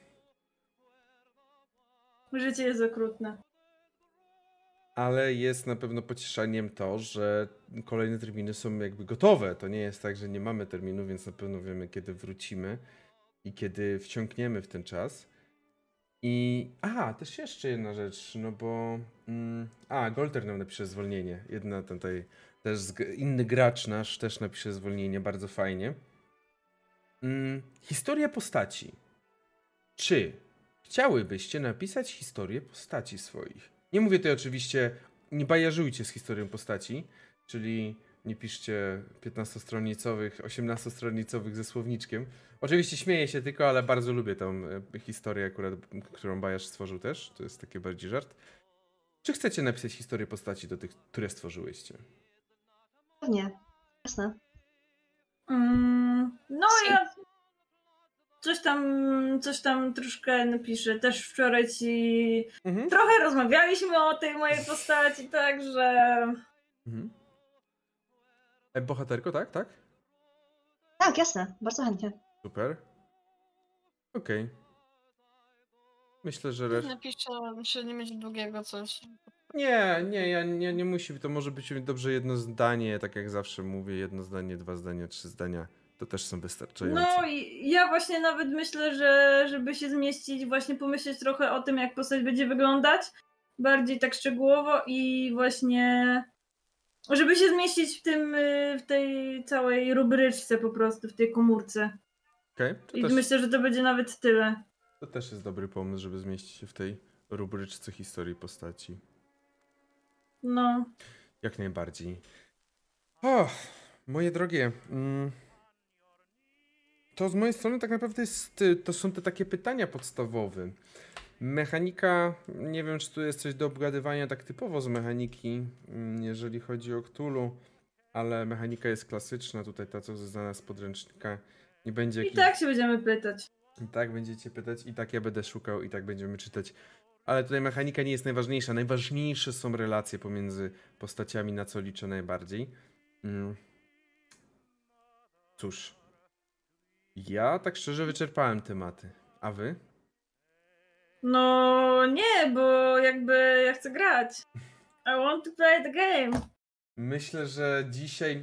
Życie jest okrutne. Ale jest na pewno pocieszaniem to, że kolejne terminy są jakby gotowe. To nie jest tak, że nie mamy terminu, więc na pewno wiemy, kiedy wrócimy i kiedy wciągniemy w ten czas. I... też jeszcze jedna rzecz, no bo... Golter nam napisze zwolnienie. Też inny gracz nasz też napisze zwolnienie, bardzo fajnie. Historia postaci. Czy chciałybyście napisać historię postaci swoich? Nie mówię tutaj oczywiście, nie bajażujcie z historią postaci, czyli nie piszcie 15-stronicowych, 18-stronicowych ze słowniczkiem. Oczywiście śmieję się tylko, ale bardzo lubię tą historię akurat, którą Bajasz stworzył też. To jest taki bardziej żart. Czy chcecie napisać historię postaci do tych, które stworzyłyście? Pewnie. Jasne. No ja coś tam troszkę napiszę. Też wczoraj ci trochę rozmawialiśmy o tej mojej postaci, także... Bohaterko, tak? Tak? Tak, jasne. Bardzo chętnie. Super. Okej. Myślę, że Napiszę, że nie będzie długiego coś. Nie musi. To może być dobrze jedno zdanie, tak jak zawsze mówię, 1 zdanie, 2 zdania, 3 zdania. To też są wystarczające. No i ja właśnie nawet myślę, żeby się zmieścić, właśnie pomyśleć trochę o tym, jak postać będzie wyglądać. Bardziej tak szczegółowo i właśnie żeby się zmieścić w tej całej rubryczce po prostu, w tej komórce. Okay, I myślę, że to będzie nawet tyle. To też jest dobry pomysł, żeby zmieścić się w tej rubryczce historii postaci. No. Jak najbardziej. Moje drogie. To z mojej strony tak naprawdę to są te takie pytania podstawowe. Mechanika, nie wiem, czy tu jest coś do obgadywania tak typowo z mechaniki, jeżeli chodzi o Cthulhu, ale mechanika jest klasyczna, tutaj ta, co znana z podręcznika, nie będzie I tak się będziemy pytać. I tak będziecie pytać, i tak ja będę szukał, i tak będziemy czytać. Ale tutaj mechanika nie jest najważniejsza. Najważniejsze są relacje pomiędzy postaciami, na co liczę najbardziej. Cóż. Ja tak szczerze wyczerpałem tematy. A wy? No nie, bo jakby ja chcę grać. I want to play the game. Myślę, że dzisiaj...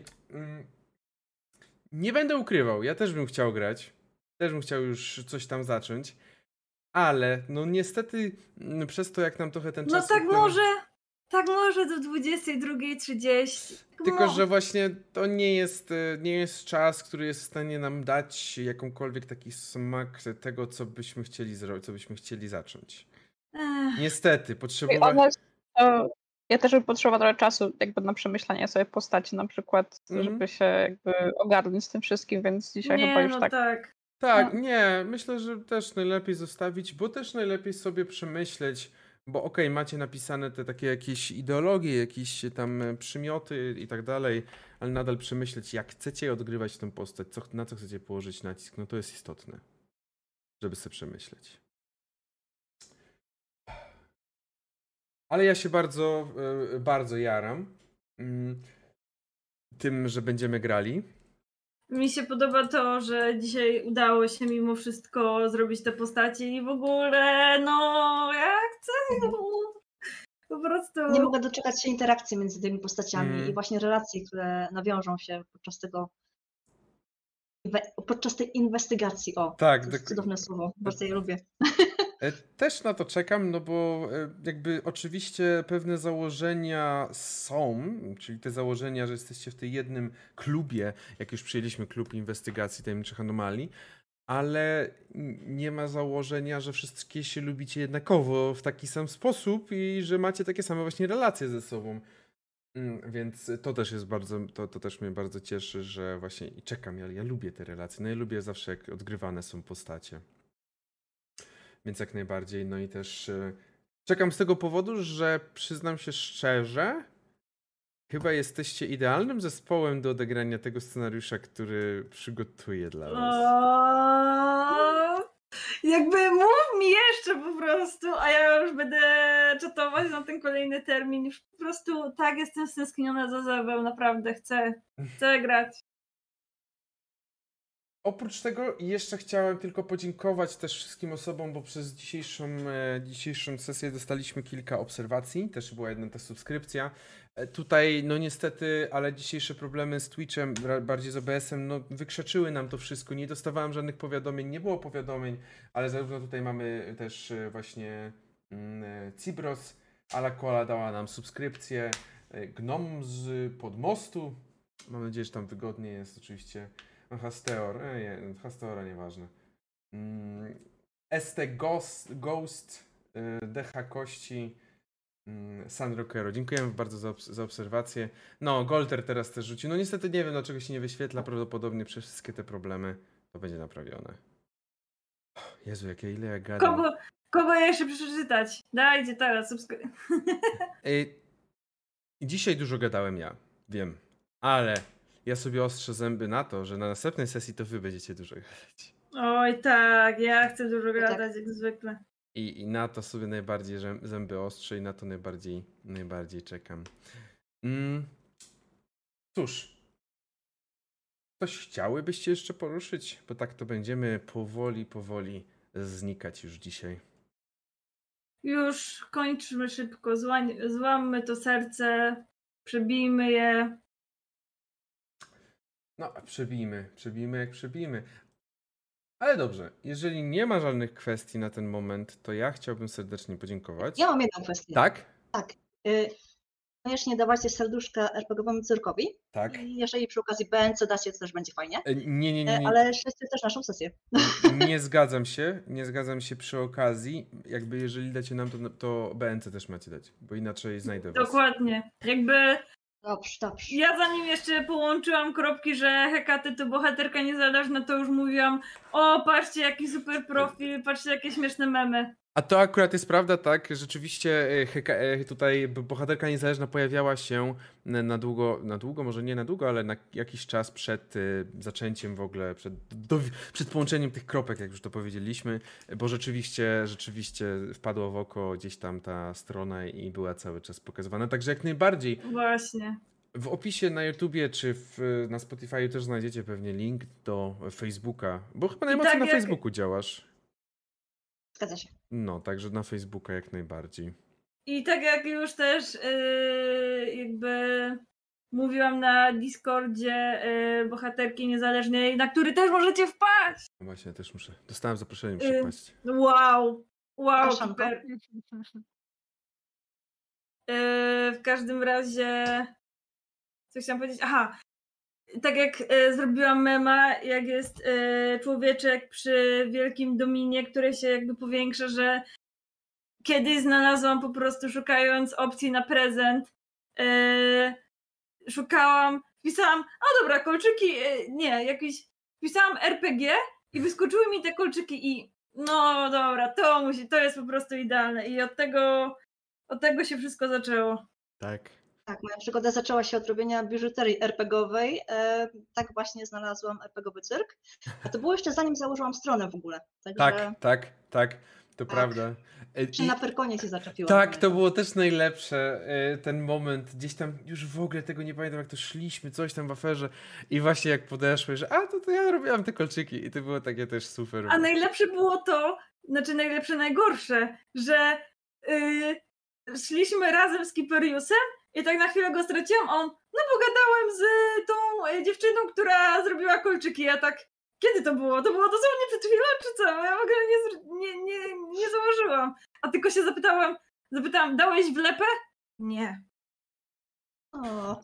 nie będę ukrywał. Ja też bym chciał grać. Też bym chciał już coś tam zacząć. Ale no niestety przez to, jak nam trochę ten czas... Tak może do 22:30. Tylko, że właśnie to nie jest czas, który jest w stanie nam dać jakąkolwiek taki smak tego, co byśmy chcieli zrobić, co byśmy chcieli zacząć. Niestety, potrzebujemy... Ja też bym potrzebowała trochę czasu jakby na przemyślenie sobie postaci na przykład, żeby się jakby ogarnąć z tym wszystkim, więc dzisiaj chyba Nie, już no tak. tak. Tak, No. nie, myślę, że też najlepiej zostawić, bo też najlepiej sobie przemyśleć, bo okej, macie napisane te takie jakieś ideologie, jakieś tam przymioty i tak dalej, ale nadal przemyśleć, jak chcecie odgrywać tę postać, na co chcecie położyć nacisk, no to jest istotne, żeby sobie przemyśleć. Ale ja się bardzo, bardzo jaram tym, że będziemy grali. Mi się podoba to, że dzisiaj udało się mimo wszystko zrobić te postaci i w ogóle, no ja chcę. Po prostu. Nie mogę doczekać się interakcji między tymi postaciami i właśnie relacji, które nawiążą się podczas tej inwestygacji. O, Tak, to jest cudowne słowo, bardzo je lubię. Też na to czekam, no bo jakby oczywiście pewne założenia są, czyli te założenia, że jesteście w tej jednym klubie, jak już przyjęliśmy klub inwestygacji tajemniczych anomalii, ale nie ma założenia, że wszystkie się lubicie jednakowo w taki sam sposób i że macie takie same właśnie relacje ze sobą. Więc to też jest bardzo, to też mnie bardzo cieszy, że właśnie i czekam, ja lubię te relacje, no i lubię zawsze jak odgrywane są postacie. Więc jak najbardziej, no i też czekam z tego powodu, że przyznam się szczerze, chyba jesteście idealnym zespołem do odegrania tego scenariusza, który przygotuję dla was. Jakby mów mi jeszcze po prostu, a ja już będę czatować na ten kolejny termin. Już po prostu tak jestem stęskniona za Zewę, naprawdę chcę grać. Oprócz tego jeszcze chciałem tylko podziękować też wszystkim osobom, bo przez dzisiejszą sesję dostaliśmy kilka obserwacji, też była jedna ta subskrypcja. Tutaj no niestety, ale dzisiejsze problemy z Twitchem, bardziej z OBS-em, no wykrzeczyły nam to wszystko, nie dostawałem żadnych powiadomień, nie było powiadomień, ale zarówno tutaj mamy też właśnie Cibros, Alakola dała nam subskrypcję, Gnom z Podmostu, mam nadzieję, że tam wygodnie jest oczywiście. No, Hasteor, Hasteora nieważne. ST Ghost, DH Kości, Sandrokero. Dziękujemy bardzo za obserwację. No, Golter teraz też rzucił. No niestety nie wiem, dlaczego się nie wyświetla. Prawdopodobnie przez wszystkie te problemy to będzie naprawione. Jezu, ile ja gadam. Kogo ja jeszcze przeczytać? Dajcie teraz subskrypcję. Dzisiaj dużo gadałem ja, wiem, ale ja sobie ostrzę zęby na to, że na następnej sesji to wy będziecie dużo gadać. Oj tak, ja chcę dużo gadać jak zwykle. I na to sobie najbardziej zęby ostrzę i na to najbardziej czekam. Cóż, coś chciałybyście jeszcze poruszyć? Bo tak to będziemy powoli znikać już dzisiaj. Już kończmy szybko, złammy to serce, przebijmy je. No, przebijmy jak przebijmy. Ale dobrze, jeżeli nie ma żadnych kwestii na ten moment, to ja chciałbym serdecznie podziękować. Ja mam jedną kwestię. Tak? Tak. Koniecznie dawajcie serduszka RPG-owemu cyrkowi. Tak. I jeżeli przy okazji BNC dacie, to też będzie fajnie. Nie. Ale śledźcie też naszą sesję. Nie zgadzam się przy okazji. Jakby jeżeli dacie nam to BNC też macie dać, bo inaczej znajdę was. Dokładnie. Jakby Dobrze. ja zanim jeszcze połączyłam kropki, że Hekaty to bohaterka niezależna, to już mówiłam: o, patrzcie jaki super profil, patrzcie jakie śmieszne memy. A to akurat jest prawda, tak? Rzeczywiście tutaj bohaterka niezależna pojawiała się na długo, może nie na długo, ale na jakiś czas przed zaczęciem w ogóle, przed połączeniem tych kropek, jak już to powiedzieliśmy, bo rzeczywiście wpadło w oko gdzieś tam ta strona i była cały czas pokazywana, także jak najbardziej. Właśnie. W opisie na YouTubie czy na Spotify też znajdziecie pewnie link do Facebooka, bo chyba najmocniej na Facebooku działasz. Zgadza się. No, także na Facebooka jak najbardziej. I tak jak już też jakby mówiłam na Discordzie bohaterki niezależnej, na który też możecie wpaść. No właśnie, też muszę. Dostałem zaproszenie, muszę wpaść. Wow, Przepraszam, super. W każdym razie co chciałam powiedzieć? Aha, tak jak zrobiłam mema, jak jest człowieczek przy wielkim dominie, które się jakby powiększa, że kiedyś znalazłam po prostu, szukając opcji na prezent, szukałam, wpisałam, a dobra, kolczyki, nie, jakiś, wpisałam RPG i wyskoczyły mi te kolczyki i no dobra, to jest po prostu idealne i od tego się wszystko zaczęło. Tak. Tak, moja przygoda zaczęła się od robienia biżuterii RPG-owej. Tak właśnie znalazłam RPG-owy cyrk. A to było jeszcze zanim założyłam stronę w ogóle. Także Tak, to prawda. czy na Perkonie się zaczepiłam. Tak, pamiętam. to było też najlepsze, ten moment, gdzieś tam, już w ogóle tego nie pamiętam, jak to szliśmy, coś tam w aferze i właśnie jak podeszłeś, że to ja robiłam te kolczyki i to było takie też super. A najlepsze było to, znaczy najgorsze, że szliśmy razem z Kiperiusem i tak na chwilę go straciłam, on, no pogadałem z tą dziewczyną, która zrobiła kolczyki, ja tak, kiedy to było? To było dosłownie przed chwilą, czy co? Ja w ogóle nie założyłam. A tylko się zapytałam, dałeś wlepę? Nie. O,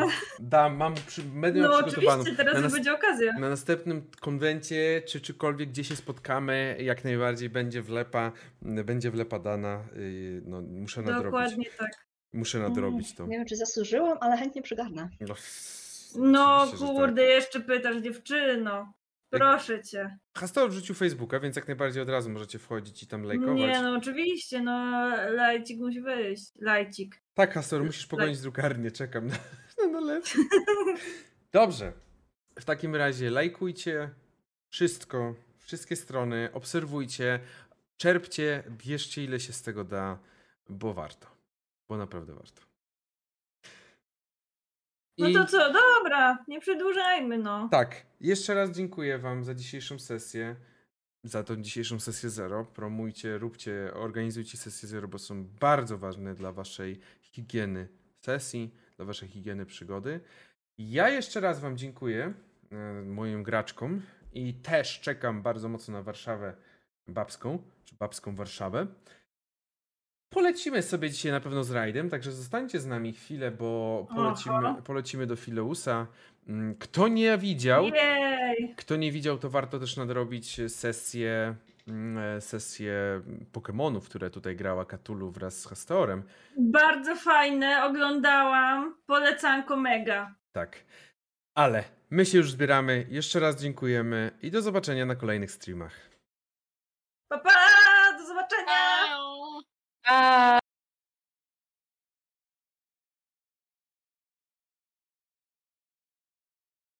Będę No przygotowaną. oczywiście, teraz będzie okazja. Na następnym konwencie, czy czykolwiek, gdzie się spotkamy, jak najbardziej będzie wlepa dana. No, muszę nadrobić. Dokładnie tak. Muszę nadrobić to. nie wiem, czy zasłużyłam, ale chętnie przygarnę. No oczywiście, że kurde, tak. jeszcze pytasz, dziewczyno. Proszę cię. Hastor wrzucił Facebooka, więc jak najbardziej od razu możecie wchodzić i tam lajkować. Nie, no oczywiście, no lajcik musi wyjść. Lajcik. Tak, Hastor, musisz pogonić drukarnię, czekam na nalew. Dobrze. W takim razie lajkujcie wszystko, wszystkie strony, obserwujcie, czerpcie, bierzcie ile się z tego da, bo warto. Bo naprawdę warto. No to co, dobra, nie przedłużajmy, no. Tak, jeszcze raz dziękuję wam za dzisiejszą sesję, za tą dzisiejszą sesję 0. Promujcie, róbcie, organizujcie sesje 0, bo są bardzo ważne dla waszej higieny sesji, dla waszej higieny przygody. Ja jeszcze raz wam dziękuję, moim graczkom, i też czekam bardzo mocno na Warszawę babską, czy babską Warszawę. Polecimy sobie dzisiaj na pewno z rajdem, także zostańcie z nami chwilę, bo polecimy do Fileusa. Kto nie widział, Jej! to warto też nadrobić sesję Pokemonów, które tutaj grała Cthulhu wraz z Hastorem. Bardzo fajne, oglądałam. Polecanko mega. Tak. Ale my się już zbieramy. Jeszcze raz dziękujemy i do zobaczenia na kolejnych streamach. Pa, pa! Do zobaczenia! Eee. A